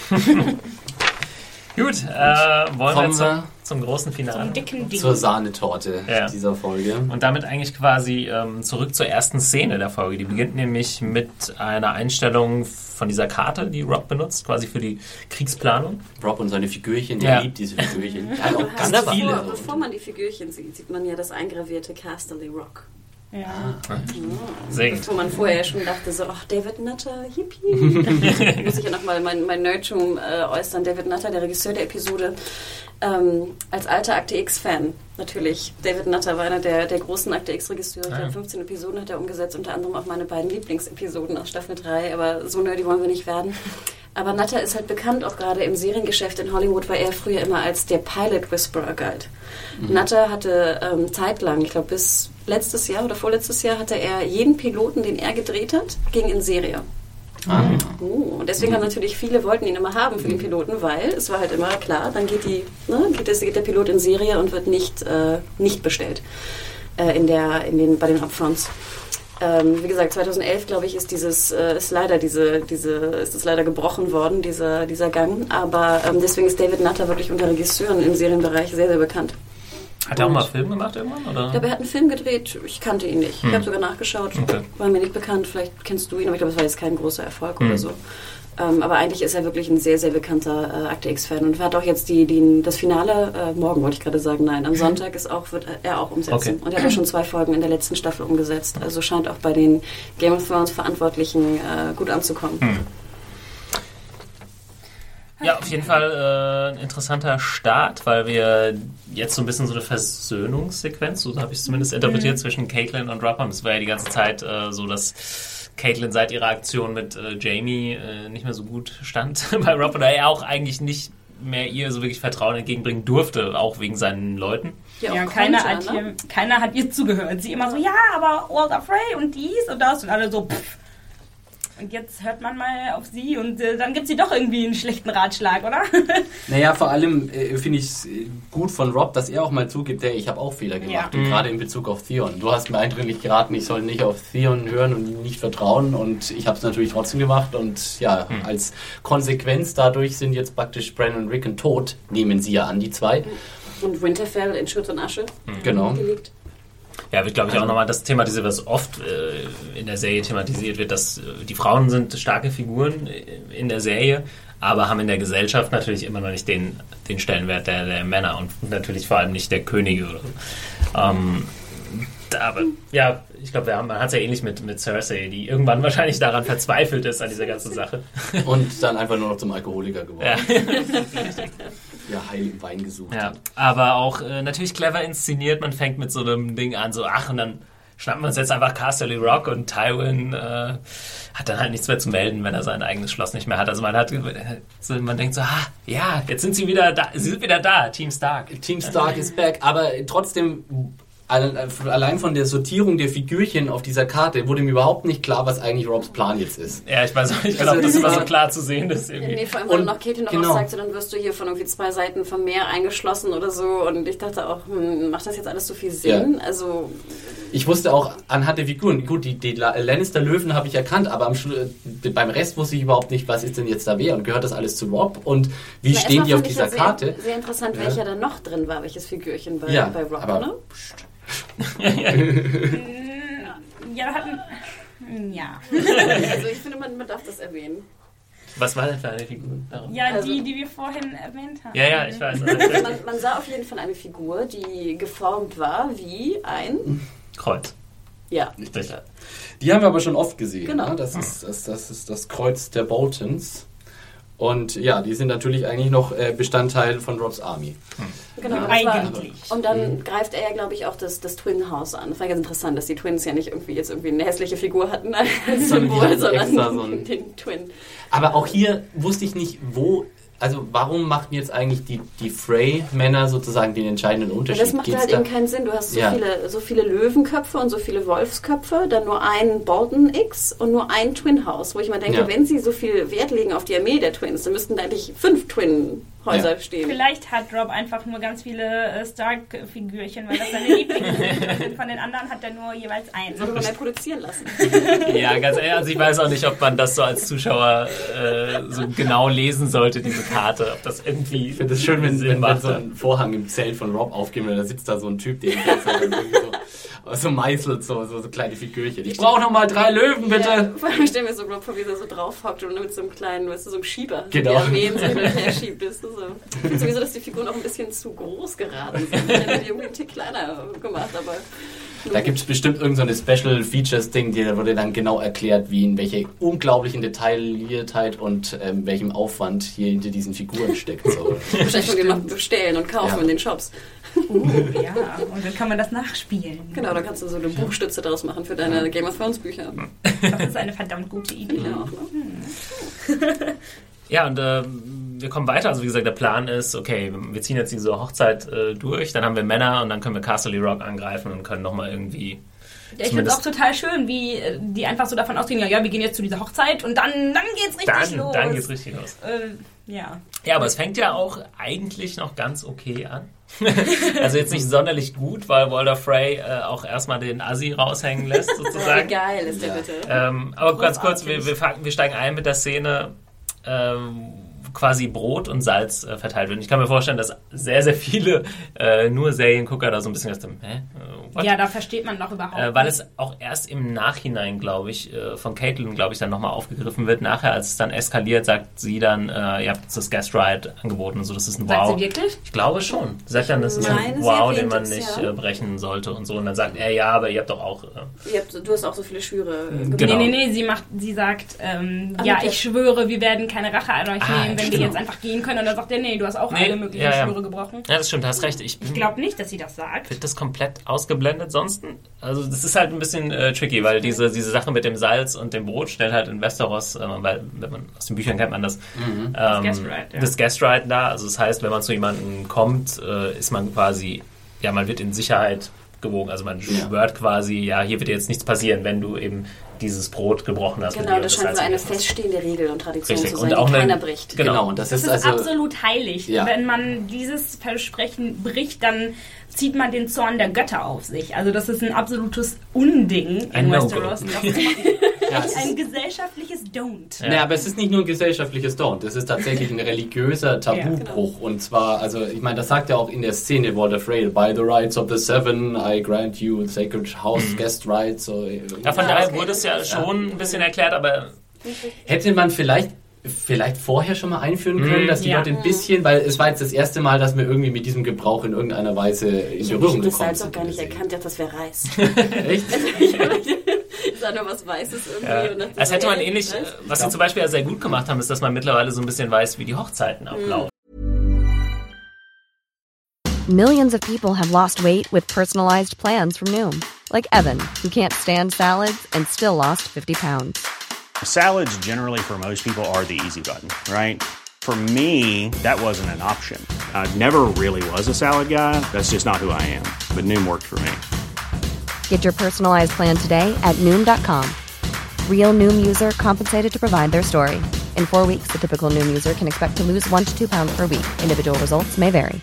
Gut, wollen Kommen wir wir zum großen Finale. Zum dicken Ding. zur Sahnetorte Ja. dieser Folge. Und damit eigentlich quasi zurück zur ersten Szene der Folge. Die beginnt nämlich mit einer Einstellung von dieser Karte, die Rob benutzt, quasi für die Kriegsplanung. Rob und seine Figürchen, Ja. der liebt diese Figürchen. Ja, auch ganz Bevor- viele. Bevor man die Figürchen sieht, sieht man ja das eingravierte Casterly Rock. Ja. Singt. Wo man vorher schon dachte, so, ach, David Nutter, yippie. Muss ich ja nochmal mein Nerdtum äußern. David Nutter, der Regisseur der Episode, als alter Akte X-Fan natürlich. David Nutter war einer der großen Akte X-Regisseure. Ich glaube, 15 Episoden hat er umgesetzt, unter anderem auch meine beiden Lieblingsepisoden aus Staffel 3. Aber so nerdy wollen wir nicht werden. Aber Nutter ist halt bekannt, auch gerade im Seriengeschäft in Hollywood, weil er früher immer als der Pilot Whisperer galt. Nutter hatte zeitlang, ich glaube bis letztes Jahr oder vorletztes Jahr, hatte er jeden Piloten, den er gedreht hat, ging in Serie. Und deswegen haben natürlich viele wollten ihn immer haben für den Piloten, weil es war halt immer klar, dann geht der Pilot in Serie und wird nicht bestellt bei den Upfronts. Wie gesagt, 2011, glaube ich, ist ist das leider gebrochen worden, dieser Gang. Aber deswegen ist David Nutter wirklich unter Regisseuren im Serienbereich sehr, sehr bekannt. Hat er auch mal Film gemacht irgendwann? Oder? Ich glaube, er hat einen Film gedreht. Ich kannte ihn nicht. Ich habe sogar nachgeschaut. Okay. War mir nicht bekannt. Vielleicht kennst du ihn, aber ich glaube, es war jetzt kein großer Erfolg oder so. Aber eigentlich ist er wirklich ein sehr, sehr bekannter Akte X-Fan und hat auch jetzt das Finale, morgen wollte ich gerade sagen, nein, am Sonntag wird er auch umsetzen. Okay. Und er hat auch schon 2 Folgen in der letzten Staffel umgesetzt. Also scheint auch bei den Game of Thrones Verantwortlichen gut anzukommen. Ja, auf jeden Fall ein interessanter Start, weil wir jetzt so ein bisschen so eine Versöhnungssequenz, so habe ich es zumindest interpretiert, zwischen Caitlin und Rob haben. Es war ja die ganze Zeit so, dass Caitlin seit ihrer Aktion mit Jamie nicht mehr so gut stand bei Rob oder er auch eigentlich nicht mehr ihr so wirklich Vertrauen entgegenbringen durfte, auch wegen seinen Leuten. Ja, keiner hat ihr zugehört. Sie immer so, ja, aber Walder Frey und dies und das und alle so, pff. Und jetzt hört man mal auf sie und dann gibt sie doch irgendwie einen schlechten Ratschlag, oder? Naja, vor allem finde ich es gut von Rob, dass er auch mal zugibt, ich habe auch Fehler gemacht. Ja. Und gerade in Bezug auf Theon. Du hast mir eindringlich geraten, ich soll nicht auf Theon hören und ihm nicht vertrauen. Und ich habe es natürlich trotzdem gemacht. Und ja, als Konsequenz dadurch sind jetzt praktisch Bran und Rickon tot. Nehmen sie ja an, die 2. Und Winterfell in Schutt und Asche Genau. gelegt. Ja, wird, glaube ich, auch nochmal das thematisiert, was oft in der Serie thematisiert wird, dass die Frauen sind starke Figuren in der Serie, aber haben in der Gesellschaft natürlich immer noch nicht den Stellenwert der Männer und natürlich vor allem nicht der Könige oder so. Aber ja, ich glaube, man hat es ja ähnlich mit Cersei, die irgendwann wahrscheinlich daran verzweifelt ist an dieser ganzen Sache. Und dann einfach nur noch zum Alkoholiker geworden. Ja, heiligen Wein gesucht. Ja, aber auch natürlich clever inszeniert. Man fängt mit so einem Ding an, so und dann schnappen wir uns jetzt einfach Casterly Rock und Tywin hat dann halt nichts mehr zu melden, wenn er sein eigenes Schloss nicht mehr hat. Also man denkt so, ja, jetzt sind sie wieder da, sie sind wieder da, Team Stark. Team Stark ist back, aber trotzdem... Allein von der Sortierung der Figürchen auf dieser Karte wurde mir überhaupt nicht klar, was eigentlich Robs Plan jetzt ist. Ja, ich weiß auch nicht, ob das immer so klar zu sehen ist. Irgendwie. Nee, vor allem, wenn noch Katie noch was sagt, dann wirst du hier von irgendwie 2 Seiten vom Meer eingeschlossen oder so. Und ich dachte auch, macht das jetzt alles so viel Sinn? Ja. Also... Ich wusste auch anhand der Figuren, gut, die Lannister-Löwen habe ich erkannt, aber beim Rest wusste ich überhaupt nicht, was ist denn jetzt da wer und gehört das alles zu Rob und wie stehen die auf dieser Karte? Sehr interessant, welcher da noch drin war, welches Figürchen bei Rob, aber, ne? Ja. Also ich finde, man darf das erwähnen. Was war denn für eine Figur? Ja, also, die wir vorhin erwähnt haben. Ja, ich weiß. Man sah auf jeden Fall eine Figur, die geformt war wie ein... Kreuz. Ja. Die haben wir aber schon oft gesehen. Genau. Ne? Das ist das Kreuz der Boltons. Und ja, die sind natürlich eigentlich noch Bestandteil von Robs Army. Genau, eigentlich. Und dann greift er ja, glaube ich, auch das Twin House an. Das war ganz interessant, dass die Twins ja nicht irgendwie eine hässliche Figur hatten als Symbol, sondern den Twin. Aber auch hier wusste ich nicht, warum machten jetzt eigentlich die Frey-Männer sozusagen den entscheidenden Unterschied? Ja, das macht halt eben keinen Sinn. Du hast so viele Löwenköpfe und so viele Wolfsköpfe, dann nur ein Bolton X und nur ein Twin House, wo ich mal denke, wenn sie so viel Wert legen auf die Armee der Twins, dann müssten da eigentlich 5 Twin-Häuser stehen. Vielleicht hat Rob einfach nur ganz viele Stark-Figürchen, weil das seine Lieblings sind. Von den anderen hat er nur jeweils eins. Sollte man mehr produzieren lassen. Ja, ganz ehrlich, also ich weiß auch nicht, ob man das so als Zuschauer so genau lesen sollte, diese Karte, ob das irgendwie. Ich finde es schön, wenn so ein Vorhang im Zelt von Rob aufgeht und da sitzt da so ein Typ, der so meißelt, so kleine Figürchen. Ich brauche nochmal 3 Löwen, bitte! Ja, vor allem stellen wir so Rob vor, wie er so drauf hockt und mit so einem kleinen, so einem Schieber, genau. Die Armeen so hin und her schiebt. Ich finde sowieso, dass die Figuren auch ein bisschen zu groß geraten sind. Ich hätte die irgendwie einen Tick kleiner gemacht, aber... Da gibt es bestimmt irgendeine Special Features Ding, da wurde dann genau erklärt, wie in welcher unglaublichen Detailliertheit und welchem Aufwand hier hinter diesen Figuren steckt. So. Wahrscheinlich können wir noch bestellen und kaufen in den Shops. Ja, und dann kann man das nachspielen. Genau, da kannst du so eine Buchstütze draus machen für deine Game of Thrones Bücher. Das ist eine verdammt gute Idee. Ja, Ja, und wir kommen weiter. Also wie gesagt, der Plan ist, okay, wir ziehen jetzt diese Hochzeit durch, dann haben wir Männer und dann können wir Casterly Rock angreifen und können nochmal irgendwie... Ja, ich finde es auch total schön, wie die einfach so davon ausgehen, ja, wir gehen jetzt zu dieser Hochzeit und dann geht's richtig los. Dann geht's richtig los. Ja, aber es fängt ja auch eigentlich noch ganz okay an. Also jetzt nicht sonderlich gut, weil Walder Frey auch erstmal den Assi raushängen lässt, sozusagen. Wie geil ist der bitte. Aber ganz kurz, wir steigen ein mit der Szene, quasi Brot und Salz verteilt wird. Ich kann mir vorstellen, dass sehr, sehr viele nur Seriengucker da so ein bisschen aus dem ja, da versteht man doch überhaupt nicht. Weil es auch erst im Nachhinein, glaube ich, von Caitlin, glaube ich, dann nochmal aufgegriffen wird. Nachher, als es dann eskaliert, sagt sie dann, ihr habt uns das Guest Ride angeboten und so, das ist ein Wow. Sagt sie wirklich? Ich glaube schon. Sie sagt dann, das ist ein Wow, den man nicht brechen sollte und so. Und dann sagt er, ja, aber ihr habt doch auch... du hast auch so viele Schwüre. Genau. Nee, sie sagt, ich schwöre, wir werden keine Rache an euch nehmen, wenn wir jetzt einfach gehen können. Und dann sagt er, nee, du hast auch alle möglichen Schwüre gebrochen. Ja, das stimmt, du hast recht. Ich glaube nicht, dass sie das sagt. Wird das komplett ausgeblendet sonst? Also das ist halt ein bisschen tricky, weil diese Sache mit dem Salz und dem Brot stellt halt in Westeros, weil wenn man aus den Büchern kennt man das, das Guest Ride da. Also das heißt, wenn man zu jemandem kommt, ist man quasi, man wird in Sicherheit gewogen. Also man schwört quasi, hier wird jetzt nichts passieren, wenn du eben dieses Brot gebrochen hast. Genau, das scheint so eine feststehende Regel und Tradition zu sein, und auch die keiner bricht. Genau, und das ist absolut heilig. Ja. Wenn man dieses Versprechen bricht, dann zieht man den Zorn der Götter auf sich. Also das ist ein absolutes Unding in Westeros. Ein gesellschaftliches Don't. Ja, aber es ist nicht nur ein gesellschaftliches Don't, es ist tatsächlich ein religiöser Tabubruch. Und zwar, also ich meine, das sagt ja auch in der Szene Walder Frey, by the rights of the seven, I grant you sacred house guest rights. So, ja, von daher wurde es ja schon ein bisschen erklärt, aber... Hätte man vielleicht vorher schon mal einführen können, dass die Leute ein bisschen, weil es war jetzt das erste Mal, dass wir irgendwie mit diesem Gebrauch in irgendeiner Weise in Berührung gekommen sind. Ich habe das Salz auch gar nicht erkannt, das wäre Reis. Echt? Ich sah nur was Weißes irgendwie. Ja. Als hätte man ähnlich, was sie zum Beispiel sehr gut gemacht haben, ist, dass man mittlerweile so ein bisschen weiß, wie die Hochzeiten ablaufen. Millions of people have lost weight with personalized plans from Noom. Like Evan, who can't stand salads and still lost 50 pounds. Salads generally for most people are the easy button, right? For me, that wasn't an option. I never really was a salad guy. That's just not who I am. But Noom worked for me. Get your personalized plan today at Noom.com. Real Noom user compensated to provide their story. In 4 weeks, the typical Noom user can expect to lose 1 to 2 pounds per week. Individual results may vary.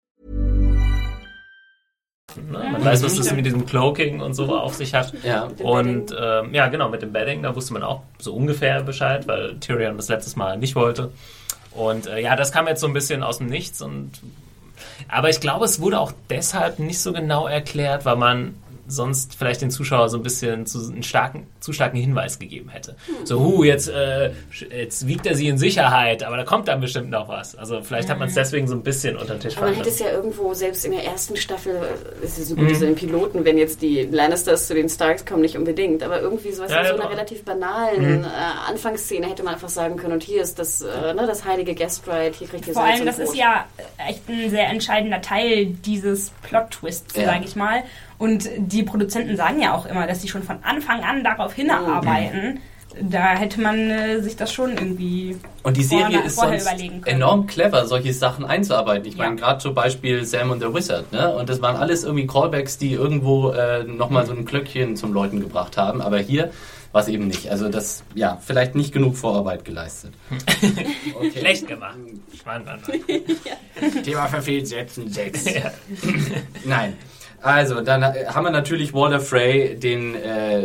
Man weiß, was das mit diesem Cloaking und so auf sich hat. Ja. Und genau, mit dem Bedding, da wusste man auch so ungefähr Bescheid, weil Tyrion das letztes Mal nicht wollte. Und das kam jetzt so ein bisschen aus dem Nichts. Aber ich glaube, es wurde auch deshalb nicht so genau erklärt, weil man sonst vielleicht den Zuschauer so ein bisschen zu starken Hinweis gegeben hätte. So, jetzt wiegt er sie in Sicherheit, aber da kommt dann bestimmt noch was. Also vielleicht hat man es deswegen so ein bisschen unter den Tisch fallen lassen. Man hätte es ja irgendwo, selbst in der ersten Staffel, es ist so gut, so in Piloten, wenn jetzt die Lannisters zu den Starks kommen, nicht unbedingt, aber irgendwie sowas in so einer relativ banalen Anfangsszene hätte man einfach sagen können, und hier ist das heilige Guest-Ride, hier kriegt ihr Vor allem, das ist ja echt ein sehr entscheidender Teil dieses Plot-Twists, sage ich mal. Und die Produzenten sagen ja auch immer, dass sie schon von Anfang an darauf hinarbeiten. Da hätte man sich das schon irgendwie und die Serie ist sonst überlegen können. Enorm clever, solche Sachen einzuarbeiten. Ich meine, gerade zum Beispiel Sam und the Wizard, ne? Und das waren alles irgendwie Callbacks, die irgendwo nochmal so ein Glöckchen zum Läuten gebracht haben. Aber hier war es eben nicht. Also das, vielleicht nicht genug Vorarbeit geleistet. Okay. Schlecht gemacht. Mann. Thema verfehlt, setzen 6. Nein. Also, dann haben wir natürlich Walder Frey, den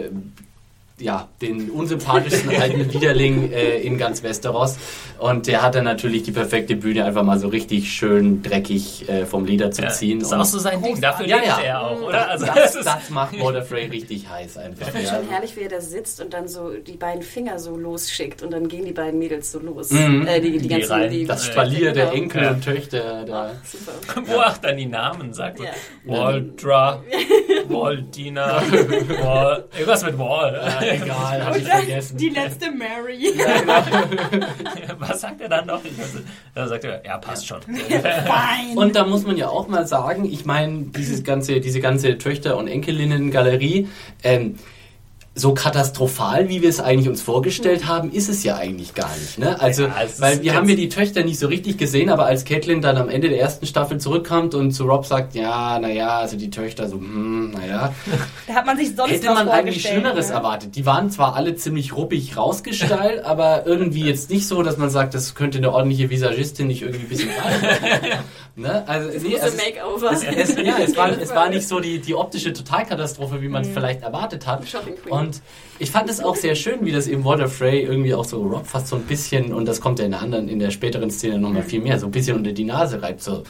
unsympathischsten alten Widerling in ganz Westeros. Und der hat dann natürlich die perfekte Bühne, einfach mal so richtig schön dreckig vom Leder zu ziehen. Das ist auch so sein Ding, dafür lebt er auch, oder? Also das macht Walder Frey richtig heiß einfach. Ich finde schon herrlich, wie er da sitzt und dann so die beiden Finger so losschickt und dann gehen die beiden Mädels so los. Das Spalier der Enkel und Töchter. Da. Super. Wo auch dann die Namen sagt. Waldra, Waldina, irgendwas mit Wall. Egal, hab ich vergessen. Die letzte Mary. Was sagt er dann noch? Da sagt er, passt schon. Und da muss man ja auch mal sagen, ich meine, diese ganze Töchter- und Enkelinnen-Galerie, so katastrophal, wie wir es eigentlich uns vorgestellt haben, ist es ja eigentlich gar nicht. Ne? Also, weil wir haben ja die Töchter nicht so richtig gesehen, aber als Catelyn dann am Ende der ersten Staffel zurückkommt und zu Rob sagt, also die Töchter so, Da hat man sich sonst hätte man eigentlich Schlimmeres erwartet. Die waren zwar alle ziemlich ruppig rausgestylt, aber irgendwie jetzt nicht so, dass man sagt, das könnte eine ordentliche Visagistin nicht irgendwie ein bisschen rein. Ne? Also, Makeover. Es war nicht so die optische Totalkatastrophe, wie man es vielleicht erwartet hat. Und ich fand es auch sehr schön, wie das eben Walder Frey irgendwie auch so Rob fast so ein bisschen, und das kommt ja in der späteren Szene nochmal viel mehr, so ein bisschen unter die Nase reibt. So,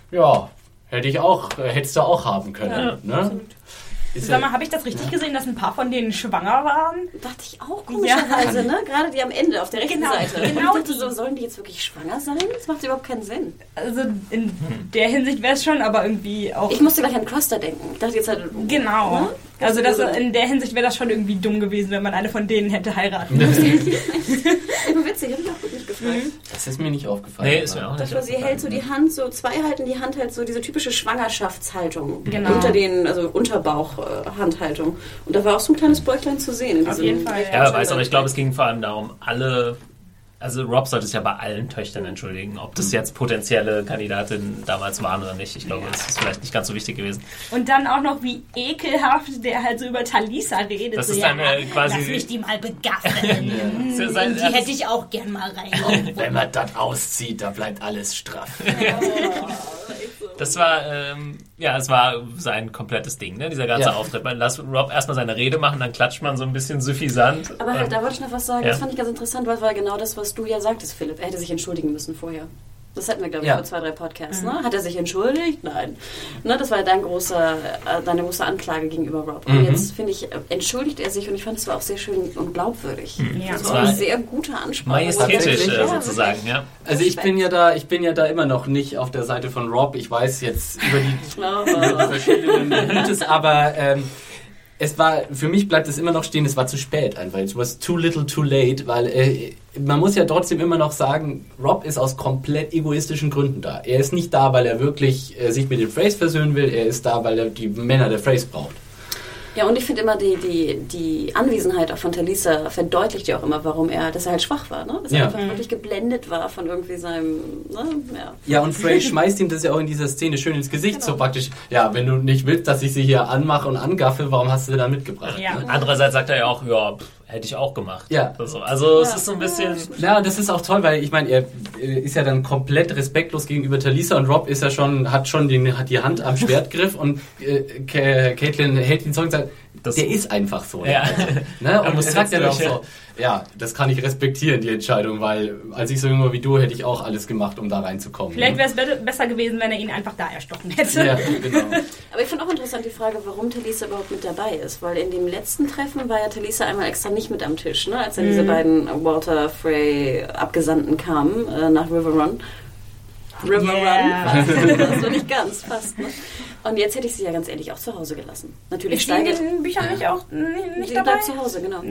hättest du auch haben können. Ja, ne? Sag mal, habe ich das richtig gesehen, dass ein paar von denen schwanger waren? Dachte ich auch komischerweise, ne? Gerade die am Ende auf der rechten Seite. Genau. Ich dachte so, sollen die jetzt wirklich schwanger sein? Das macht überhaupt keinen Sinn. Also in der Hinsicht wäre es schon, aber irgendwie auch... Ich musste gleich an Cruster denken. Ich dachte jetzt halt... Genau. Ne? Also in der Hinsicht wäre das schon irgendwie dumm gewesen, wenn man eine von denen hätte heiraten müssen. Witzig, habe ich auch gut nicht gefragt. Das ist mir nicht aufgefallen. Nee, ist mir auch nicht sie hält so die Hand, so zwei halten die Hand halt so, diese typische Schwangerschaftshaltung. Genau. Unterbauch-Handhaltung. Und da war auch so ein kleines Bäuchlein zu sehen. Auf jeden Fall. Ja, weiß, aber ich glaube, es ging vor allem darum, also Rob sollte es ja bei allen Töchtern entschuldigen, ob das jetzt potenzielle Kandidatinnen damals waren oder nicht. Ich glaube, das ist vielleicht nicht ganz so wichtig gewesen. Und dann auch noch, wie ekelhaft der halt so über Talisa redet. Das so, ist dann quasi... Lass mich die mal begaffen. Die hätte ich auch gern mal rein. Wenn man das auszieht, da bleibt alles straff. Das war, es war sein komplettes Ding, ne? Dieser ganze Auftritt. Man lässt Rob erstmal seine Rede machen, dann klatscht man so ein bisschen suffisant. Aber halt, da wollte ich noch was sagen. Das fand ich ganz interessant, weil es war genau das, was du ja sagtest, Philipp. Er hätte sich entschuldigen müssen vorher. Das hatten wir, glaube ich, vor 2, 3 Podcasts. Ne? Hat er sich entschuldigt? Nein. Ne, das war ja deine große Anklage gegenüber Rob. Und jetzt, finde ich, entschuldigt er sich und ich fand, es war auch sehr schön und glaubwürdig. Ja. Das war eine sehr gute Ansprache. Majestätisch sozusagen, ja. Also ich bin ja da immer noch nicht auf der Seite von Rob. Ich weiß jetzt über die verschiedenen Mythes, aber für mich bleibt es immer noch stehen, es war zu spät einfach. It was too little too late, weil man muss ja trotzdem immer noch sagen, Rob ist aus komplett egoistischen Gründen da. Er ist nicht da, weil er wirklich sich mit den Freys versöhnen will, er ist da, weil er die Männer der Freys braucht. Ja, und ich finde immer, die Anwesenheit auch von Talisa verdeutlicht ja auch immer, dass er halt schwach war, ne? Dass er einfach wirklich geblendet war von irgendwie seinem, ne? Ja, und Frey schmeißt ihm das ja auch in dieser Szene schön ins Gesicht, so praktisch, ja, wenn du nicht willst, dass ich sie hier anmache und angaffe, warum hast du sie dann mitgebracht? Ja. Andererseits sagt er ja auch, hätte ich auch gemacht. Ja. Also es ist so ein bisschen... Ja, das ist auch toll, weil ich meine, er ist ja dann komplett respektlos gegenüber Talisa und Rob ist ja hat die Hand am Schwertgriff und Caitlin hält ihn so und sagt, der ist einfach so. Ja. Ne? Und das sagt er auch so. Ja, das kann ich respektieren, die Entscheidung, weil als ich so jung war wie du, hätte ich auch alles gemacht, um da reinzukommen. Vielleicht wäre es besser gewesen, wenn er ihn einfach da erstochen hätte. Ja, genau. Aber ich finde auch interessant die Frage, warum Talisa überhaupt mit dabei ist, weil in dem letzten Treffen war ja Talisa einmal extra nicht mit am Tisch, ne? Als dann diese beiden Walter Frey Abgesandten kamen nach Riverrun. Das war nicht ganz, fast. Ne? Und jetzt hätte ich sie ja ganz ehrlich auch zu Hause gelassen. Natürlich steigert... In den Büchern nicht dabei? Bleibt zu Hause, genau.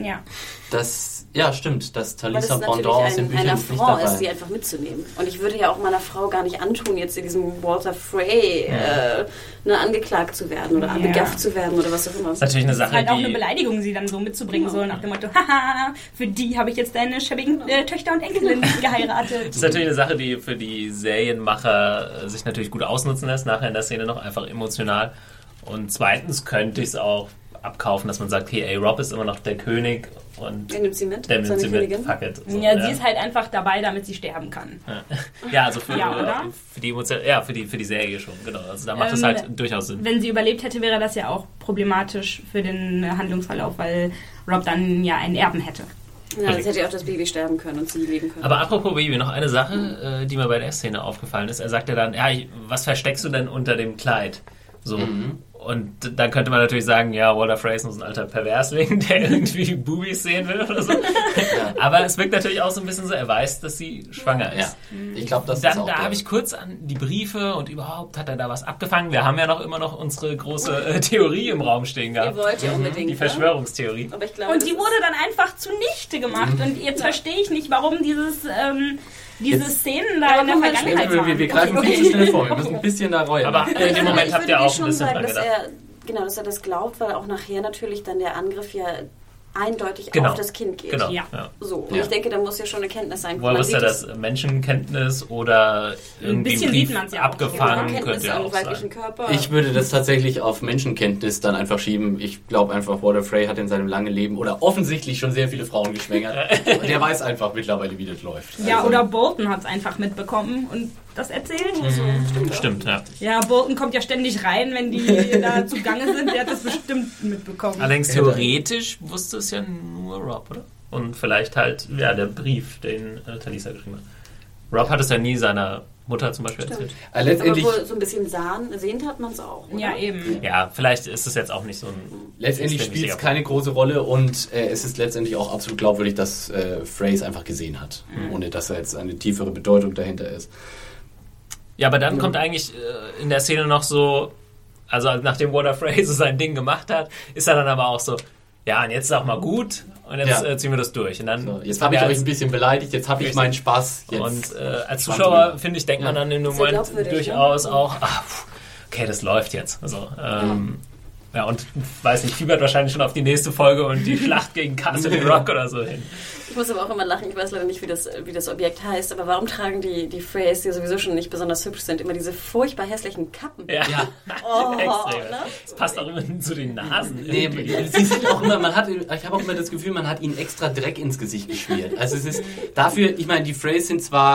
Ja, stimmt, dass Talisa Pendant aus den Büchern nicht dabei ist, sie einfach mitzunehmen. Und ich würde ja auch meiner Frau gar nicht antun, jetzt in diesem Walter Frey angeklagt zu werden oder begafft zu werden oder was auch immer. Das ist natürlich eine Sache, das ist halt auch eine Beleidigung, sie dann so mitzubringen, so nach dem Motto, haha, für die habe ich jetzt deine schäbigen Töchter und Enkelin geheiratet. Das ist natürlich eine Sache, die für die Serienmacher sich natürlich gut ausnutzen lässt, nachher in der Szene noch einfach emotional. Und zweitens könnte ich es auch abkaufen, dass man sagt, hey, Rob ist immer noch der König und der nimmt sie mit, fuck it. So, sie ist halt einfach dabei, damit sie sterben kann. Ja, also für die Emotion, für die Serie schon, genau. Also da macht es halt durchaus Sinn. Wenn sie überlebt hätte, wäre das ja auch problematisch für den Handlungsverlauf, weil Rob dann ja einen Erben hätte. Ja, jetzt hätte ja auch das Baby sterben können und sie leben können. Aber apropos Baby, noch eine Sache, die mir bei der Szene aufgefallen ist. Er sagt ja dann, was versteckst du denn unter dem Kleid? So. Und dann könnte man natürlich sagen, ja, Walter Frey ist ein alter Perversling, der irgendwie Bubis sehen will oder so. Aber es wirkt natürlich auch so ein bisschen so, er weiß, dass sie schwanger ist. Ja. Ich glaube, das dann, ist auch da habe ich kurz an die Briefe und überhaupt hat er da was abgefangen. Wir haben ja immer noch unsere große Theorie im Raum stehen gehabt. Ihr wollt ja unbedingt. Die Verschwörungstheorie. Aber ich glaube, und die wurde dann einfach zunichte gemacht. Und jetzt verstehe ich nicht, warum diese Szenen da in der Vergangenheit waren. Wir greifen viel zu schnell vor. Wir müssen ein bisschen da reuen. Aber in dem Moment habt ihr auch ein bisschen dran gedacht. Dass er das glaubt, weil auch nachher natürlich dann der Angriff ja eindeutig auf das Kind geht. Genau. Ja. So. Und ich denke, da muss ja schon eine Kenntnis sein. Wohl ist ja das Menschenkenntnis oder irgendwie ein Brief abgefangen, könnte ja auch sein. Körper. Ich würde das tatsächlich auf Menschenkenntnis dann einfach schieben. Ich glaube einfach, Walter Frey hat in seinem langen Leben oder offensichtlich schon sehr viele Frauen geschwängert. Und der weiß einfach mittlerweile, wie das läuft. Ja, oder Bolton hat es einfach mitbekommen und das erzählt. Stimmt, ja. Ja, Bolton kommt ja ständig rein, wenn die da zugange sind. Der hat das bestimmt mitbekommen. Allerdings theoretisch wusste es ja nur Rob, oder? Und vielleicht halt, der Brief, den Talisa geschrieben hat. Rob hat es ja nie seiner Mutter zum Beispiel erzählt. Letztendlich, aber so ein bisschen sehend hat man es auch, oder? Ja, eben. Ja, vielleicht ist es jetzt auch nicht so ein... Letztendlich spielt es keine große Rolle und es ist letztendlich auch absolut glaubwürdig, dass Frey es einfach gesehen hat, ohne dass da jetzt eine tiefere Bedeutung dahinter ist. Ja, aber dann kommt eigentlich in der Szene noch so, also nachdem Walter Frey so sein Ding gemacht hat, ist er dann aber auch so, ja, und jetzt ist auch mal gut und jetzt ziehen wir das durch. Und dann so, jetzt habe ich euch ein bisschen beleidigt, jetzt habe ich meinen Spaß. Jetzt und als Zuschauer, finde ich, denkt man dann in dem Moment durchaus auch, okay, das läuft jetzt. Also, ja, und weiß nicht, fiebert wahrscheinlich schon auf die nächste Folge und die Schlacht gegen Castle Rock oder so hin. Ich muss aber auch immer lachen, ich weiß leider nicht, wie das Objekt heißt, aber warum tragen die Freys, die sowieso schon nicht besonders hübsch sind, immer diese furchtbar hässlichen Kappen? Ja, extrem. Ne? Das passt auch immer zu den Nasen. Nee, sie sind auch immer, ich habe auch immer das Gefühl, man hat ihnen extra Dreck ins Gesicht geschmiert. Also es ist dafür, ich meine, die Freys sind zwar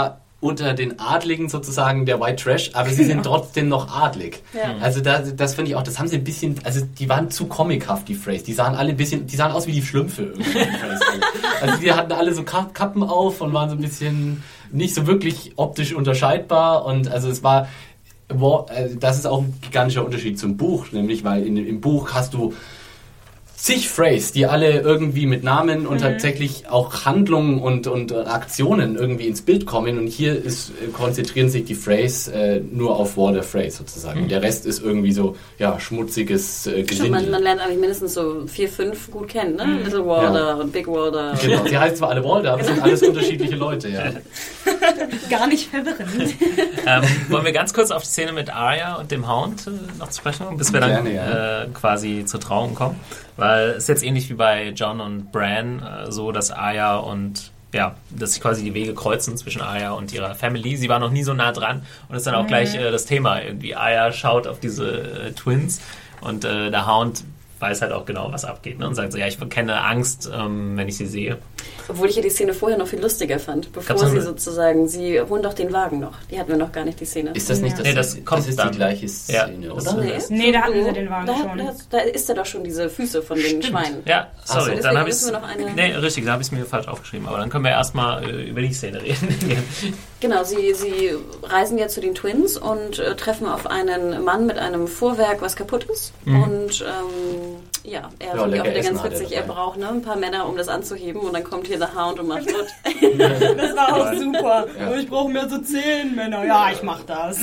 unter den Adligen sozusagen der White Trash, aber sie sind trotzdem noch adlig. Ja. Also das finde ich auch, das haben sie ein bisschen, also die waren zu comichaft, die Freys. Die sahen aus wie die Schlümpfe irgendwie. Also die hatten alle so Kappen auf und waren so ein bisschen nicht so wirklich optisch unterscheidbar und also es war, das ist auch ein gigantischer Unterschied zum Buch, nämlich weil im Buch hast du zig Freys, die alle irgendwie mit Namen und tatsächlich auch Handlungen und Aktionen irgendwie ins Bild kommen und hier konzentrieren sich die Freys nur auf Walder Frey sozusagen. Der Rest ist irgendwie so schmutziges Gesindel. Man lernt eigentlich mindestens so 4, 5 gut kennen, ne? Little Walder und Big Walder. Genau, sie heißen zwar alle Walder, aber es sind alles unterschiedliche Leute, ja. Gar nicht verwirrend. Wollen wir ganz kurz auf die Szene mit Arya und dem Hound noch zu sprechen, bis wir dann quasi zur Trauung kommen? Weil es ist jetzt ähnlich wie bei Jon und Bran so, dass Arya und dass sich quasi die Wege kreuzen zwischen Arya und ihrer Family. Sie war noch nie so nah dran und ist dann auch gleich das Thema irgendwie. Arya schaut auf diese Twins und der Hound weiß halt auch genau, was abgeht, ne? Und sagt so, ich kenne Angst, wenn ich sie sehe. Obwohl ich ja die Szene vorher noch viel lustiger fand, bevor sie holen doch den Wagen noch. Die hatten wir noch gar nicht, die Szene. Ist das nicht das ist die gleiche Szene, oder? Nee, da hatten sie den Wagen schon. Da ist er doch schon diese Füße von den Schweinen. Ja, sorry, dann habe ich es... Nee, richtig, da habe ich es mir falsch aufgeschrieben. Aber dann können wir erstmal über die Szene reden. Genau, sie reisen ja zu den Twins und treffen auf einen Mann mit einem Fuhrwerk, was kaputt ist. Und er finde ich auch wieder ganz witzig, er braucht ein paar Männer, um das anzuheben und dann kommt hier der Hound und macht gut. Das war auch super. Ja. Ich brauche mehr so 10 Männer. Ja, ich mach das.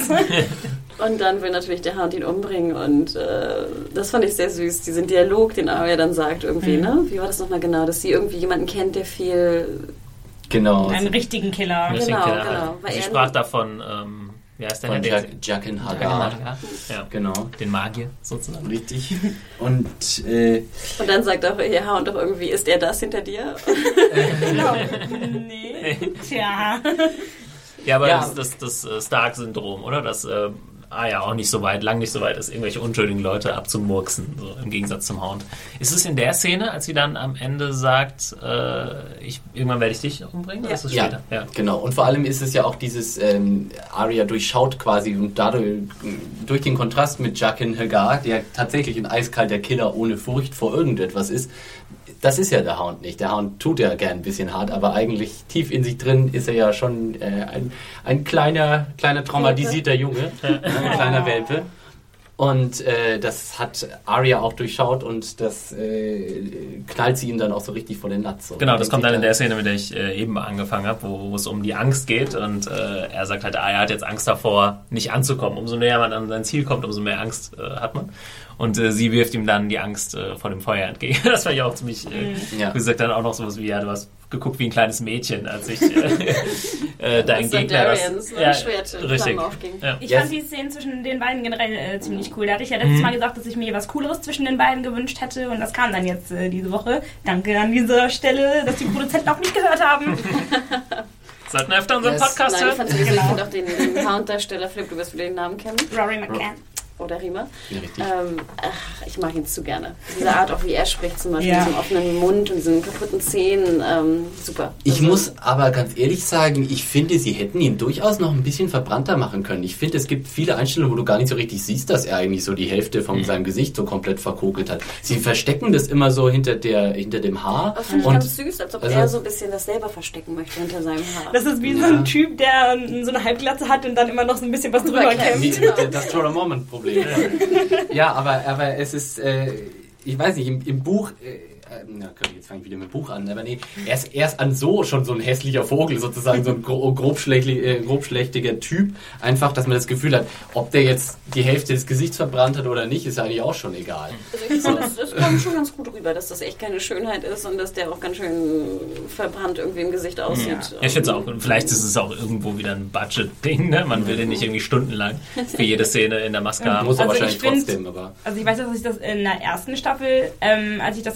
Und dann will natürlich der Hound ihn umbringen und das fand ich sehr süß, diesen Dialog, den Arya dann sagt irgendwie, ne? Wie war das nochmal genau? Dass sie irgendwie jemanden kennt, der viel... Genau. Einen richtigen Killer. Genau. Sie sprach davon... Wie heißt der? Von Jaqen H'ghar. Ja, genau. Den Magier sozusagen. Richtig. Und dann sagt auch ihr Hound doch irgendwie, ist er das hinter dir? Genau. Nee. Tja. Ja, aber das Stark-Syndrom, oder? Das auch nicht so weit, lang nicht so weit ist, irgendwelche unschuldigen Leute abzumurksen, so im Gegensatz zum Hound. Ist es in der Szene, als sie dann am Ende sagt, irgendwann werde ich dich umbringen? Oder ist es später? Ja, genau. Und vor allem ist es ja auch dieses, Arya durchschaut quasi und dadurch, durch den Kontrast mit Jaqen H'ghar, der tatsächlich ein eiskalter Killer ohne Furcht vor irgendetwas ist, das ist ja der Hound nicht. Der Hound tut ja gern ein bisschen hart, aber eigentlich tief in sich drin ist er ja schon ein kleiner traumatisierter Junge, ein kleiner Welpe. Und das hat Arya auch durchschaut und das knallt sie ihm dann auch so richtig vor den Latz. So. Genau, das kommt dann in der Szene, mit der ich eben angefangen habe, wo es um die Angst geht und er sagt halt, Arya hat jetzt Angst davor, nicht anzukommen. Umso näher man an sein Ziel kommt, umso mehr Angst hat man. Und sie wirft ihm dann die Angst vor dem Feuer entgegen. Das war ja auch ziemlich, wie gesagt, dann auch noch sowas wie, du hast geguckt wie ein kleines Mädchen, als ich dein Gegner Schwert richtig aufging. Ja. Ich fand die Szene zwischen den beiden generell ziemlich cool. Da hatte ich ja letztes Mal gesagt, dass ich mir was Cooleres zwischen den beiden gewünscht hätte und das kam dann jetzt diese Woche. Danke an dieser Stelle, dass die Produzenten auch nicht gehört haben. Sollten öfter unseren Podcast hören. Ich finde auch den Hound-Darsteller, Flip, du wirst wieder den Namen kennen. Rory McCann. Oder Rima. Ja, richtig. Ich mag ihn zu gerne. Diese Art, auch wie er spricht, zum Beispiel mit diesem offenen Mund und diesen kaputten Zähnen, super. Ich muss aber ganz ehrlich sagen, ich finde, sie hätten ihn durchaus noch ein bisschen verbrannter machen können. Ich finde, es gibt viele Einstellungen, wo du gar nicht so richtig siehst, dass er eigentlich so die Hälfte von seinem Gesicht so komplett verkokelt hat. Sie verstecken das immer so hinter dem Haar. Das finde ich ganz süß, als ob er so ein bisschen das selber verstecken möchte hinter seinem Haar. Das ist wie so ein Typ, der so eine Halbglatze hat und dann immer noch so ein bisschen was drüber kämmt. Das Jorah Mormont-Problem. Ja, aber es ist, ich weiß nicht, im Buch, jetzt fange ich wieder mit dem Buch an, aber nee, er ist erst an schon so ein hässlicher Vogel sozusagen, so ein grobschlächtiger Typ, einfach, dass man das Gefühl hat, ob der jetzt die Hälfte des Gesichts verbrannt hat oder nicht, ist eigentlich auch schon egal. Also ich finde, das kommt schon ganz gut rüber, dass das echt keine Schönheit ist und dass der auch ganz schön verbrannt irgendwie im Gesicht aussieht. Ja, ich finde es auch, vielleicht ist es auch irgendwo wieder ein Budget-Ding, ne? Man will den nicht irgendwie stundenlang für jede Szene in der Maske haben. Muss er wahrscheinlich trotzdem, aber... Also ich weiß, dass ich das in der ersten Staffel, als ich das gesehen habe,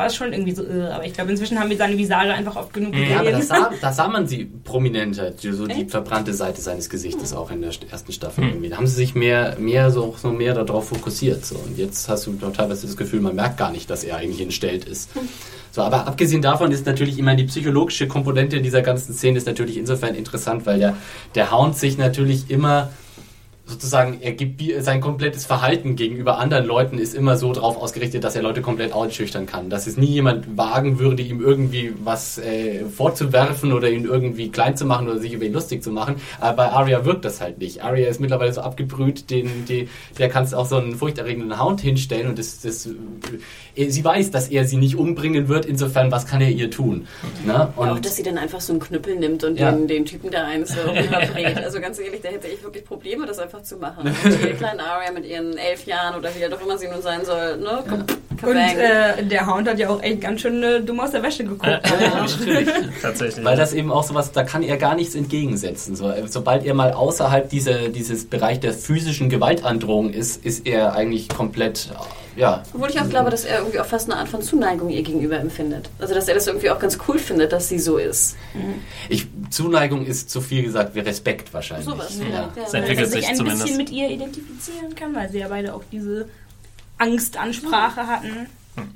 war es schon irgendwie so, aber ich glaube, inzwischen haben wir seine Visage einfach oft genug gesehen. Ja, aber da sah man sie prominenter, so die verbrannte Seite seines Gesichtes auch in der ersten Staffel irgendwie. Da haben sie sich mehr darauf fokussiert. So. Und jetzt hast du teilweise das Gefühl, man merkt gar nicht, dass er eigentlich entstellt ist. So, aber abgesehen davon ist natürlich immer die psychologische Komponente dieser ganzen Szene ist natürlich insofern interessant, weil der Hound sich natürlich immer sozusagen, sein komplettes Verhalten gegenüber anderen Leuten ist immer so drauf ausgerichtet, dass er Leute komplett einschüchtern kann. Dass es nie jemand wagen würde, ihm irgendwie was vorzuwerfen oder ihn irgendwie klein zu machen oder sich über ihn lustig zu machen. Aber bei Arya wirkt das halt nicht. Arya ist mittlerweile so abgebrüht, der kannst auch so einen furchterregenden Hound hinstellen und sie weiß, dass er sie nicht umbringen wird. Insofern, was kann er ihr tun? Ne? Und auch, dass sie dann einfach so einen Knüppel nimmt und den Typen da eins so rüberdreht. Also ganz ehrlich, da hätte ich wirklich Probleme, das einfach zu machen. Und die kleine Arya mit ihren 11 Jahren oder wie doch immer sie nun sein soll, ne? Und der Hound hat ja auch echt ganz schön dumm aus der Wäsche geguckt. Ja, tatsächlich. Weil das eben auch sowas, da kann er gar nichts entgegensetzen. Sobald er mal außerhalb dieses Bereich der physischen Gewaltandrohung ist er eigentlich komplett, Obwohl ich auch glaube, dass er irgendwie auch fast eine Art von Zuneigung ihr gegenüber empfindet. Also, dass er das irgendwie auch ganz cool findet, dass sie so ist. Zuneigung ist zu viel gesagt wie Respekt wahrscheinlich. Sowas, ja. Das entwickelt sich ein zumindest. bisschen mit ihr identifizieren kann, weil sie ja beide auch diese Angstansprache hatten.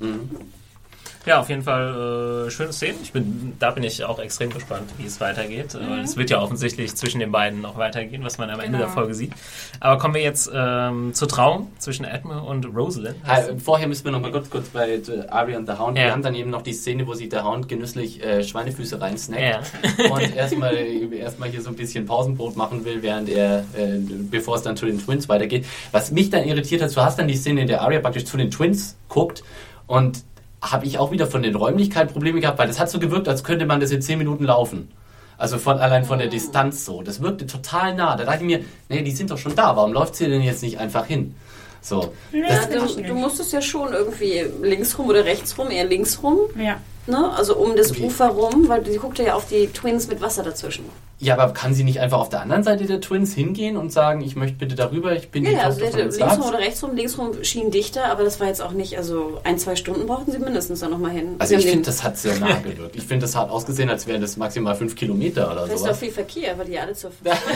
Ja, auf jeden Fall schöne Szene. Da bin ich auch extrem gespannt, wie es weitergeht. Es wird ja offensichtlich zwischen den beiden noch weitergehen, was man am Ende der Folge sieht. Aber kommen wir jetzt zur Trauung zwischen Edmure und Rosalind. Vorher müssen wir noch mal kurz bei Arya und The Hound. Ja. Wir haben dann eben noch die Szene, wo sich der Hound genüsslich Schweinefüße reinsnackt. Ja. Und erstmal hier so ein bisschen Pausenbrot machen will, während bevor es dann zu den Twins weitergeht. Was mich dann irritiert hat, du hast dann die Szene, in der Arya praktisch zu den Twins guckt und habe ich auch wieder von den Räumlichkeiten Probleme gehabt, weil das hat so gewirkt, als könnte man das in 10 Minuten laufen. Also allein von der Distanz so. Das wirkte total nah. Da dachte ich mir, nee, die sind doch schon da. Warum läuft sie denn jetzt nicht einfach hin? So. Ja, du musstest ja schon irgendwie links rum oder rechts rum, eher links rum. Ja. Ne? Also um das Ufer rum, weil sie guckte ja auf die Twins mit Wasser dazwischen. Ja, aber kann sie nicht einfach auf der anderen Seite der Twins hingehen und sagen, ich möchte bitte darüber, ich bin die Tochter also von den links Starks? rum oder rechts rum. Links rum schien dichter, aber das war jetzt auch nicht, also 1-2 Stunden brauchten sie mindestens da nochmal hin. Also ich finde, das hat sehr nah gewirkt. Ich finde, das hat ausgesehen, als wären das maximal 5 Kilometer oder so. Das ist doch viel Verkehr, weil die alle zur...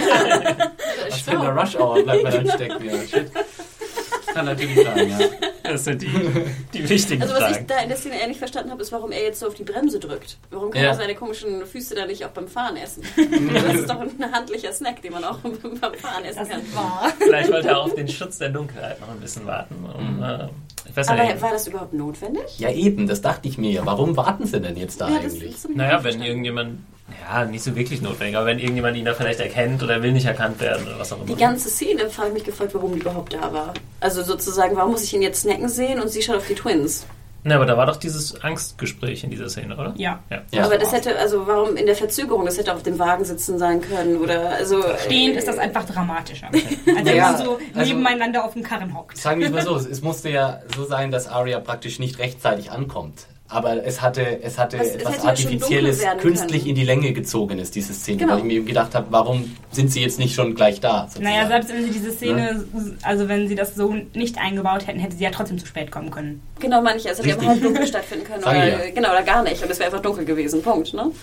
Was für eine Rush-Hour bleibt man dann stecken. Ja, shit. Kann natürlich sein, ja. Das sind die wichtigen Also was Fragen. ich da in der Szene eher nicht verstanden habe, ist, warum er jetzt so auf die Bremse drückt. Warum kann er seine komischen Füße da nicht auch beim Fahren essen? Das ist doch ein handlicher Snack, den man auch beim Fahren essen kann. Vielleicht wollte er auf den Schutz der Dunkelheit noch ein bisschen warten. Ich weiß Aber nicht. war das überhaupt notwendig? Ja eben, das dachte ich mir ja. Warum warten sie denn jetzt da eigentlich? Naja, wenn irgendjemand... Ja, nicht so wirklich notwendig, aber wenn irgendjemand ihn da vielleicht erkennt oder will nicht erkannt werden oder was auch immer. Die ganze Szene, habe ich mich gefragt, warum die überhaupt da war. Also sozusagen, warum muss ich ihn jetzt snacken sehen und sie schaut auf die Twins? Na, aber da war doch dieses Angstgespräch in dieser Szene, oder? Ja. Aber das hätte, also warum in der Verzögerung, das hätte auf dem Wagen sitzen sein können oder also... Stehend ist das einfach dramatischer. Als wenn man so nebeneinander auf dem Karren hockt. Sagen wir es mal so, es musste ja so sein, dass Arya praktisch nicht rechtzeitig ankommt. Aber es hatte etwas Artifizielles, künstlich in die Länge gezogen ist, diese Szene. Genau. Weil ich mir eben gedacht habe, warum sind sie jetzt nicht schon gleich da? Sozusagen. Naja, selbst wenn sie diese Szene, also wenn sie das so nicht eingebaut hätten, hätte sie ja trotzdem zu spät kommen können. Genau, meine ich. Also die haben halt dunkel stattfinden können. Oder gar nicht. Und es wäre einfach dunkel gewesen. Punkt. Ne?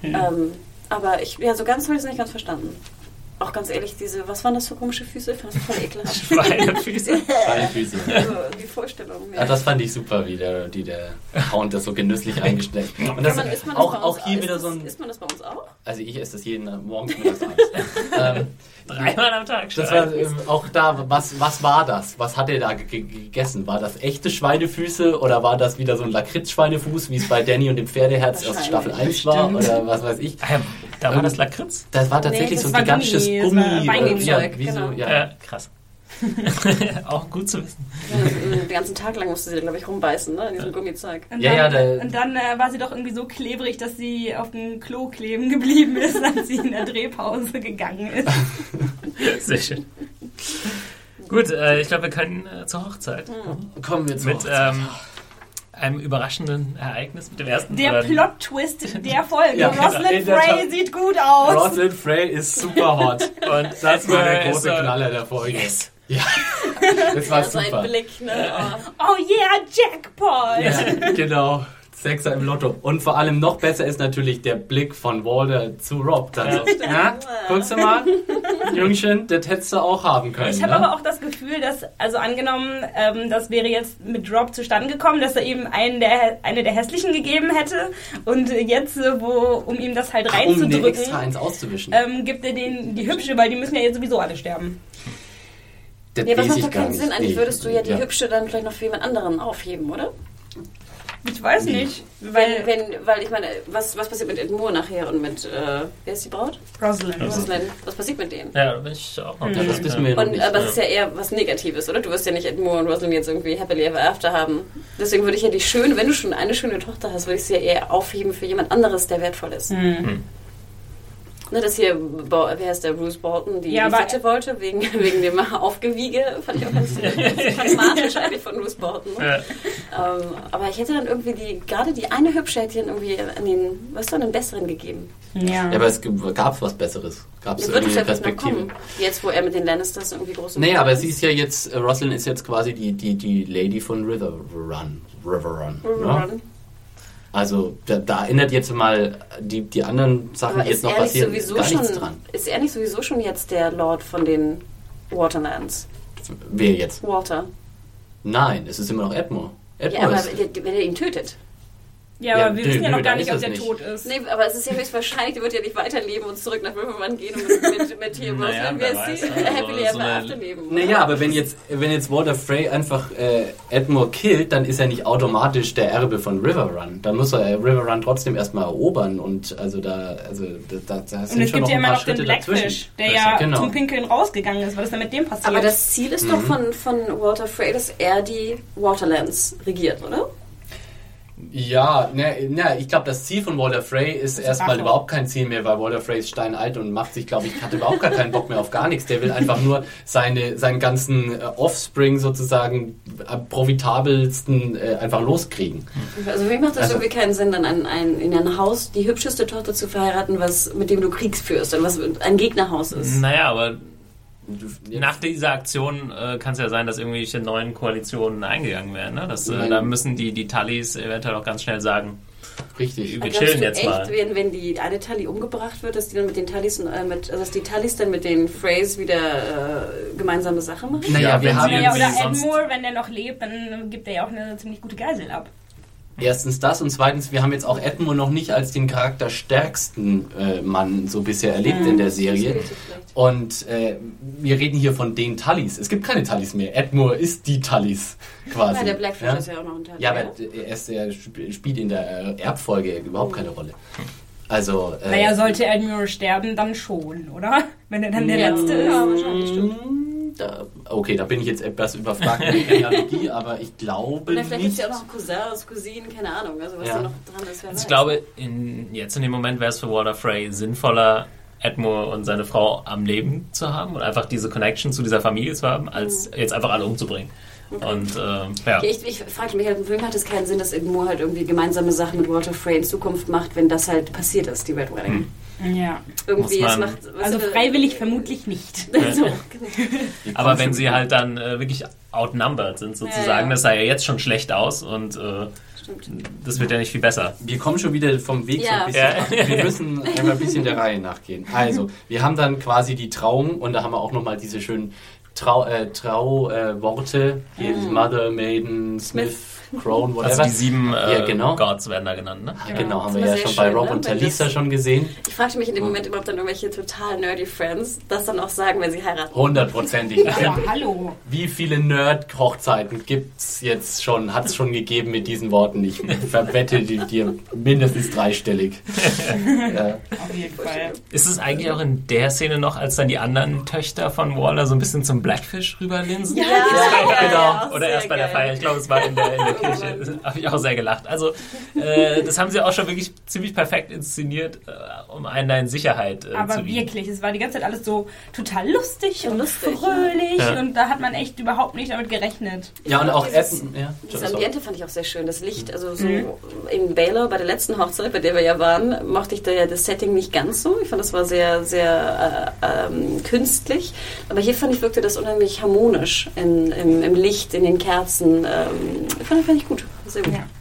Aber so ganz habe ich es nicht ganz verstanden. Auch ganz ehrlich, was waren das für komische Füße? Ich fand das voll ekelhaft. Schweinefüße. Also, die Vorstellung. Ja, das fand ich super, wie der Hound das so genüsslich reingesteckt. Und das isst man das auch hier wieder so ein... Isst man das bei uns auch? Also ich esse das jeden Morgen mittags abends. 3-mal am Tag. Das war auch da, was war das? Was hat er da gegessen? War das echte Schweinefüße oder war das wieder so ein Lakritz-Schweinefuß, wie es bei Danny und dem Pferdeherz aus Staffel 1 war? Oder was weiß ich? Da war das Lakritz? Das war tatsächlich so ein gigantisches Gummi. Ja, krass. Auch gut zu wissen. Ja, den ganzen Tag lang musste sie, glaube ich, rumbeißen, ne, in diesem Gummizeug. Und dann war sie doch irgendwie so klebrig, dass sie auf dem Klo kleben geblieben ist, als sie in der Drehpause gegangen ist. Sehr schön. Gut, ich glaube, wir können zur Hochzeit. Kommen wir zur Hochzeit. Einem überraschenden Ereignis mit dem ersten... Der Plot-Twist der Folge. Ja, Rosalind Frey sieht gut aus. Rosalind Frey ist super hot. Und das war der große Knaller der Folge. Yes. Ja, das war super. Sein Blick, ne? Oh yeah, Jackpot! Ja, genau. Sechser im Lotto. Und vor allem noch besser ist natürlich der Blick von Walter zu Rob. Dann so, guckst du mal, Jüngchen, das hättest du auch haben können. Ich habe aber auch das Gefühl, dass, also angenommen, das wäre jetzt mit Rob zustande gekommen, dass er ihm eine der hässlichen gegeben hätte und jetzt, um ihm das halt reinzudrücken, um extra eins auszuwischen, gibt er denen die hübsche, weil die müssen ja jetzt sowieso alle sterben. Das Ja, aber weiß das ich macht doch gar keinen nicht. Sinn. Eigentlich würdest du ja die Ja. hübsche dann vielleicht noch für jemand anderen aufheben, oder? Ich weiß nicht, Weil ich meine, was passiert mit Edmure nachher und mit, wer ist die Braut? Rosalind. Rosalind. Was passiert mit denen? Ja, da bin ich auch noch Ja, das wissen wir noch nicht. Aber es ist ja eher was Negatives, oder? Du wirst ja nicht Edmure und Rosalind jetzt irgendwie happily ever after haben. Deswegen würde ich ja wenn du schon eine schöne Tochter hast, würde ich sie ja eher aufheben für jemand anderes, der wertvoll ist. Ne, das hier, wer heißt der, Bruce Bolton, die Fette wollte, wegen dem Aufgewiege, fand ich auch ganz pragmatisch eigentlich von Bruce Bolton. Ne? Ja. Aber ich hätte dann irgendwie gerade die eine Hübsche hätte ich dann irgendwie an den besseren gegeben. Ja. Ja, aber es gab was Besseres. Gab es Jetzt wird es irgendwie ja vielleicht noch Perspektiven? kommen. Jetzt, wo er mit den Lannisters irgendwie groß Naja, aber sie ist ja jetzt, Rosalind ist jetzt quasi die Lady von Riverrun. Ne? Also da erinnert jetzt mal die anderen Sachen, aber die jetzt noch passieren, gar nichts dran. Ist er nicht sowieso schon jetzt der Lord von den Waterlands? Wer jetzt? Walter. Nein, es ist immer noch Edmure. Ja, aber wenn er ihn tötet. Ja, aber wir wissen ja noch gar dann nicht, ist ob es der nicht. tot ist. Nee, aber es ist ja höchstwahrscheinlich, die wird ja nicht weiterleben und zurück nach Riverrun gehen und mit hier Naja, Rosalind, wer wer ist sie? weiß, also Happily so ever eine- after leben. Naja, aber wenn jetzt Walter Frey einfach Edmure killt, dann ist er nicht automatisch der Erbe von Riverrun. Dann muss er Riverrun trotzdem erstmal erobern und da sind Und schon es noch gibt ja ein immer paar noch den Schritte Blackfish, dazwischen. der ja Genau. zum Pinkeln rausgegangen ist. Was ist denn mit dem passiert? Aber das Ziel ist doch von Walter Frey, dass er die Waterlands regiert, oder? Ja, ich glaube, das Ziel von Walter Frey ist erstmal Rache. überhaupt kein Ziel mehr, weil Walter Frey ist steinalt und macht sich, glaube ich, hat überhaupt gar keinen Bock mehr auf gar nichts. Der will einfach nur seinen ganzen Offspring sozusagen am profitabelsten einfach loskriegen. Also für mich macht das Also- irgendwie keinen Sinn, dann in ein Haus die hübscheste Tochter zu verheiraten, mit dem du Krieg führst und was ein Gegnerhaus ist. Naja, aber nach dieser Aktion kann es ja sein, dass irgendwelche neuen Koalitionen eingegangen werden. Ne? Da müssen die Tullys eventuell auch ganz schnell sagen, Richtig. wir Glaubst chillen du jetzt echt, mal. wenn die eine Tully umgebracht wird, dass die dann mit den Tullys, dass die Tullys dann mit den Freys wieder gemeinsame Sache machen? Naja, Ja, wir wenn haben sie- ja, oder sonst- Edmure, wenn der noch lebt, dann gibt er ja auch eine ziemlich gute Geisel ab. erstens das und zweitens, wir haben jetzt auch Edmure noch nicht als den charakterstärksten Mann so bisher erlebt in der Serie. Und wir reden hier von den Tullys. Es gibt keine Tullys mehr. Edmure ist die Tullys quasi. Ja, der Blackfish ist ja auch noch ein Tully. Ja, aber er spielt in der Erbfolge überhaupt keine Rolle. Also, Naja, sollte Edmure sterben, dann schon, oder? Wenn er dann der Letzte ist. Ja, wahrscheinlich, stimmt. okay, da bin ich jetzt etwas überfragt mit der Genealogie, aber ich glaube Oder vielleicht gibt nicht. es ja auch noch Cousins, Cousinen, keine Ahnung, also was Ja. da noch dran ist. Wer Also weiß. ich glaube, jetzt in dem Moment wäre es für Walter Frey sinnvoller, Edmure und seine Frau am Leben zu haben und einfach diese Connection zu dieser Familie zu haben, als jetzt einfach alle umzubringen. Und ja. Okay, ich frage mich halt, im Film hat es keinen Sinn, dass Edmure halt irgendwie gemeinsame Sachen mit Walter Frey in Zukunft macht, wenn das halt passiert ist, die Red Wedding. Ja. Irgendwie, Muss es man- macht... Also freiwillig vermutlich nicht. So, Aber wenn sie halt dann wirklich outnumbered sind sozusagen, Ja, ja. das sah ja jetzt schon schlecht aus und stimmt. das wird ja nicht viel besser. Wir kommen schon wieder vom Weg so Ja. ein bisschen ab. Wir müssen einfach ein bisschen der Reihe nachgehen. Also, wir haben dann quasi die Trauung und da haben wir auch nochmal diese schönen Worte. Mother, Maiden, Smith, Crone, whatever. Also die 7 Ja, genau. Gods werden da genannt, ne? Ja, genau, haben Das wir war ja sehr schon bei schön, Rob ne? und Weil Talisa das- schon gesehen. Ich fragte mich in dem Moment überhaupt dann irgendwelche total nerdy Friends, das dann auch sagen, wenn sie heiraten. 100%ig. Aber hallo. Wie viele Nerd-Hochzeiten gibt's jetzt schon, hat es schon gegeben mit diesen Worten? Ich verwette dir mindestens dreistellig. Ja. Auf jeden Fall. Ist es eigentlich auch in der Szene noch, als dann die anderen Töchter von Waller so ein bisschen zum Blackfish rüberlinsen? Ja, Genau. Oder sehr erst bei der geil. Feier. Ich glaube, es war in der Kirche. Das habe ich auch sehr gelacht. Also, das haben sie auch schon wirklich ziemlich perfekt inszeniert, um einen da in Sicherheit zu Aber wiegen. wirklich, es war die ganze Zeit alles so total lustig und lustig, fröhlich ja. und da hat man echt überhaupt nicht damit gerechnet. Ja, und auch Dieses- Essen. Ja, Das Ambiente fand ich auch sehr schön. Das Licht, also so in Baylor bei der letzten Hochzeit, bei der wir ja waren, mochte ich da ja das Setting nicht ganz so. Ich fand, das war sehr, sehr künstlich. Aber hier fand ich, wirkte das unheimlich harmonisch im Licht, in den Kerzen. Fand ich gut. Sehr gut. Ja.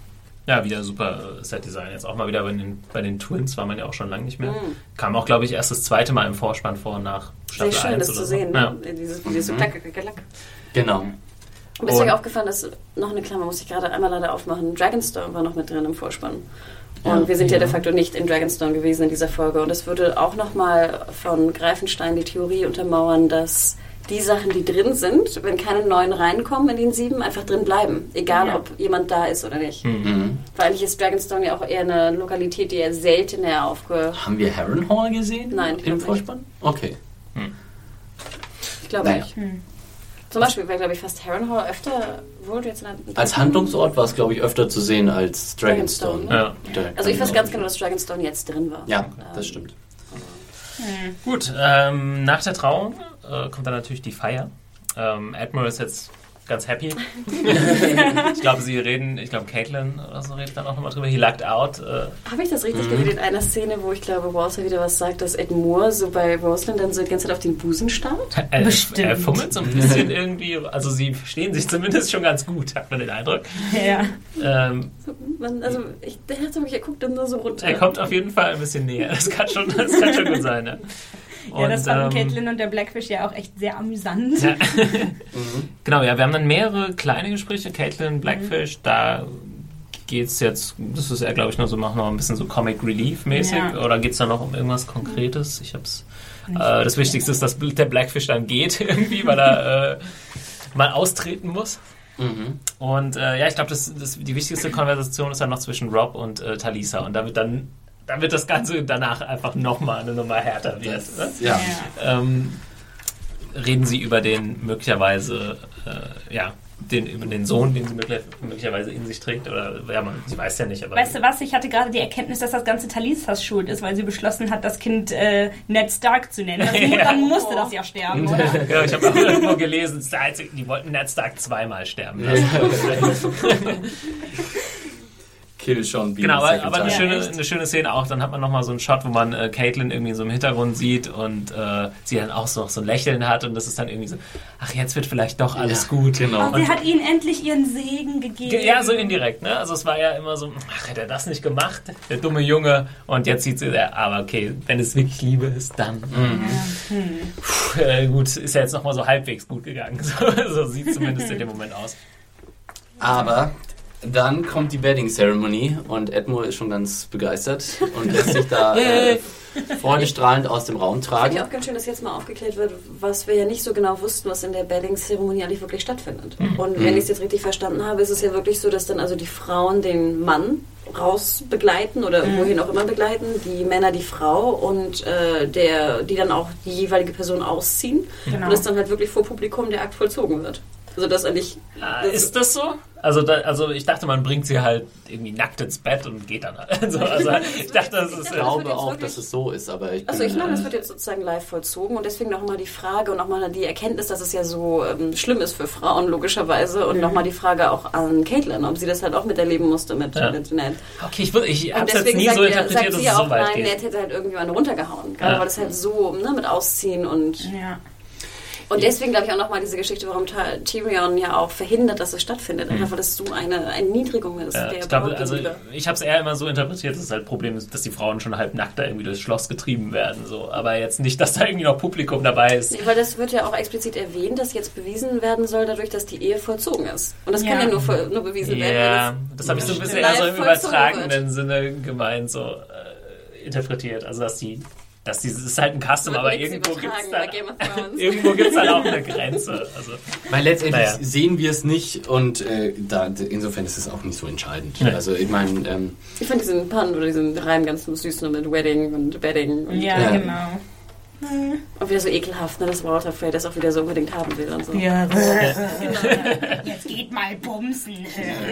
Ja, wieder super Set-Design. Jetzt auch mal wieder bei den Twins war man ja auch schon lange nicht mehr. Kam auch, glaube ich, erst das zweite Mal im Vorspann vor nach Staffel 1. Sehr schön, das zu sehen. Ja. Dieses Klack. Genau. Und ist euch aufgefallen, dass, noch eine Klammer muss ich gerade einmal leider aufmachen, Dragonstone war noch mit drin im Vorspann. Und wir sind ja de facto nicht in Dragonstone gewesen in dieser Folge. Und es würde auch nochmal von Greifenstein die Theorie untermauern, dass die Sachen, die drin sind, wenn keine neuen reinkommen in den 7, einfach drin bleiben. Egal, ob jemand da ist oder nicht. Weil eigentlich ist Dragonstone ja auch eher eine Lokalität, die eher seltener Haben wir Harrenhal gesehen? Nein, im Vorspann? Okay. Ich glaube nicht. Zum Beispiel wäre, glaube ich, fast Harrenhal öfter wohl jetzt als Handlungsort war es, glaube ich, öfter zu sehen als Dragonstone. Ja. Also ich weiß ganz genau, dass Dragonstone jetzt drin war. Ja, das stimmt. Gut, nach der Trauung kommt dann natürlich die Feier. Admiral ist jetzt ganz happy. Ich glaube, Caitlin oder so redet dann auch nochmal drüber. He lucked out. Habe ich das richtig gesehen in einer Szene, wo ich glaube, Walter wieder was sagt, dass Ed Moore so bei Rosalind dann so die ganze Zeit auf den Busen starrt? Er fummelt so ein bisschen irgendwie. Also sie verstehen sich zumindest schon ganz gut, hat man den Eindruck. Ja. Der hat mich, er guckt dann nur so runter. Er kommt auf jeden Fall ein bisschen näher. Das kann schon gut sein. Ja. Ja, das fanden Caitlin und der Blackfish ja auch echt sehr amüsant. Ja. Genau, ja, wir haben dann mehrere kleine Gespräche. Caitlin, Blackfish, da geht's jetzt, das ist ja, glaube ich, noch ein bisschen so Comic Relief-mäßig. Ja. Oder geht's da noch um irgendwas Konkretes? Ich hab's. Das Wichtigste ist, dass der Blackfish dann geht irgendwie, weil er mal austreten muss. Und ich glaube, die wichtigste Konversation ist dann noch zwischen Rob und Talisa. Und da wird das Ganze danach einfach nochmal eine Nummer härter wird. Reden sie über den möglicherweise, über den Sohn, den sie möglicherweise in sich trägt, oder sie weiß ja nicht. Aber weißt du was, ich hatte gerade die Erkenntnis, dass das Ganze Talisas Schuld ist, weil sie beschlossen hat, das Kind Ned Stark zu nennen. Dann musste das ja sterben, oder? Ja, ich habe auch irgendwo gelesen, die wollten Ned Stark zweimal sterben lassen. Kill schon. Genau, aber eine schöne Szene auch. Dann hat man nochmal so einen Shot, wo man Caitlin irgendwie so im Hintergrund sieht und sie dann auch so ein Lächeln hat und das ist dann irgendwie so, ach, jetzt wird vielleicht doch alles gut. Genau. Und sie hat ihnen endlich ihren Segen gegeben. Ja, so indirekt, ne? Also es war ja immer so, ach, hätte er das nicht gemacht? Der dumme Junge. Und jetzt sieht sie, aber okay, wenn es wirklich Liebe ist, dann gut, ist ja jetzt nochmal so halbwegs gut gegangen. So sieht es zumindest in dem Moment aus. Aber dann kommt die Wedding Ceremony und Edmure ist schon ganz begeistert und lässt sich da freudestrahlend aus dem Raum tragen. Finde ich auch ganz schön, dass jetzt mal aufgeklärt wird, was wir ja nicht so genau wussten, was in der Wedding Ceremony eigentlich wirklich stattfindet. Und wenn ich es jetzt richtig verstanden habe, ist es ja wirklich so, dass dann also die Frauen den Mann raus begleiten oder wohin auch immer begleiten, die Männer die Frau und die dann auch die jeweilige Person ausziehen und dass dann halt wirklich vor Publikum der Akt vollzogen wird. Also das eigentlich... ist das so? Also ich dachte, man bringt sie halt irgendwie nackt ins Bett und geht dann halt. Also ich dachte, das ist... Ich glaube auch, dass es so ist, aber ich meine, das wird jetzt sozusagen live vollzogen und deswegen nochmal die Frage und nochmal die Erkenntnis, dass es ja so schlimm ist für Frauen, logischerweise. Und nochmal die Frage auch an Caitlin, ob sie das halt auch miterleben musste mit Ned. Okay, ich habe es jetzt nie so interpretiert, dass es so weit geht. Ned hätte halt irgendjemand runtergehauen. Gerade weil das halt so mit Ausziehen und... Ja. Und deswegen glaube ich auch nochmal diese Geschichte, warum Tyrion ja auch verhindert, dass es stattfindet. Einfach weil das so eine Erniedrigung ist. Ja, ich habe es eher immer so interpretiert, dass es halt Problem ist, dass die Frauen schon halb nackt da irgendwie durchs Schloss getrieben werden. So. Aber jetzt nicht, dass da irgendwie noch Publikum dabei ist. Nee, weil das wird ja auch explizit erwähnt, dass jetzt bewiesen werden soll, dadurch, dass die Ehe vollzogen ist. Und das kann ja nur bewiesen werden. Ja, das habe ich so ein bisschen eher so im übertragenen Sinne gemeint, so interpretiert. Also, das ist halt ein Custom, aber irgendwo gibt es dann auch eine Grenze. Also, weil letztendlich sehen wir es nicht und insofern ist es auch nicht so entscheidend. Nee. Also ich meine... ich fand diesen Pun oder diesen Reim ganz süß nur mit Wedding und Bedding. Und genau. Und wieder so ekelhaft, ne, dass Walter Frey das auch wieder so unbedingt haben will und so. Ja. Jetzt geht mal bumsen.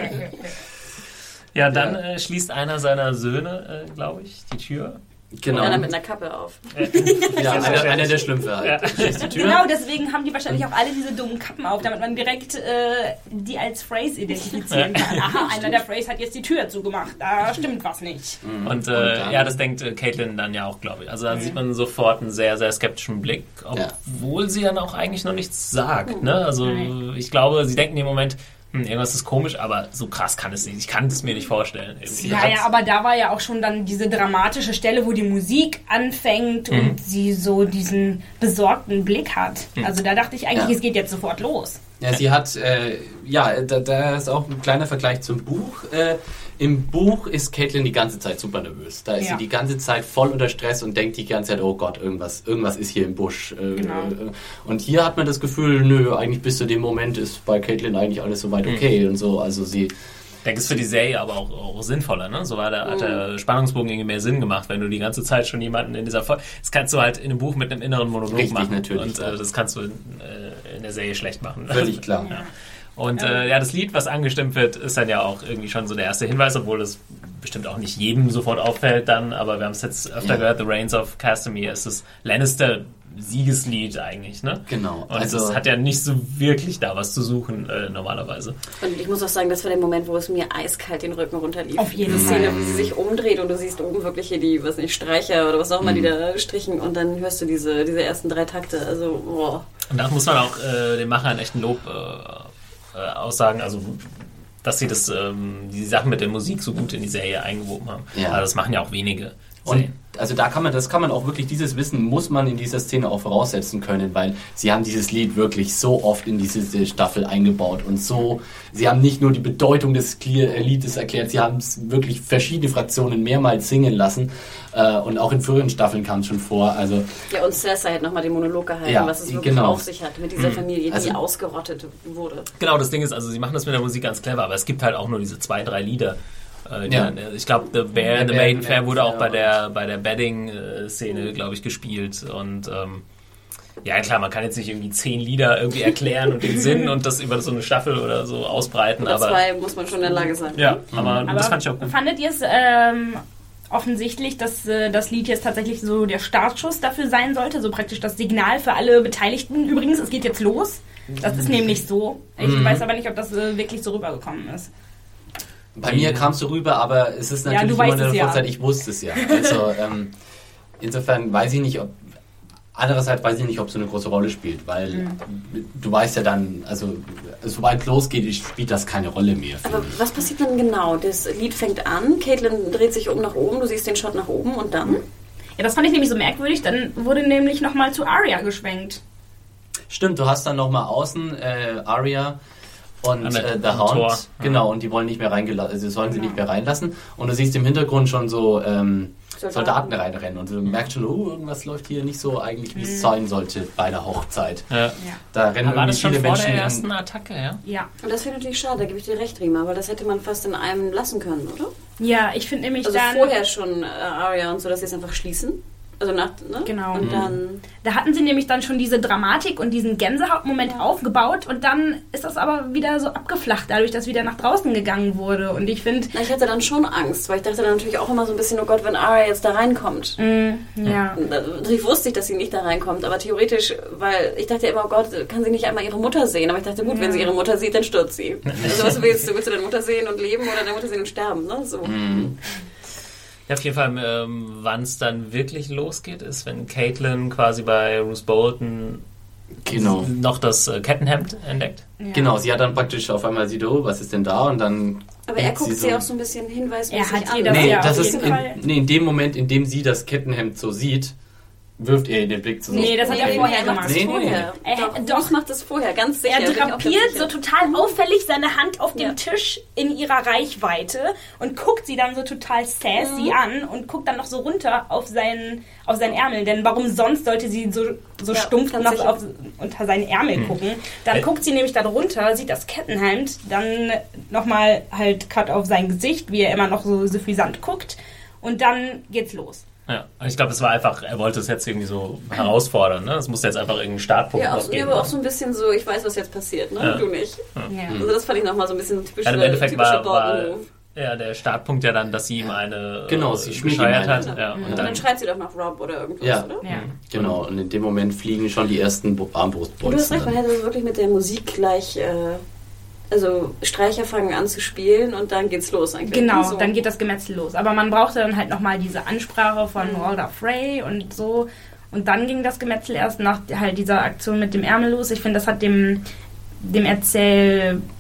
Ja, dann schließt einer seiner Söhne, glaube ich, die Tür. Genau. Und einer mit einer Kappe auf. Einer der Schlümpfe halt. Ja. Genau, deswegen haben die wahrscheinlich auch alle diese dummen Kappen auf, damit man direkt die als Freys identifizieren kann. Aha, einer der Freys hat jetzt die Tür zugemacht. Da stimmt was nicht. Und das denkt Caitlin dann ja auch, glaube ich. Also da sieht man sofort einen sehr, sehr skeptischen Blick, obwohl sie dann auch eigentlich noch nichts sagt. Ne? Also ich glaube, sie denken im Moment, Irgendwas ist komisch, aber so krass kann es nicht. Ich kann es mir nicht vorstellen. Irgendwie. Ja, aber da war ja auch schon dann diese dramatische Stelle, wo die Musik anfängt und sie so diesen besorgten Blick hat. Also da dachte ich eigentlich, es geht jetzt sofort los. Ja, sie hat, da ist auch ein kleiner Vergleich zum Buch. Im Buch ist Caitlin die ganze Zeit super nervös. Da ist sie die ganze Zeit voll unter Stress und denkt die ganze Zeit, oh Gott, irgendwas ist hier im Busch. Und hier hat man das Gefühl, nö, eigentlich bis zu dem Moment ist bei Caitlin eigentlich alles soweit okay und so. Also sie... Ich denke, es ist für die Serie aber auch sinnvoller, ne? So hat der Spannungsbogen irgendwie mehr Sinn gemacht, wenn du die ganze Zeit schon jemanden in dieser Folge... Das kannst du halt in einem Buch mit einem inneren Monolog machen. Natürlich. Und das kannst du in der Serie schlecht machen. Völlig klar. Ja. Und das Lied, was angestimmt wird, ist dann ja auch irgendwie schon so der erste Hinweis, obwohl das bestimmt auch nicht jedem sofort auffällt dann, aber wir haben es jetzt öfter gehört, The Reigns of Castamere ist das Lannister-Siegeslied eigentlich, ne? Genau. Und das hat ja nicht so wirklich da was zu suchen normalerweise. Und ich muss auch sagen, das war der Moment, wo es mir eiskalt den Rücken runterlief. Auf jeden Fall. Die Szene, wie sie sich umdreht und du siehst oben wirklich hier die, was nicht, Streicher oder was auch immer, die da strichen und dann hörst du diese ersten 3 Takte, also boah. Und da muss man auch den Machern echt ein Lob aussagen, also dass sie die Sachen mit der Musik so gut in die Serie eingewoben haben. Ja. Also das machen ja auch wenige. Und also das kann man auch wirklich, dieses Wissen muss man in dieser Szene auch voraussetzen können, weil sie haben dieses Lied wirklich so oft in diese Staffel eingebaut und so, sie haben nicht nur die Bedeutung des Liedes erklärt, sie haben es wirklich verschiedene Fraktionen mehrmals singen lassen und auch in früheren Staffeln kam es schon vor. Also, ja, und Cersei hat nochmal den Monolog gehalten, was es wirklich auf sich hat mit dieser Familie, die ausgerottet wurde. Genau, das Ding ist, also sie machen das mit der Musik ganz clever, aber es gibt halt auch nur diese 2, 3 Lieder. Ich glaube, The Bear and the Maiden Fair wurde auch bei der Bedding-Szene, glaube ich, gespielt. Und ja, klar, man kann jetzt nicht irgendwie 10 Lieder irgendwie erklären und den Sinn und das über so eine Staffel oder so ausbreiten. Oder 2 muss man schon in der Lage sein. Ja, aber das fand ich auch gut. Fandet ihr es offensichtlich, dass das Lied jetzt tatsächlich so der Startschuss dafür sein sollte? So praktisch das Signal für alle Beteiligten. Übrigens, es geht jetzt los. Das ist nämlich so. Ich weiß aber nicht, ob das wirklich so rübergekommen ist. Bei mir kam es so rüber, aber es ist natürlich immer eine Vorzeit, ich wusste es ja. Also insofern weiß ich nicht, andererseits weiß ich nicht, ob es so eine große Rolle spielt, weil du weißt ja dann, also sobald es losgeht, spielt das keine Rolle mehr. Aber was passiert dann genau? Das Lied fängt an, Caitlin dreht sich um nach oben, du siehst den Shot nach oben und dann? Ja, das fand ich nämlich so merkwürdig, dann wurde nämlich nochmal zu Arya geschwenkt. Stimmt, du hast dann nochmal außen Arya und The Hound, genau, und die wollen nicht mehr reingelassen, also sollen sie nicht mehr reinlassen. Und du siehst im Hintergrund schon so Soldaten reinrennen und du merkst schon, irgendwas läuft hier nicht so eigentlich, wie es sein sollte bei der Hochzeit. Ja. Da rennen war das schon viele vor Menschen der ersten Attacke, ja. Und das finde ich natürlich schade, da gebe ich dir recht, Rima, weil das hätte man fast in einem lassen können, oder? Ja, ich finde nämlich also vorher schon Arya und so, dass sie es einfach schließen. Also ne? Genau. Und dann... Da hatten sie nämlich dann schon diese Dramatik und diesen Gänsehautmoment aufgebaut und dann ist das aber wieder so abgeflacht, dadurch, dass wieder nach draußen gegangen wurde. Und ich finde... Ich hatte dann schon Angst, weil ich dachte dann natürlich auch immer so ein bisschen, oh Gott, wenn Arya jetzt da reinkommt. Ja. Natürlich wusste ich, dass sie nicht da reinkommt, aber theoretisch, weil ich dachte immer, oh Gott, kann sie nicht einmal ihre Mutter sehen? Aber ich dachte, gut, wenn sie ihre Mutter sieht, dann stürzt sie. Also was willst du? Willst du deine Mutter sehen und leben oder deine Mutter sehen und sterben? Ne? So. Ja, auf jeden Fall, wann es dann wirklich losgeht, ist, wenn Caitlin quasi bei Roose Bolton noch das Kettenhemd entdeckt. Ja. Genau, sie hat dann praktisch auf einmal sieht, was ist denn da? Und dann... Aber er guckt sie auch so ein bisschen hinweismäßig an. In dem Moment, in dem sie das Kettenhemd so sieht, wirft er den Blick zu. Nee, das hat er vorher gemacht. Doch, macht das vorher, ganz sicher. Er drapiert so total auffällig seine Hand auf dem Tisch in ihrer Reichweite und guckt sie dann so total sassy an und guckt dann noch so runter auf seinen Ärmel. Denn warum sonst sollte sie so stumpf noch unter seinen Ärmel gucken? Dann guckt sie nämlich da drunter, sieht das Kettenhemd, dann nochmal halt Cut auf sein Gesicht, wie er immer noch so suffisant guckt und dann geht's los. Ja, ich glaube, es war einfach, er wollte es jetzt irgendwie so herausfordern, ne? Es musste jetzt einfach irgendeinen Startpunkt geben. Ja, aber auch so ein bisschen so, ich weiß, was jetzt passiert, ne? Ja. Du nicht. Ja. Also das fand ich nochmal so ein bisschen typisch. Im Endeffekt war der Startpunkt ja dann, dass sie ihm eine bescheuert hat. Ja, und dann schreit sie doch nach Rob oder irgendwas, oder? Ja. Genau, und in dem Moment fliegen schon die ersten Armbrustbolzen. Und du hast recht, man hätte wirklich mit der Musik gleich... Also Streicher fangen an zu spielen und dann geht's los eigentlich. Genau, so. Dann geht das Gemetzel los. Aber man brauchte dann halt nochmal diese Ansprache von Walder Frey und so. Und dann ging das Gemetzel erst nach halt dieser Aktion mit dem Ärmel los. Ich finde, das hat dem Erzählstil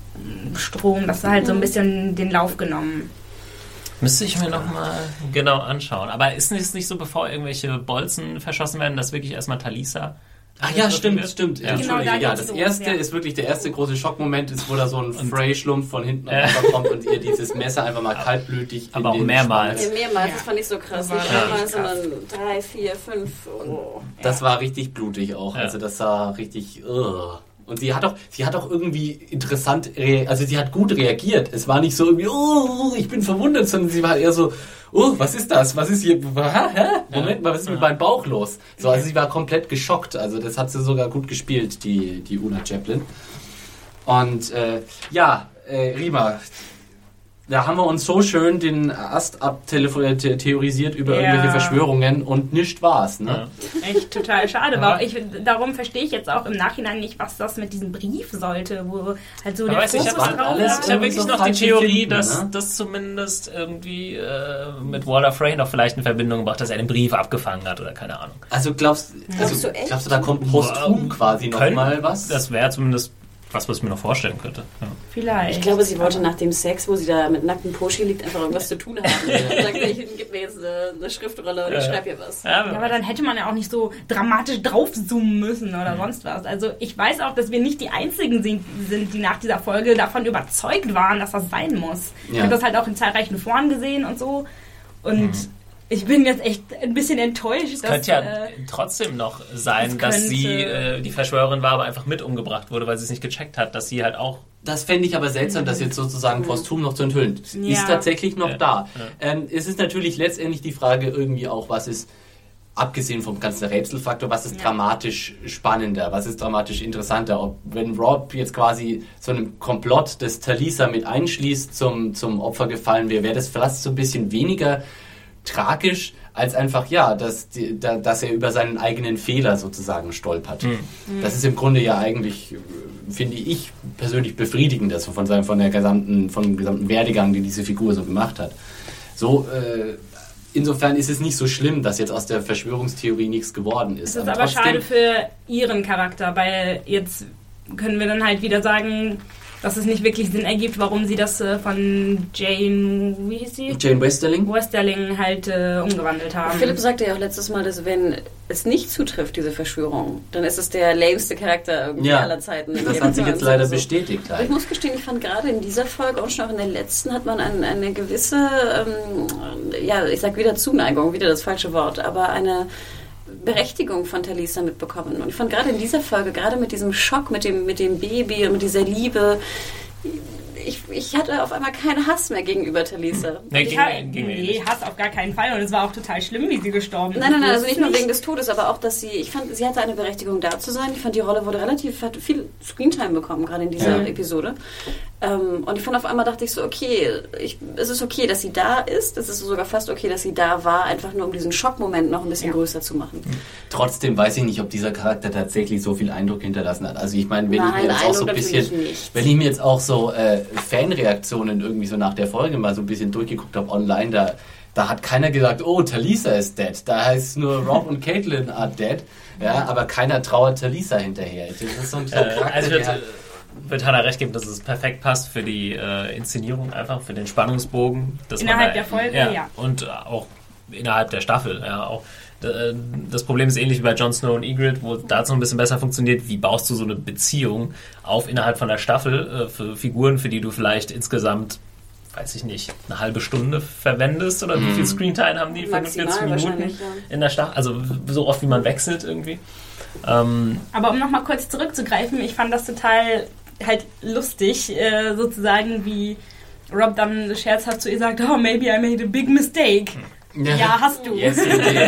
Strom. Das hat halt so ein bisschen den Lauf genommen. Müsste ich mir nochmal genau anschauen. Aber ist es nicht so, bevor irgendwelche Bolzen verschossen werden, dass wirklich erstmal Talisa... Ach ja, stimmt. Genau, Ja. Entschuldige, da das geht's erste los, ja. ist wirklich der erste große Schockmoment, ist, wo da so ein Frey-Schlumpf von hinten runterkommt und ihr dieses Messer einfach mal kaltblütig aber auch mehrmals. Ja, mehrmals, das fand ich so krass. Das Nicht war mehrmals, krass. sondern 3, 4, 5. Das war richtig blutig auch. Ja. Also das sah richtig... Und sie hat auch irgendwie interessant, also sie hat gut reagiert. Es war nicht so irgendwie, oh, ich bin verwundert, sondern sie war eher so, oh, was ist das? Was ist hier? Hä? Moment mal, was ist mit meinem Bauch los? So, also sie war komplett geschockt. Also das hat sie sogar gut gespielt, die Una Chaplin. Und Rima, da haben wir uns so schön den Ast theorisiert über irgendwelche Verschwörungen und nichts war's, ne? Ja. Echt total schade. Aber darum verstehe ich jetzt auch im Nachhinein nicht, was das mit diesem Brief sollte, wo halt so der Fokus ich drauf habe war. wirklich so noch die falsche Theorie, Finden, dass ne? das zumindest irgendwie mit Walder Frey noch vielleicht in Verbindung gebracht, dass er den Brief abgefangen hat oder keine Ahnung. Also glaubst du, da kommt posthum quasi nochmal was? Das wäre zumindest was ich mir noch vorstellen könnte. Ja. Vielleicht. Ich glaube, sie wollte nach dem Sex, wo sie da mit nacktem Poschi liegt, einfach irgendwas zu tun haben. Und sagt, gib mir jetzt eine Schriftrolle und ich schreibe hier was. Ja, aber dann hätte man ja auch nicht so dramatisch draufzoomen müssen oder sonst was. Also ich weiß auch, dass wir nicht die Einzigen sind, die nach dieser Folge davon überzeugt waren, dass das sein muss. Ich habe das halt auch in zahlreichen Foren gesehen und so. Und ich bin jetzt echt ein bisschen enttäuscht. Es könnte ja trotzdem noch sein, dass sie die Verschwörerin war, aber einfach mit umgebracht wurde, weil sie es nicht gecheckt hat, dass sie halt auch... Das fände ich aber seltsam, das jetzt sozusagen posthum noch zu enthüllen. Ja. Ist tatsächlich noch da. Es ist natürlich letztendlich die Frage irgendwie auch, was ist, abgesehen vom ganzen Rätselfaktor, was ist dramatisch spannender, was ist dramatisch interessanter? Ob, wenn Rob jetzt quasi so einem Komplott des Talisa mit einschließt, zum Opfer gefallen wäre das vielleicht so ein bisschen weniger tragisch, als einfach, dass er über seinen eigenen Fehler sozusagen stolpert. Das ist im Grunde ja eigentlich, finde ich persönlich befriedigender, so vom gesamten Werdegang, den diese Figur so gemacht hat. So, insofern ist es nicht so schlimm, dass jetzt aus der Verschwörungstheorie nichts geworden ist. Es ist aber schade für ihren Charakter, weil jetzt können wir dann halt wieder sagen, dass es nicht wirklich Sinn ergibt, warum sie das von Jane, wie hieß sie? Jane Westerling? Westerling halt umgewandelt haben. Philipp sagte ja auch letztes Mal, dass wenn es nicht zutrifft, diese Verschwörung, dann ist es der lameste Charakter irgendwie aller Zeiten. Das hat sich jetzt leider bestätigt. Ich muss gestehen, ich fand gerade in dieser Folge und schon auch in der letzten hat man eine gewisse, ich sag wieder Zuneigung, wieder das falsche Wort, aber eine Berechtigung von Talisa mitbekommen. Und ich fand gerade in dieser Folge, gerade mit diesem Schock, mit dem Baby und mit dieser Liebe, ich hatte auf einmal keinen Hass mehr gegenüber Talisa. Nee, Hass auf gar keinen Fall. Und es war auch total schlimm, wie sie gestorben ist. Nein, also nicht nur wegen des Todes, aber auch, dass ich fand, sie hatte eine Berechtigung da zu sein. Ich fand, die Rolle hat viel Screentime bekommen, gerade in dieser Episode. Und ich fand, auf einmal dachte ich so, okay, es ist okay, dass sie da ist. Es ist sogar fast okay, dass sie da war, einfach nur um diesen Schockmoment noch ein bisschen größer zu machen. Trotzdem weiß ich nicht, ob dieser Charakter tatsächlich so viel Eindruck hinterlassen hat. Also ich meine, wenn ich mir jetzt auch so Fanreaktionen irgendwie so nach der Folge mal so ein bisschen durchgeguckt habe online, da hat keiner gesagt, oh, Talisa ist dead. Da heißt nur Rob und Caitlin are dead. Ja, aber keiner trauert Talisa hinterher. Das ist so ein Charakter, also wird Hannah recht geben, dass es perfekt passt für die Inszenierung, einfach für den Spannungsbogen. Innerhalb der Folge, ja. Und auch innerhalb der Staffel, ja. Auch das Problem ist ähnlich wie bei Jon Snow und Ygritte, wo dazu ein bisschen besser funktioniert. Wie baust du so eine Beziehung auf innerhalb von der Staffel für Figuren, für die du vielleicht insgesamt, weiß ich nicht, eine halbe Stunde verwendest oder wie viel Screentime haben die? 45 Minuten in der Staffel, also so oft wie man wechselt irgendwie. Aber um nochmal kurz zurückzugreifen, ich fand das total halt lustig, sozusagen wie Rob dann scherzhaft zu ihr sagt, oh, maybe I made a big mistake. Ja, hast du. Yes,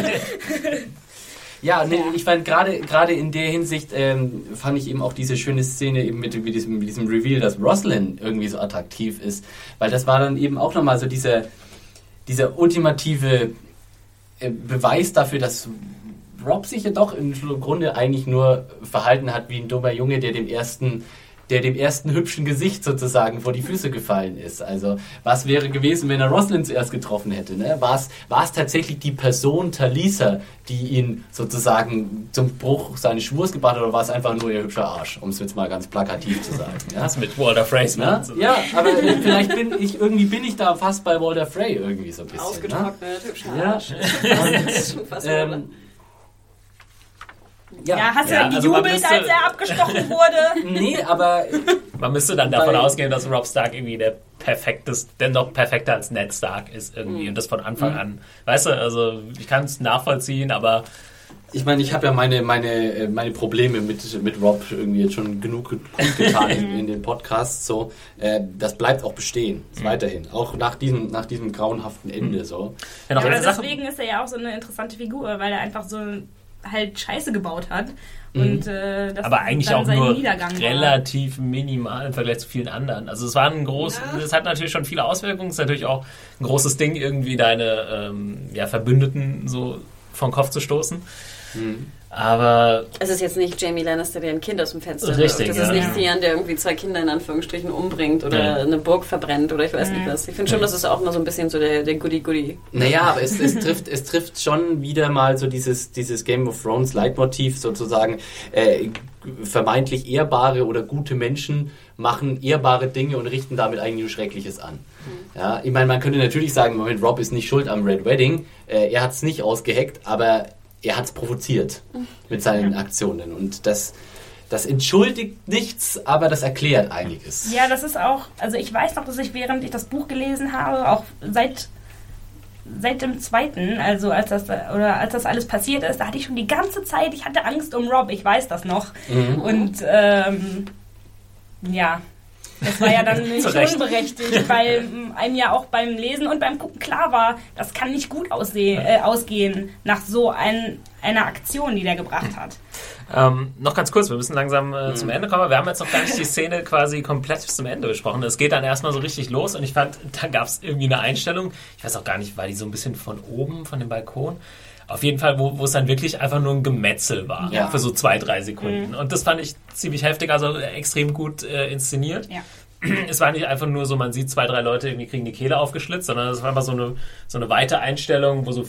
ja, nee, ich fand gerade in der Hinsicht fand ich eben auch diese schöne Szene eben mit diesem Reveal, dass Roslyn irgendwie so attraktiv ist, weil das war dann eben auch nochmal so dieser ultimative Beweis dafür, dass Rob sich ja doch im Grunde eigentlich nur verhalten hat wie ein dummer Junge, der dem ersten der dem ersten hübschen Gesicht sozusagen vor die Füße gefallen ist. Also was wäre gewesen, wenn er Roslyn zuerst getroffen hätte? Ne? War es tatsächlich die Person Talisa, die ihn sozusagen zum Bruch seines Schwurs gebracht hat, oder war es einfach nur ihr hübscher Arsch, um es jetzt mal ganz plakativ zu sagen? Ja? Das mit Walder Frey. Ja, aber vielleicht bin ich da fast bei Walder Frey irgendwie so ein bisschen. Ausgetrocknet, hübscher Arsch. Hast du dann gejubelt, als er abgestochen wurde? Nee, aber... Man müsste dann davon ausgehen, dass Robb Stark irgendwie dennoch perfekter als Ned Stark ist irgendwie und das von Anfang an. Weißt du, also ich kann es nachvollziehen, aber... Ich meine, ich habe ja meine Probleme mit Robb irgendwie jetzt schon genug getan in den Podcasts. So, das bleibt auch bestehen, weiterhin. Auch nach diesem grauenhaften Ende. So. Ja, aber deswegen ist er ja auch so eine interessante Figur, weil er einfach so halt Scheiße gebaut hat. Und, das aber eigentlich auch nur Niedergang relativ minimal im Vergleich zu vielen anderen. Also es war das hat natürlich schon viele Auswirkungen. Es ist natürlich auch ein großes Ding, irgendwie deine Verbündeten so vom Kopf zu stoßen. Aber es ist jetzt nicht Jaime Lannister, der ein Kind aus dem Fenster wirft. Das ist nicht Theon, der irgendwie 2 Kinder in Anführungsstrichen umbringt oder eine Burg verbrennt oder ich weiß nicht was. Ich finde schon, das ist auch mal so ein bisschen so der Goodie-Goodie. Naja, aber es trifft schon wieder mal so dieses Game of Thrones Leitmotiv sozusagen. Vermeintlich ehrbare oder gute Menschen machen ehrbare Dinge und richten damit eigentlich nur Schreckliches an. Ja, ich meine, man könnte natürlich sagen, Moment, Robb ist nicht schuld am Red Wedding. Er hat es nicht ausgeheckt, aber er hat es provoziert mit seinen Aktionen. Und das entschuldigt nichts, aber das erklärt einiges. Ja, das ist auch, also ich weiß noch, dass ich, während ich das Buch gelesen habe, auch seit dem 2., also als das alles passiert ist, da hatte ich schon die ganze Zeit, ich hatte Angst um Robb, ich weiß das noch. Und das war ja dann nicht unberechtigt, weil einem ja auch beim Lesen und beim Gucken klar war, das kann nicht gut ausgehen nach so einer Aktion, die der gebracht hat. Noch ganz kurz, wir müssen langsam zum Ende kommen. Wir haben jetzt noch gar nicht die Szene quasi komplett bis zum Ende besprochen. Es geht dann erstmal so richtig los und ich fand, da gab es irgendwie eine Einstellung. Ich weiß auch gar nicht, war die so ein bisschen von oben, von dem Balkon? Auf jeden Fall, wo es dann wirklich einfach nur ein Gemetzel war für so 2-3 Sekunden. Und das fand ich ziemlich heftig, also extrem gut inszeniert. Ja. Es war nicht einfach nur so, man sieht 2-3 Leute irgendwie kriegen die Kehle aufgeschlitzt, sondern es war einfach so eine weite Einstellung, wo so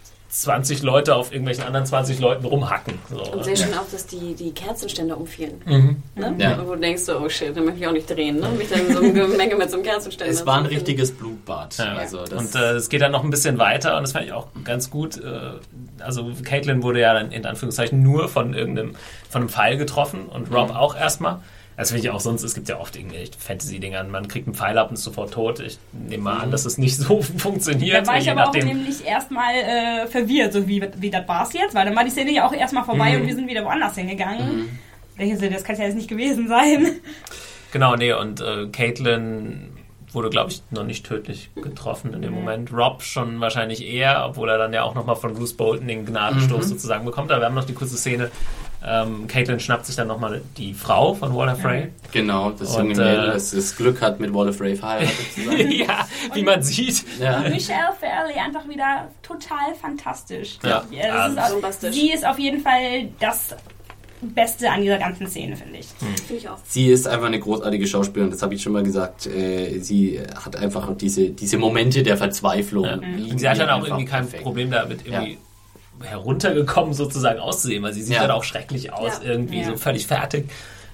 20 Leute auf irgendwelchen anderen 20 Leuten rumhacken. So. Und sehr schön auch, dass die Kerzenständer umfielen. Ne? Ja. Und wo du denkst so, oh shit, dann möchte ich auch nicht drehen. Ne? Mich dann in so eine Gemenge mit so einem Kerzenständer. Es war ein richtiges Blutbad. Ja. Also und es geht dann noch ein bisschen weiter und das fand ich auch ganz gut. Also Catelyn wurde ja dann in Anführungszeichen nur von einem Pfeil getroffen und Robb auch erstmal. Das finde ich auch sonst, es gibt ja oft irgendwelche Fantasy-Dinger, man kriegt einen Pfeil ab und ist sofort tot. Ich nehme mal an, dass es nicht so funktioniert. Da war ich aber auch nämlich erstmal verwirrt, so wie das war es jetzt, weil dann war die Szene ja auch erstmal vorbei und wir sind wieder woanders hingegangen. Das kann ja jetzt nicht gewesen sein. Genau, nee, und Catelyn wurde, glaube ich, noch nicht tödlich getroffen in dem Moment. Robb schon wahrscheinlich eher, obwohl er dann ja auch nochmal von Bruce Bolton den Gnadenstoß sozusagen bekommt. Aber wir haben noch die kurze Szene. Catelyn schnappt sich dann nochmal die Frau von Walder Frey. Genau, das junge Mädel, das Glück hat, mit Walder Frey verheiratet zu sein. Ja, wie man sieht. Ja. Michelle Fairley einfach wieder total fantastisch. Ja. Sie ist auf jeden Fall das Beste an dieser ganzen Szene, finde ich. Finde ich auch. Sie ist einfach eine großartige Schauspielerin, das habe ich schon mal gesagt. Sie hat einfach diese Momente der Verzweiflung. Ja. Sie hat dann auch irgendwie kein Problem damit, irgendwie heruntergekommen sozusagen auszusehen, weil sie sieht dann auch schrecklich aus, irgendwie so völlig fertig.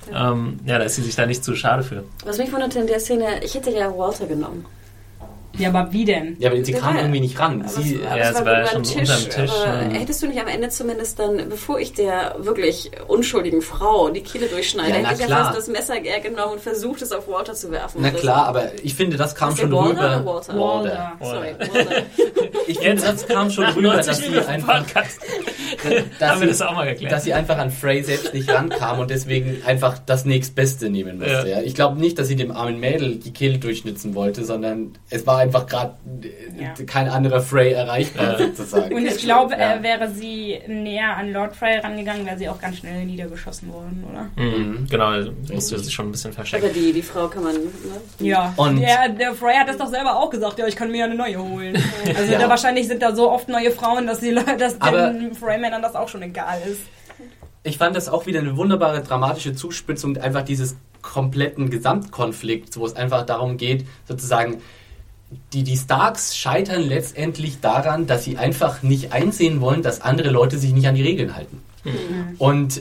Da ist sie sich da nicht zu schade für. Was mich wunderte in der Szene, ich hätte ja Walter genommen. Ja, aber wie denn? Ja, aber sie kam irgendwie nicht ran. Sie war schon unterm Tisch. Hättest du nicht am Ende zumindest dann, bevor ich der wirklich unschuldigen Frau die Kehle durchschneide, hätte ich ja fast das Messer genommen und versucht, es auf Walter zu werfen. Na klar, aber ich finde, das kam schon rüber. Walter. Sorry, Walter. Ich finde, das kam schon rüber, dass sie einfach... Haben wir das auch mal geklärt. Dass sie einfach an Frey selbst nicht rankam und deswegen einfach das nächstbeste nehmen musste. Ja. Ich glaube nicht, dass sie dem armen Mädel die Kehle durchschnitzen wollte, sondern es war einfach gerade kein anderer Frey erreichbar sozusagen. Und ich glaube, wäre sie näher an Lord Frey rangegangen, wäre sie auch ganz schnell niedergeschossen worden, oder? Genau, musste sich schon ein bisschen verstecken. Aber die Frau kann man... Ne? Ja, und der Frey hat das doch selber auch gesagt, ja, ich kann mir ja eine neue holen. Also da wahrscheinlich sind da so oft neue Frauen, dass den Frey-Männern das auch schon egal ist. Ich fand das auch wieder eine wunderbare dramatische Zuspitzung, einfach dieses kompletten Gesamtkonflikts, wo es einfach darum geht, sozusagen, die Starks scheitern letztendlich daran, dass sie einfach nicht einsehen wollen, dass andere Leute sich nicht an die Regeln halten. Und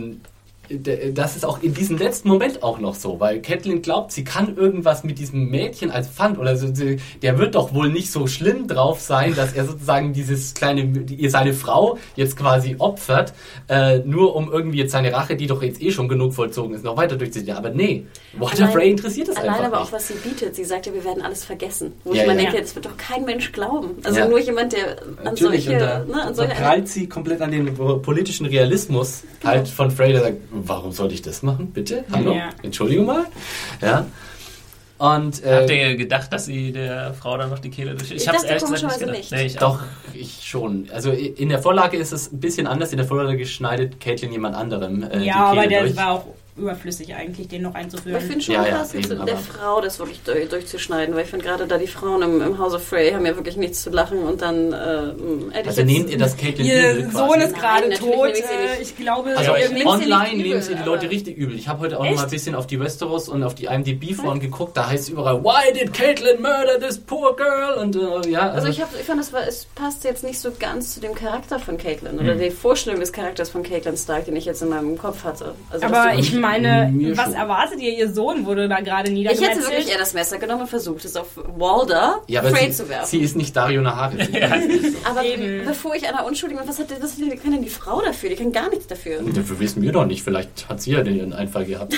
das ist auch in diesem letzten Moment auch noch so, weil Catelyn glaubt, sie kann irgendwas mit diesem Mädchen als Pfand oder so, der wird doch wohl nicht so schlimm drauf sein, dass er sozusagen seine Frau jetzt quasi opfert, nur um irgendwie jetzt seine Rache, die doch jetzt schon genug vollzogen ist, noch weiter durchzuziehen. Aber nee, Walder Frey interessiert es einfach nicht. Allein aber auch, was sie bietet. Sie sagt ja, wir werden alles vergessen. Wo ich mir denke, das wird doch kein Mensch glauben. Also nur jemand, der an solche... Da prallt sie komplett an den politischen Realismus halt von Frey, der sagt, warum soll ich das machen? Bitte? Hallo? Ja. Entschuldigung mal? Ja. Und, habt ihr gedacht, dass sie der Frau dann noch die Kehle durch... Ich hab's ehrlich gesagt nicht gedacht. Nee, Doch, ich schon. Also in der Vorlage ist es ein bisschen anders. In der Vorlage schneidet Catelyn jemand anderem die Kehle aber der durch. war auch überflüssig eigentlich, den noch einzuführen. Ich finde schon krass, der Frau das wirklich durchzuschneiden, weil ich finde gerade da die Frauen im House of Frey haben ja wirklich nichts zu lachen und dann also nehmt ihr das Catelyn übel? Ihr Sohn ist gerade tot, ich glaube... Also online nehmen sie die Leute richtig übel. Ich habe heute auch noch mal ein bisschen auf die Westeros und auf die IMDb-Foren geguckt, da heißt es überall, why did Catelyn murder this poor girl? Und Also ich fand, es passt jetzt nicht so ganz zu dem Charakter von Catelyn oder die Vorstellung des Charakters von Catelyn Stark, den ich jetzt in meinem Kopf hatte. Also aber ich meine, was erwartet ihr? Ihr Sohn wurde da gerade niedergemetzelt. Ich hätte wirklich eher das Messer genommen und versucht, es auf Walder Frey zu werfen. Sie ist nicht Dario Naharis. Aber bevor ich einer Unschuldigen bin, was kann denn die Frau dafür? Die kann gar nichts dafür. Dafür wissen wir doch nicht. Vielleicht hat sie ja den Einfall gehabt.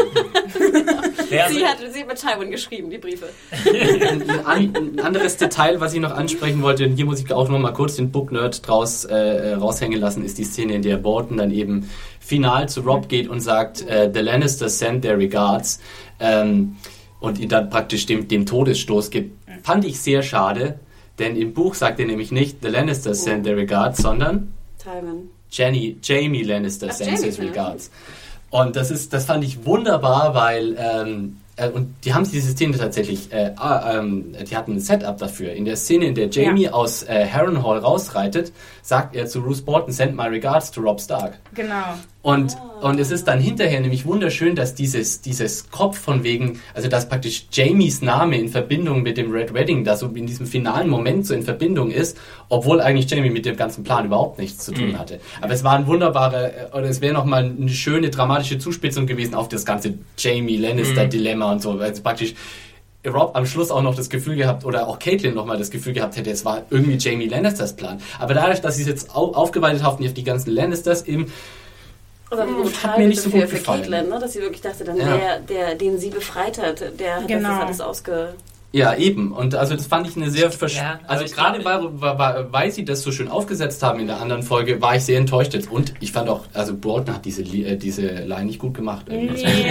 Sie hat mit Tywin geschrieben, die Briefe. Ein anderes Detail, was ich noch ansprechen wollte, und hier muss ich auch noch mal kurz den Book-Nerd raushängen lassen, ist die Szene, in der Bolton dann eben final zu Robb geht und sagt, the Lannisters send their regards, und ihn dann praktisch dem Todesstoß gibt. Fand ich sehr schade, denn im Buch sagt er nämlich nicht, the Lannisters send their regards, sondern Tywin. Jamie Lannister sends his regards. Und das fand ich wunderbar, weil und die haben diese Szene tatsächlich, die hatten ein Setup dafür. In der Szene, in der Jamie aus Harrenhal rausreitet, sagt er zu Roose Bolton, send my regards to Robb Stark. Genau. Und es ist dann hinterher nämlich wunderschön, dass dieses Kopf von wegen, also dass praktisch Jamies Name in Verbindung mit dem Red Wedding, da so in diesem finalen Moment so in Verbindung ist, obwohl eigentlich Jamie mit dem ganzen Plan überhaupt nichts zu tun hatte. Aber es war ein es wäre nochmal eine schöne dramatische Zuspitzung gewesen auf das ganze Jamie Lannister-Dilemma und so, weil es praktisch Robb am Schluss auch noch das Gefühl gehabt, oder auch Catelyn nochmal das Gefühl gehabt hätte, es war irgendwie Jamie Lannisters Plan. Aber dadurch, dass sie es jetzt aufgeweitet haben auf die ganzen Lannisters eben, hat mir nicht so gut gefallen. Catelyn, ne? Dass sie wirklich dachte, dann den sie befreit hat, der hat das alles Ja, eben. Und also das fand ich eine sehr... also gerade weil sie das so schön aufgesetzt haben in der anderen Folge, war ich sehr enttäuscht jetzt. Und ich fand auch, also Bolton hat diese Line nicht gut gemacht. Da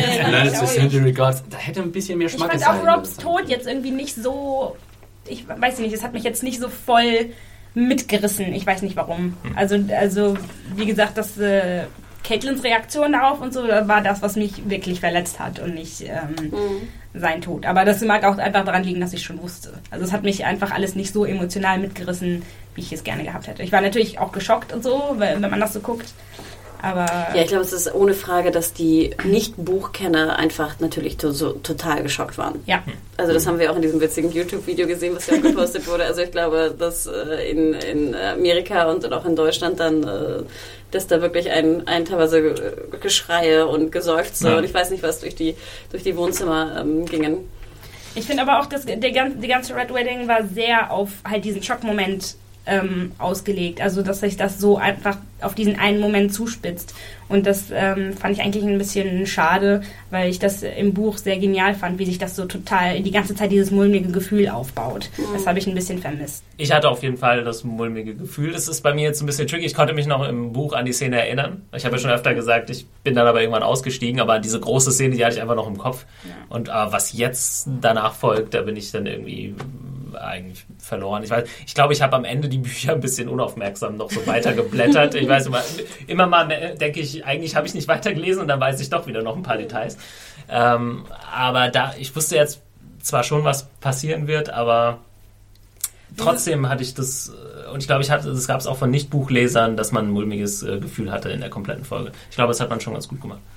hätte ein bisschen mehr Schmack sein. Ich fand auch Robbs Tod jetzt irgendwie nicht so... Ich weiß nicht, es hat mich jetzt nicht so voll mitgerissen. Ich weiß nicht warum. Also wie gesagt, das... Catelyns Reaktion darauf und so war das, was mich wirklich verletzt hat und nicht sein Tod. Aber das mag auch einfach daran liegen, dass ich schon wusste. Also es hat mich einfach alles nicht so emotional mitgerissen, wie ich es gerne gehabt hätte. Ich war natürlich auch geschockt und so, wenn man das so guckt. Aber ja, ich glaube, es ist ohne Frage, dass die Nicht-Buchkenner einfach natürlich total geschockt waren. Ja. Also das haben wir auch in diesem witzigen YouTube-Video gesehen, was ja auch gepostet wurde. Also ich glaube, dass in Amerika und auch in Deutschland dann, dass da wirklich ein teilweise Geschreie und Geseufze und ich weiß nicht was durch die Wohnzimmer gingen. Ich finde aber auch, dass die ganze Red Wedding war sehr auf halt diesen Schockmoment ausgelegt. Also, dass sich das so einfach auf diesen einen Moment zuspitzt. Und das fand ich eigentlich ein bisschen schade, weil ich das im Buch sehr genial fand, wie sich das so total die ganze Zeit dieses mulmige Gefühl aufbaut. Das habe ich ein bisschen vermisst. Ich hatte auf jeden Fall das mulmige Gefühl. Das ist bei mir jetzt ein bisschen tricky. Ich konnte mich noch im Buch an die Szene erinnern. Ich habe ja schon öfter gesagt, ich bin dann aber irgendwann ausgestiegen, aber diese große Szene, die hatte ich einfach noch im Kopf. Ja. Und was jetzt danach folgt, da bin ich dann irgendwie eigentlich verloren. Ich glaube, ich habe am Ende die Bücher ein bisschen unaufmerksam noch so weitergeblättert. Ich weiß immer mal denke ich, eigentlich habe ich nicht weitergelesen und dann weiß ich doch wieder noch ein paar Details. Aber ich wusste jetzt zwar schon, was passieren wird, aber trotzdem hatte ich das, und ich glaube, das gab es auch von Nicht-Buchlesern, dass man ein mulmiges Gefühl hatte in der kompletten Folge. Ich glaube, das hat man schon ganz gut gemacht.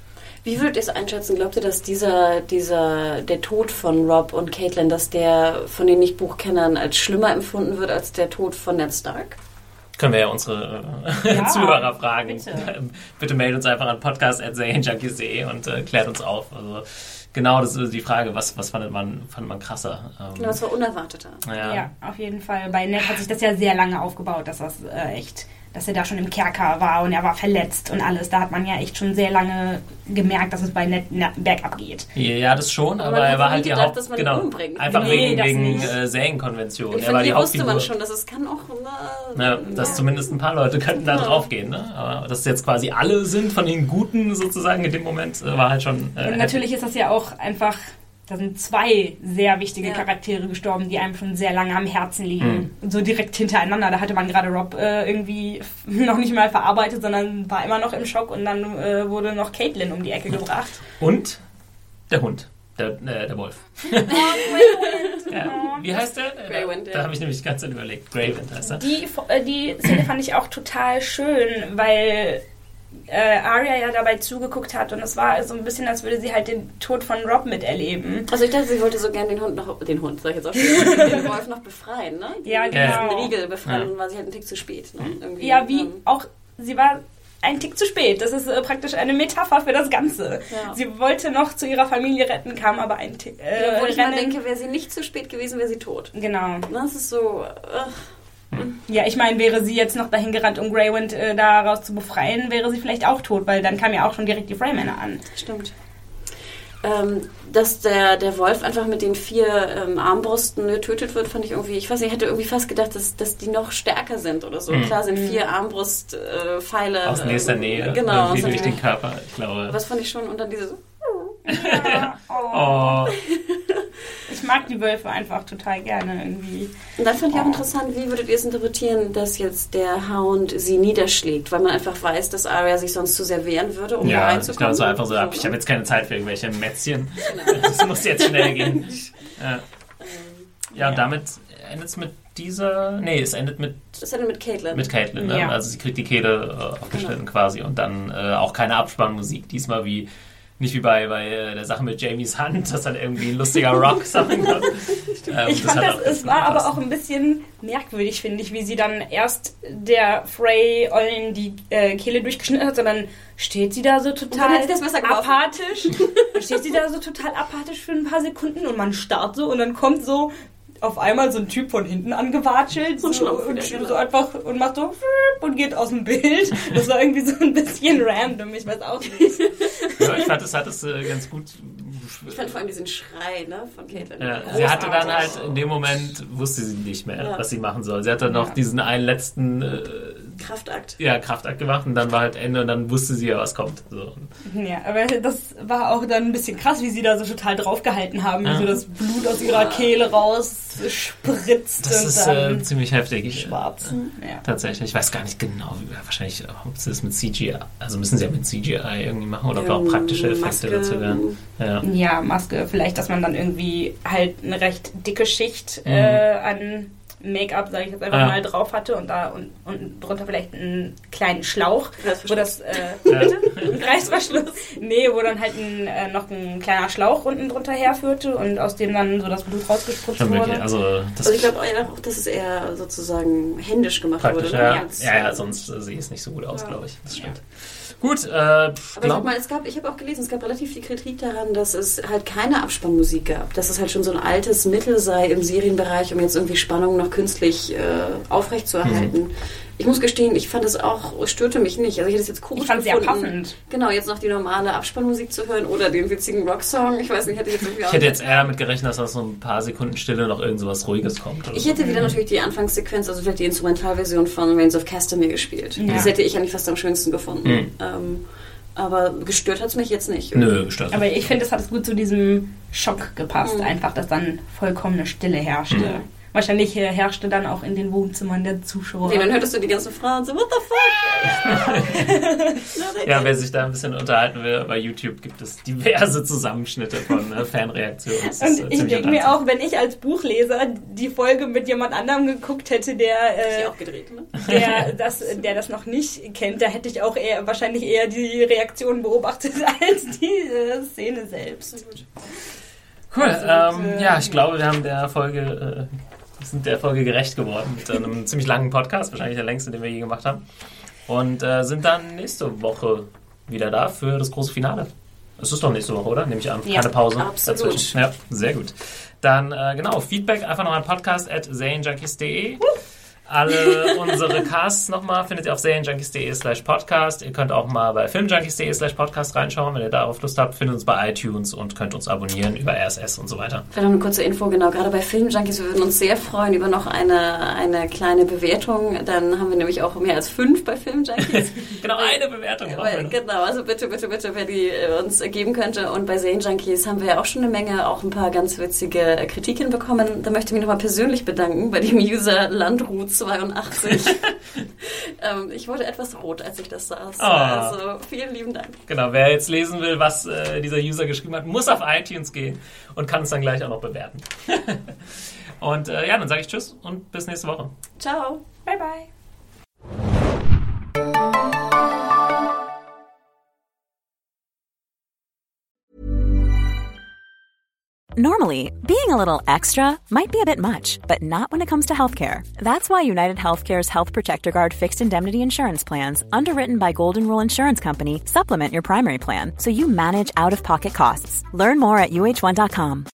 Wie würdet ihr es einschätzen? Glaubt ihr, dass der Tod von Robb und Caitlin, dass der von den Nicht-Buchkennern als schlimmer empfunden wird als der Tod von Ned Stark? Können wir ja unsere Zuhörer fragen. Bitte meldet uns einfach an podcast@serienjunkies.de und klärt uns auf. Also genau, das ist die Frage, was fand man krasser? Genau, das war unerwarteter. Ja, auf jeden Fall. Bei Ned hat sich das ja sehr lange aufgebaut, dass das dass er da schon im Kerker war und er war verletzt und alles. Da hat man ja echt schon sehr lange gemerkt, dass es bei Ned bergab geht. Ja, das schon, aber er war halt die Haupt... dass man ihn umbringt. Einfach wegen Serienkonvention. Er war die wusste man schon, dass es kann auch... dass zumindest ein paar Leute könnten da drauf gehen. Ne? Aber dass jetzt quasi alle sind von den Guten sozusagen in dem Moment, war halt schon... natürlich ist das ja auch einfach... Da sind 2 sehr wichtige Charaktere gestorben, die einem schon sehr lange am Herzen liegen. So direkt hintereinander. Da hatte man gerade Robb irgendwie noch nicht mal verarbeitet, sondern war immer noch im Schock. Und dann wurde noch Caitlin um die Ecke gebracht. Und der Hund. Der Wolf. Wie heißt der? Greywind, Da habe ich nämlich ganz überlegt. Greywind heißt er. Die Szene fand ich auch total schön, weil... Arya ja dabei zugeguckt hat und es war so ein bisschen, als würde sie halt den Tod von Robb miterleben. Also ich dachte, sie wollte so gerne den Wolf noch befreien, ne? Ja, genau. Den Riegel befreien, war sie halt ein Tick zu spät. Ne? Irgendwie, ja, sie war ein Tick zu spät. Das ist praktisch eine Metapher für das Ganze. Ja. Sie wollte noch zu ihrer Familie retten, kam aber ein Tick... Wo ich mal denke, wäre sie nicht zu spät gewesen, wäre sie tot. Genau. Das ist so... Ja, ich meine, wäre sie jetzt noch dahin gerannt, um Greywind daraus zu befreien, wäre sie vielleicht auch tot, weil dann kam ja auch schon direkt die Freymänner an. Stimmt. Dass der Wolf einfach mit den 4 Armbrüsten getötet wird, fand ich irgendwie, ich weiß nicht, ich hätte irgendwie fast gedacht, dass die noch stärker sind oder so. Klar sind 4 Armbrustpfeile. Aus nächster Nähe, genau, durch den Körper, ich glaube. Was fand ich schon, und dann diese so... Ja, oh. Ich mag die Wölfe einfach total gerne irgendwie. Und dann fand ich auch interessant, wie würdet ihr es interpretieren, dass jetzt der Hound sie niederschlägt, weil man einfach weiß, dass Arya sich sonst zu sehr wehren würde, um da reinzukommen. Ich glaube, es war einfach so, ich habe jetzt keine Zeit für irgendwelche Mätzchen. Das muss jetzt schnell gehen. Und damit endet es mit dieser... Nee, es endet mit Caitlin. Mit Caitlin, ne? Also sie kriegt die Kehle aufgeschnitten quasi und dann auch keine Abspannmusik, diesmal nicht wie bei der Sache mit Jamies Hand, dass dann irgendwie ein lustiger Rock-Song kommt. Ich fand es war aber auch ein bisschen merkwürdig, finde ich, wie sie dann erst der Frey-Ollen die Kehle durchgeschnitten hat, sondern steht sie da so total apathisch. Steht sie da so total apathisch für ein paar Sekunden und man starrt so und dann kommt so auf einmal so ein Typ von hinten angewatschelt und so einfach und macht so und geht aus dem Bild. Das war irgendwie so ein bisschen random, ich weiß auch nicht. Ja, ich fand, das hat es ganz gut... Ich fand vor allem diesen Schrei von Caitlin. Ja, sie hatte dann halt in dem Moment, wusste sie nicht mehr, was sie machen soll. Sie hat dann noch diesen einen letzten... Kraftakt. Ja, Kraftakt gemacht und dann war halt Ende und dann wusste sie ja, was kommt. So. Ja, aber das war auch dann ein bisschen krass, wie sie da so total draufgehalten haben, wie so das Blut aus ihrer Kehle raus spritzt. Das ist ziemlich heftig. Schwarz. Ja. Tatsächlich. Ich weiß gar nicht genau, wahrscheinlich, ob sie das mit CGI, also müssen sie ja mit CGI irgendwie machen oder ob da auch praktische Effekte Maske dazu werden. Ja, Maske. Vielleicht, dass man dann irgendwie halt eine recht dicke Schicht an Make-up, sage ich jetzt einfach mal, drauf hatte und da und drunter vielleicht einen kleinen Schlauch, wo das bitte? Ein Reißverschluss? Nee, wo dann halt noch ein kleiner Schlauch unten drunter herführte und aus dem dann so das Blut rausgespritzt wurde. Also ich glaube auch, dass es eher sozusagen händisch gemacht wurde. Ja, sonst sieht es nicht so gut aus, glaube ich. Das stimmt. Gut, aber sag mal, ich habe auch gelesen, es gab relativ viel Kritik daran, dass es halt keine Abspannmusik gab. Dass es halt schon so ein altes Mittel sei im Serienbereich, um jetzt irgendwie Spannung noch künstlich aufrechtzuerhalten. Ich muss gestehen, ich fand es auch, störte mich nicht. Also ich hätte es jetzt komisch gefunden. Ich fand es sehr passend. Genau, jetzt noch die normale Abspannmusik zu hören oder den witzigen Rocksong. Ich weiß nicht, ich hätte jetzt eher damit gerechnet, dass aus so ein paar Sekunden Stille noch irgend so was Ruhiges kommt. Ich hätte wieder natürlich die Anfangssequenz, also vielleicht die Instrumentalversion von Reigns of Castamere gespielt. Ja. Das hätte ich eigentlich fast am schönsten gefunden. Aber gestört hat es mich jetzt nicht. Nö, gestört. Aber ich finde, es hat gut zu diesem Schock gepasst. Einfach, dass dann vollkommene Stille herrschte. wahrscheinlich herrschte dann auch in den Wohnzimmern der Zuschauer. Okay, dann hörtest du die ganzen Frauen so, what the fuck? Ja, wer sich da ein bisschen unterhalten will, bei YouTube gibt es diverse Zusammenschnitte von Fanreaktionen. Und ich denke mir auch, wenn ich als Buchleser die Folge mit jemand anderem geguckt hätte, der auch gedreht, ne? der das noch nicht kennt, da hätte ich auch wahrscheinlich eher die Reaktion beobachtet als die Szene selbst. Cool, ja, ich glaube, wir haben sind der Folge gerecht geworden mit einem ziemlich langen Podcast, wahrscheinlich der längste, den wir je gemacht haben. Und sind dann nächste Woche wieder da für das große Finale. Es ist doch nächste Woche, oder? Nehme ich an. Ja, keine Pause absolut. dazwischen. Ja, sehr gut. Dann, Feedback einfach noch an podcast@serienjunkies.de. Alle unsere Casts nochmal findet ihr auf serienjunkies.de/podcast. Ihr könnt auch mal bei filmjunkies.de/podcast reinschauen, wenn ihr darauf Lust habt. Findet uns bei iTunes und könnt uns abonnieren über RSS und so weiter. Vielleicht noch eine kurze Info, genau, gerade bei Filmjunkies, wir würden uns sehr freuen über noch eine kleine Bewertung. Dann haben wir nämlich auch mehr als 5 bei Filmjunkies. Genau, eine Bewertung. Genau, also bitte, wer die uns geben könnte. Und bei Serienjunkies haben wir ja auch schon eine Menge, auch ein paar ganz witzige Kritiken bekommen. Da möchte ich mich nochmal persönlich bedanken bei dem User Landruth 82. Ich wurde etwas rot, als ich das saß. Oh. Also vielen lieben Dank. Genau, wer jetzt lesen will, was dieser User geschrieben hat, muss auf iTunes gehen und kann es dann gleich auch noch bewerten. Und dann sage ich Tschüss und bis nächste Woche. Ciao. Bye, bye. Normally, being a little extra might be a bit much, but not when it comes to healthcare. That's why United Healthcare's Health Protector Guard fixed indemnity insurance plans, underwritten by Golden Rule Insurance Company, supplement your primary plan so you manage out-of-pocket costs. Learn more at uh1.com.